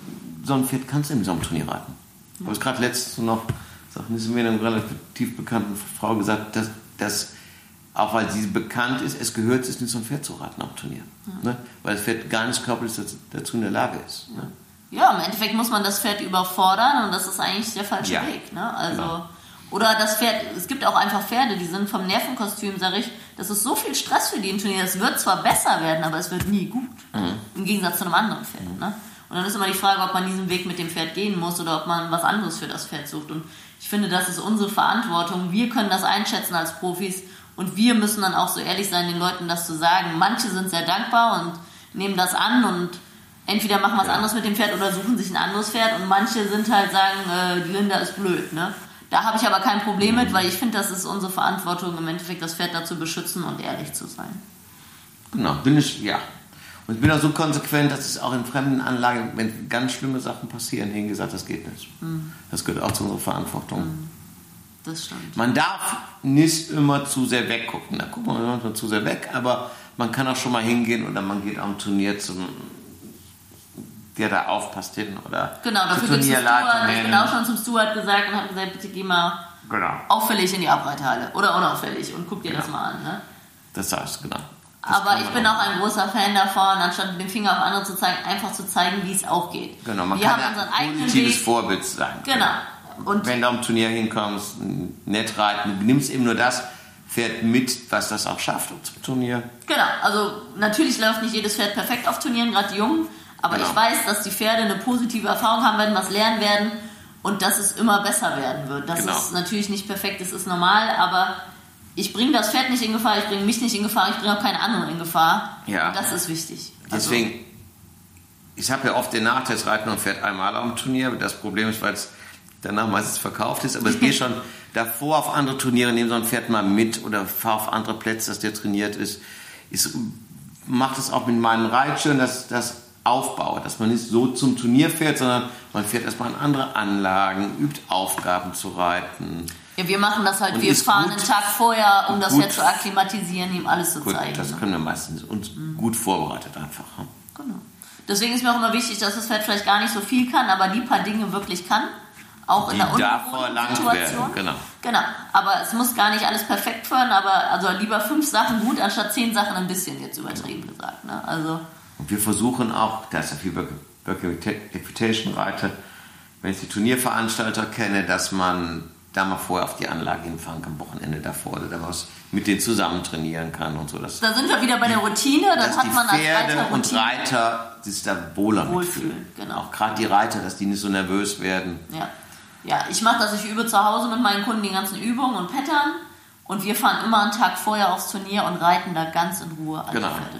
so ein Pferd kannst du in so einem Turnier reiten. Ich habe es gerade letztens noch, sagt mir eine relativ bekannten Frau gesagt, dass, dass auch weil sie bekannt ist, es gehört sich nicht so ein Pferd zu reiten am Turnier. Ja. Ne? Weil das Pferd gar nicht körperlich dazu in der Lage ist. Ja. Ne? Ja, im Endeffekt muss man das Pferd überfordern und das ist eigentlich der falsche ja. Weg. Ne? Also, genau. Oder das Pferd, es gibt auch einfach Pferde, die sind vom Nervenkostüm, sage ich, das ist so viel Stress für die im Turnier, es wird zwar besser werden, aber es wird nie gut. Mhm. Im Gegensatz zu einem anderen Pferd. Mhm. Ne? Und dann ist immer die Frage, ob man diesen Weg mit dem Pferd gehen muss oder ob man was anderes für das Pferd sucht. Und ich finde, das ist unsere Verantwortung. Wir können das einschätzen als Profis und wir müssen dann auch so ehrlich sein, den Leuten das zu sagen. Manche sind sehr dankbar und nehmen das an und entweder machen was ja. anderes mit dem Pferd oder suchen sich ein anderes Pferd und manche sind halt sagen, äh, die Linda ist blöd. Ne? Da habe ich aber kein Problem mit, weil ich finde, das ist unsere Verantwortung, im Endeffekt das Pferd dazu beschützen und ehrlich zu sein. Genau, bin ich, ja. Und ich bin auch so konsequent, dass es auch in fremden Anlagen, wenn ganz schlimme Sachen passieren, hingesagt, das geht nicht. Mhm. Das gehört auch zu unserer Verantwortung. Mhm. Das stimmt. Man darf nicht immer zu sehr weggucken. Da guckt man manchmal zu sehr weg, aber man kann auch schon mal hingehen oder man geht am Turnier zum, der da aufpasst hin oder genau, dafür gibt es einen Steward. Ich bin auch schon zum Steward gesagt und habe gesagt, bitte geh mal genau. auffällig in die Abreithalle oder unauffällig und guck dir genau. das mal an. Ne? Das sagst du, genau. Das aber ich bin auch ein großer Fan davon, anstatt mit dem Finger auf andere zu zeigen, einfach zu zeigen, wie es auch geht. Genau, man Wir kann haben ja ein positives Weg. Vorbild sein. Genau. Und wenn du am Turnier hinkommst, nett reiten, du nimmst eben nur das Pferd mit, was das auch schafft zum Turnier. Genau, also natürlich läuft nicht jedes Pferd perfekt auf Turnieren, gerade die Jungen, aber genau. ich weiß, dass die Pferde eine positive Erfahrung haben werden, was lernen werden und dass es immer besser werden wird. Das genau. ist natürlich nicht perfekt, das ist normal, aber ich bringe das Pferd nicht in Gefahr, ich bringe mich nicht in Gefahr, ich bringe auch keine anderen in Gefahr. Ja. Und das ist wichtig. Deswegen, also, ich habe ja oft den Nachteil, es reiten ein Pferd einmal am Turnier. Das Problem ist, weil es danach meistens verkauft ist, aber es geht schon davor auf andere Turniere, nehme so ein Pferd mal mit oder fahre auf andere Plätze, dass der trainiert ist. Ich mache das auch mit meinen Reitschülern, dass das aufbaue, dass man nicht so zum Turnier fährt, sondern man fährt erstmal in andere Anlagen, übt Aufgaben zu reiten. Ja, wir machen das halt, und wir fahren gut, einen Tag vorher, um das Pferd zu akklimatisieren, ihm alles zu gut, zeigen. Das ne? können wir meistens uns mhm. gut vorbereitet einfach. Ne? Genau. Deswegen ist mir auch immer wichtig, dass das Pferd vielleicht gar nicht so viel kann, aber die paar Dinge wirklich kann. Auch in die der ungewohnten Situation. Genau. genau. Aber es muss gar nicht alles perfekt führen, aber also lieber fünf Sachen gut, anstatt zehn Sachen ein bisschen, jetzt übertrieben gesagt. Ne? Also und wir versuchen auch, da ist ja viel Reputation-Reiter, wenn ich die Turnierveranstalter kenne, dass man da mal vorher auf die Anlage hinfahren kann, am Wochenende davor, oder da was mit denen zusammen trainieren kann und so. Dass da sind wir wieder bei der Routine, dann hat man als Pferde Reiter und Reiter sich da wohler wohlfühlen. Mitfühlen. Genau. Auch gerade die Reiter, dass die nicht so nervös werden. Ja, ja ich mache das, ich übe zu Hause mit meinen Kunden die ganzen Übungen und Pattern und wir fahren immer einen Tag vorher aufs Turnier und reiten da ganz in Ruhe alle genau. Pferde durch.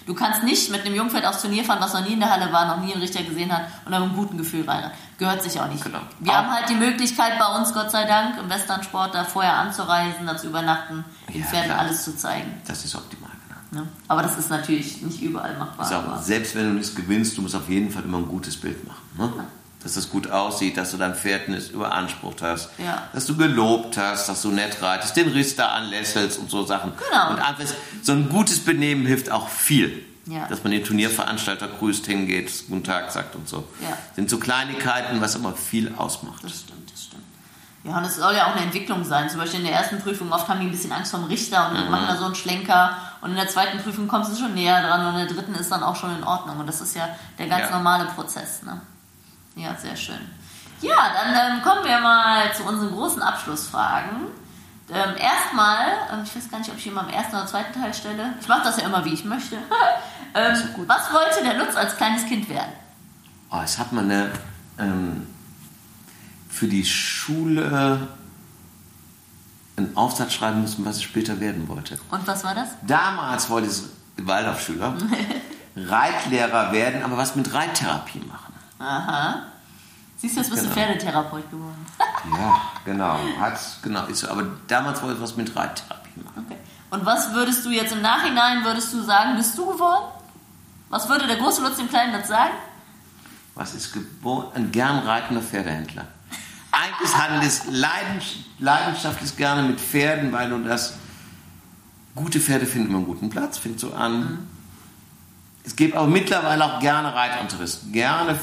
Du kannst nicht mit einem Jungpferd aufs Turnier fahren, was noch nie in der Halle war, noch nie einen Richter gesehen hat und dann mit einem guten Gefühl rein. Gehört sich auch nicht. Genau. Wir auch. haben halt die Möglichkeit bei uns, Gott sei Dank, im Westernsport da vorher anzureisen, da zu übernachten, den Ja, Pferden klar. alles zu zeigen. Das ist optimal, genau. Ne? Aber das ist natürlich nicht überall machbar. Ist auch, selbst wenn du nichts gewinnst, du musst auf jeden Fall immer ein gutes Bild machen. Ne? Ja. Dass das gut aussieht, dass du dein Pferd nicht überansprucht hast, Ja. dass du gelobt hast, dass du nett reitest, den Riss da anlächelst und so Sachen. Genau. Und einfach so ein gutes Benehmen hilft auch viel. Ja. Dass man den Turnierveranstalter grüßt, hingeht, guten Tag sagt und so. Ja. Sind so Kleinigkeiten, was aber viel ausmacht. Das stimmt, das stimmt. Ja, und es soll ja auch eine Entwicklung sein. Zum Beispiel in der ersten Prüfung, oft haben die ein bisschen Angst vorm Richter und Mhm. machen da so einen Schlenker. Und in der zweiten Prüfung kommst du schon näher dran und in der dritten ist dann auch schon in Ordnung. Und das ist ja der ganz Ja. normale Prozess. Ne? Ja, sehr schön. Ja, dann ähm, kommen wir mal zu unseren großen Abschlussfragen. Ähm, erstmal, ähm, ich weiß gar nicht, ob ich immer am ersten oder zweiten Teil stelle. Ich mache das ja immer, wie ich möchte. ähm, was wollte der Lutz als kleines Kind werden? Oh, jetzt hat man eine, ähm, für die Schule einen Aufsatz schreiben müssen, was ich später werden wollte. Und was war das? Damals wollte ich Waldorfschüler, Reitlehrer werden, aber was mit Reittherapie machen. Aha. Siehst du, jetzt bist du Genau. Pferdetherapeut geworden. Ja, genau. Hat, genau ist so. Aber damals wollte ich was mit Reittherapie machen. Okay. Und was würdest du jetzt im Nachhinein, würdest du sagen, bist du geworden? Was würde der große Lutz dem Kleinen Lutz sagen? Was ist geboren? Ein gern reitender Pferdehändler. Eigentlich handelt es leidens- leidenschaftlich gerne mit Pferden, weil du das... Gute Pferde finden immer einen guten Platz, fängt so an. Mhm. Es gibt aber mittlerweile auch gerne Reitunterricht. Gerne...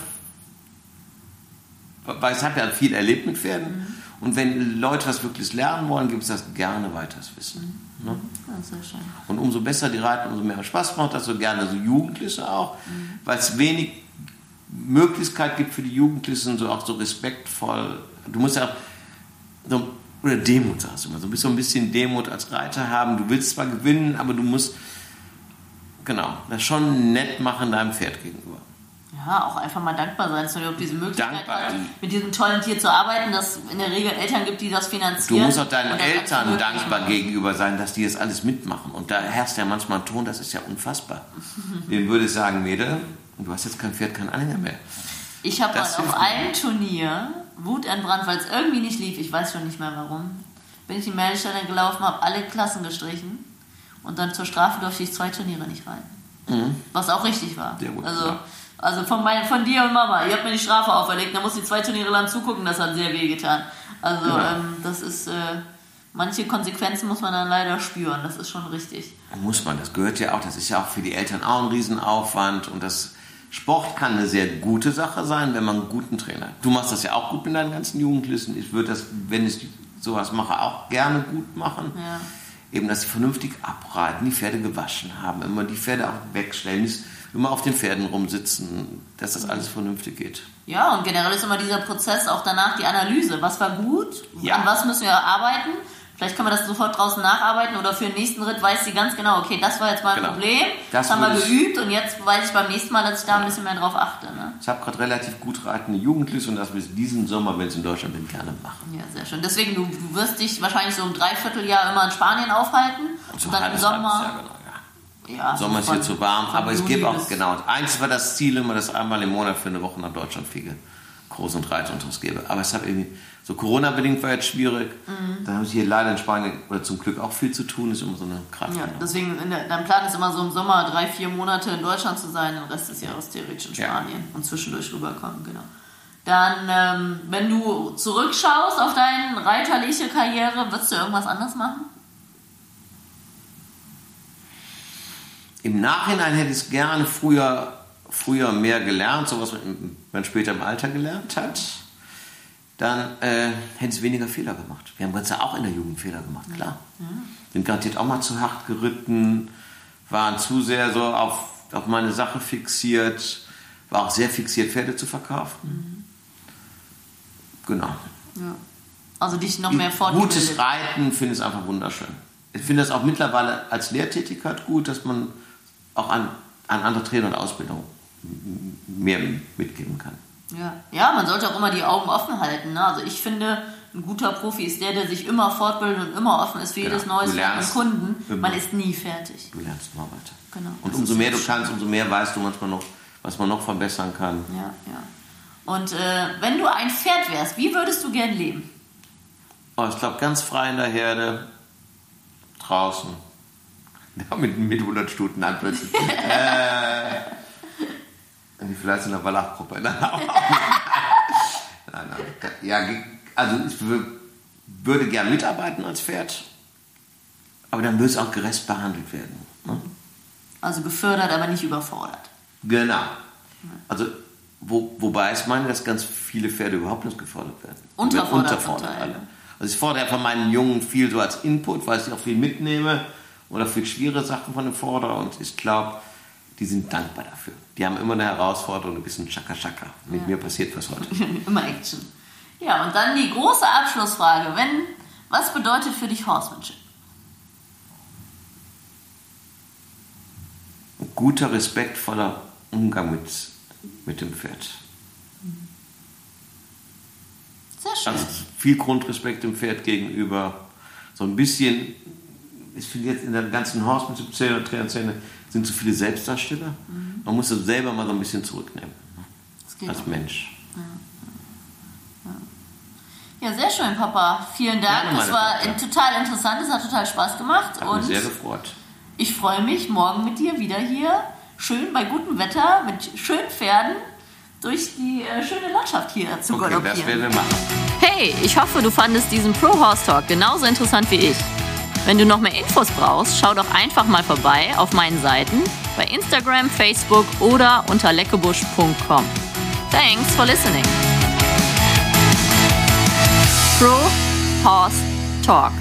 Weil ich habe ja viel erlebt mit Pferden. Mhm. Und wenn Leute was wirklich lernen wollen, gibt es das gerne weiteres Wissen. Mhm. Ne? Ja, sehr schön. Und umso besser die reiten, umso mehr Spaß macht das, so gerne so Jugendliche auch, mhm. weil es wenig Möglichkeit gibt für die Jugendlichen, so auch so respektvoll. Du musst ja auch, so, oder Demut sagst du immer, so ein bisschen, so ein bisschen Demut als Reiter haben. Du willst zwar gewinnen, aber du musst, genau, das schon nett machen deinem Pferd gegenüber. Ja, auch einfach mal dankbar sein, dass du überhaupt diese Möglichkeit Dankbar. hast, mit diesem tollen Tier zu arbeiten, dass es in der Regel Eltern gibt, die das finanzieren. Du musst auch deinen und das Eltern möglich dankbar machen. gegenüber sein, dass die das alles mitmachen. Und da herrscht ja manchmal ein Ton, das ist ja unfassbar. Den würde ich sagen, Mädel, du hast jetzt kein Pferd, kein Anhänger mehr. Ich habe mal Das auf hilft einem Turnier Wut entbrannt, weil es irgendwie nicht lief, ich weiß schon nicht mehr warum, bin ich die Meldestelle gelaufen, habe alle Klassen gestrichen und dann zur Strafe durfte ich zwei Turniere nicht reiten. Mhm. Was auch richtig war. Sehr gut, also, ja. also von, mein, von dir und Mama, ihr habt mir die Strafe auferlegt, da muss ich zwei Turniere lang zugucken, das hat sehr weh getan. Also Ja. ähm, das ist, äh, manche Konsequenzen muss man dann leider spüren, das ist schon richtig. Muss man, das gehört ja auch, das ist ja auch für die Eltern auch ein Riesenaufwand und das Sport kann eine sehr gute Sache sein, wenn man einen guten Trainer hat. Du machst das ja auch gut mit deinen ganzen Jugendlichen. Ich würde das, wenn ich sowas mache, auch gerne gut machen. Ja. Eben, dass sie vernünftig abreiten, die Pferde gewaschen haben, immer die Pferde auch wegstellen, nicht immer auf den Pferden rumsitzen, dass das alles vernünftig geht. Ja, und generell ist immer dieser Prozess auch danach die Analyse. Was war gut? Ja. An was müssen wir arbeiten? Vielleicht können wir das sofort draußen nacharbeiten oder für den nächsten Ritt weiß sie ganz genau, okay, das war jetzt mein Genau. Problem, Das das haben wir würde ich- geübt und jetzt weiß ich beim nächsten Mal, dass ich da ein bisschen mehr drauf achte. Ne? Ich habe gerade relativ gut reitende Jugendliche und das will ich diesen Sommer, wenn es in Deutschland bin, gerne machen. Ja, sehr schön. Deswegen, du, du wirst dich wahrscheinlich so im Dreivierteljahr immer in Spanien aufhalten und, So dann im halbes, Sommer... halbes Jahr, genau, ja. Ja, Sommer ist von- hier zu warm, von aber es Juli gibt auch, bis- genau, eins war das Ziel immer, dass einmal im Monat für eine Woche nach Deutschland fliege, Groß- und Reitunterricht gebe. Aber es hat irgendwie, so Corona-bedingt war jetzt schwierig, Mhm. da haben sie hier leider in Spanien, oder zum Glück auch viel zu tun, ist immer so eine Kraft. Ja, deswegen, in der, dein Plan ist immer so im Sommer drei, vier Monate in Deutschland zu sein, den Rest des Jahres theoretisch in Ja. Spanien und zwischendurch rüberkommen, genau. Dann, ähm, wenn du zurückschaust auf deine reiterliche Karriere, würdest du irgendwas anders machen? Im Nachhinein hätte ich es gerne früher, früher mehr gelernt, so was man später im Alter gelernt hat. Dann äh, hätte es weniger Fehler gemacht. Wir haben ganz ja auch in der Jugend Fehler gemacht, klar. Ja. Sind garantiert auch mal zu hart geritten, waren zu sehr so auf, auf meine Sache fixiert, war auch sehr fixiert, Pferde zu verkaufen. Mhm. Genau. Ja. Also dich noch mehr fortgebildet. Gutes Reiten finde ich einfach wunderschön. Ich finde das auch mittlerweile als Lehrtätigkeit gut, dass man auch an, an andere Trainer und Ausbildung mehr mitgeben kann. Ja. ja, man sollte auch immer die Augen offen halten. Ne? Also ich finde, ein guter Profi ist der, der sich immer fortbildet und immer offen ist für jedes Genau. Neues Du lernst von Kunden. immer. Man ist nie fertig. Du lernst immer weiter. Genau. Und Das umso ist mehr sehr du kannst, umso mehr weißt du manchmal noch, was man noch verbessern kann. Ja, ja. Und äh, wenn du ein Pferd wärst, wie würdest du gern leben? Oh, ich glaube, ganz frei in der Herde, draußen. Ja, mit, mit hundert Stuten an plötzlich. äh, vielleicht in der Wallachgruppe. Nein, nein, nein. Ja, also ich würde gern mitarbeiten als Pferd, aber dann würde es auch gerecht behandelt werden. Ne? Also gefördert, aber nicht überfordert. Genau. Also, wo, wobei ich meine, dass ganz viele Pferde überhaupt nicht gefordert werden. Unterfordert. Unterfordert alle. Also ich fordere von meinen Jungen viel so als Input, weil ich auch viel mitnehme oder viel schwierige Sachen von dem fordere und ich glaube, die sind dankbar dafür. Die haben immer eine Herausforderung, ein bisschen Chaka-Chaka. Mit ja. mir passiert was heute. Immer Action. Ja, und dann die große Abschlussfrage. Wenn, was bedeutet für dich Horsemanship? Ein guter, respektvoller Umgang mit, mit dem Pferd. Sehr schön. Also viel Grundrespekt dem Pferd gegenüber. So ein bisschen, ich finde jetzt in der ganzen Horsemanship-Szene und Trainerszene sind zu viele Selbstdarsteller. Mhm. Man muss das selber mal so ein bisschen zurücknehmen. Als Mensch. Ja, ja. ja, sehr schön, Papa. Vielen Dank. Ja, das war Tochter. total interessant. Es hat total Spaß gemacht. Hat mich sehr gefreut. Ich freue mich, morgen mit dir wieder hier, schön bei gutem Wetter, mit schönen Pferden, durch die äh, schöne Landschaft hier zu okay, galoppieren. Das werden wir machen. Hey, ich hoffe, du fandest diesen Pro Horse Talk genauso interessant wie ich. Wenn du noch mehr Infos brauchst, schau doch einfach mal vorbei auf meinen Seiten bei Instagram, Facebook oder unter leckebusch punkt com. Thanks for listening. Pro Horse Talk.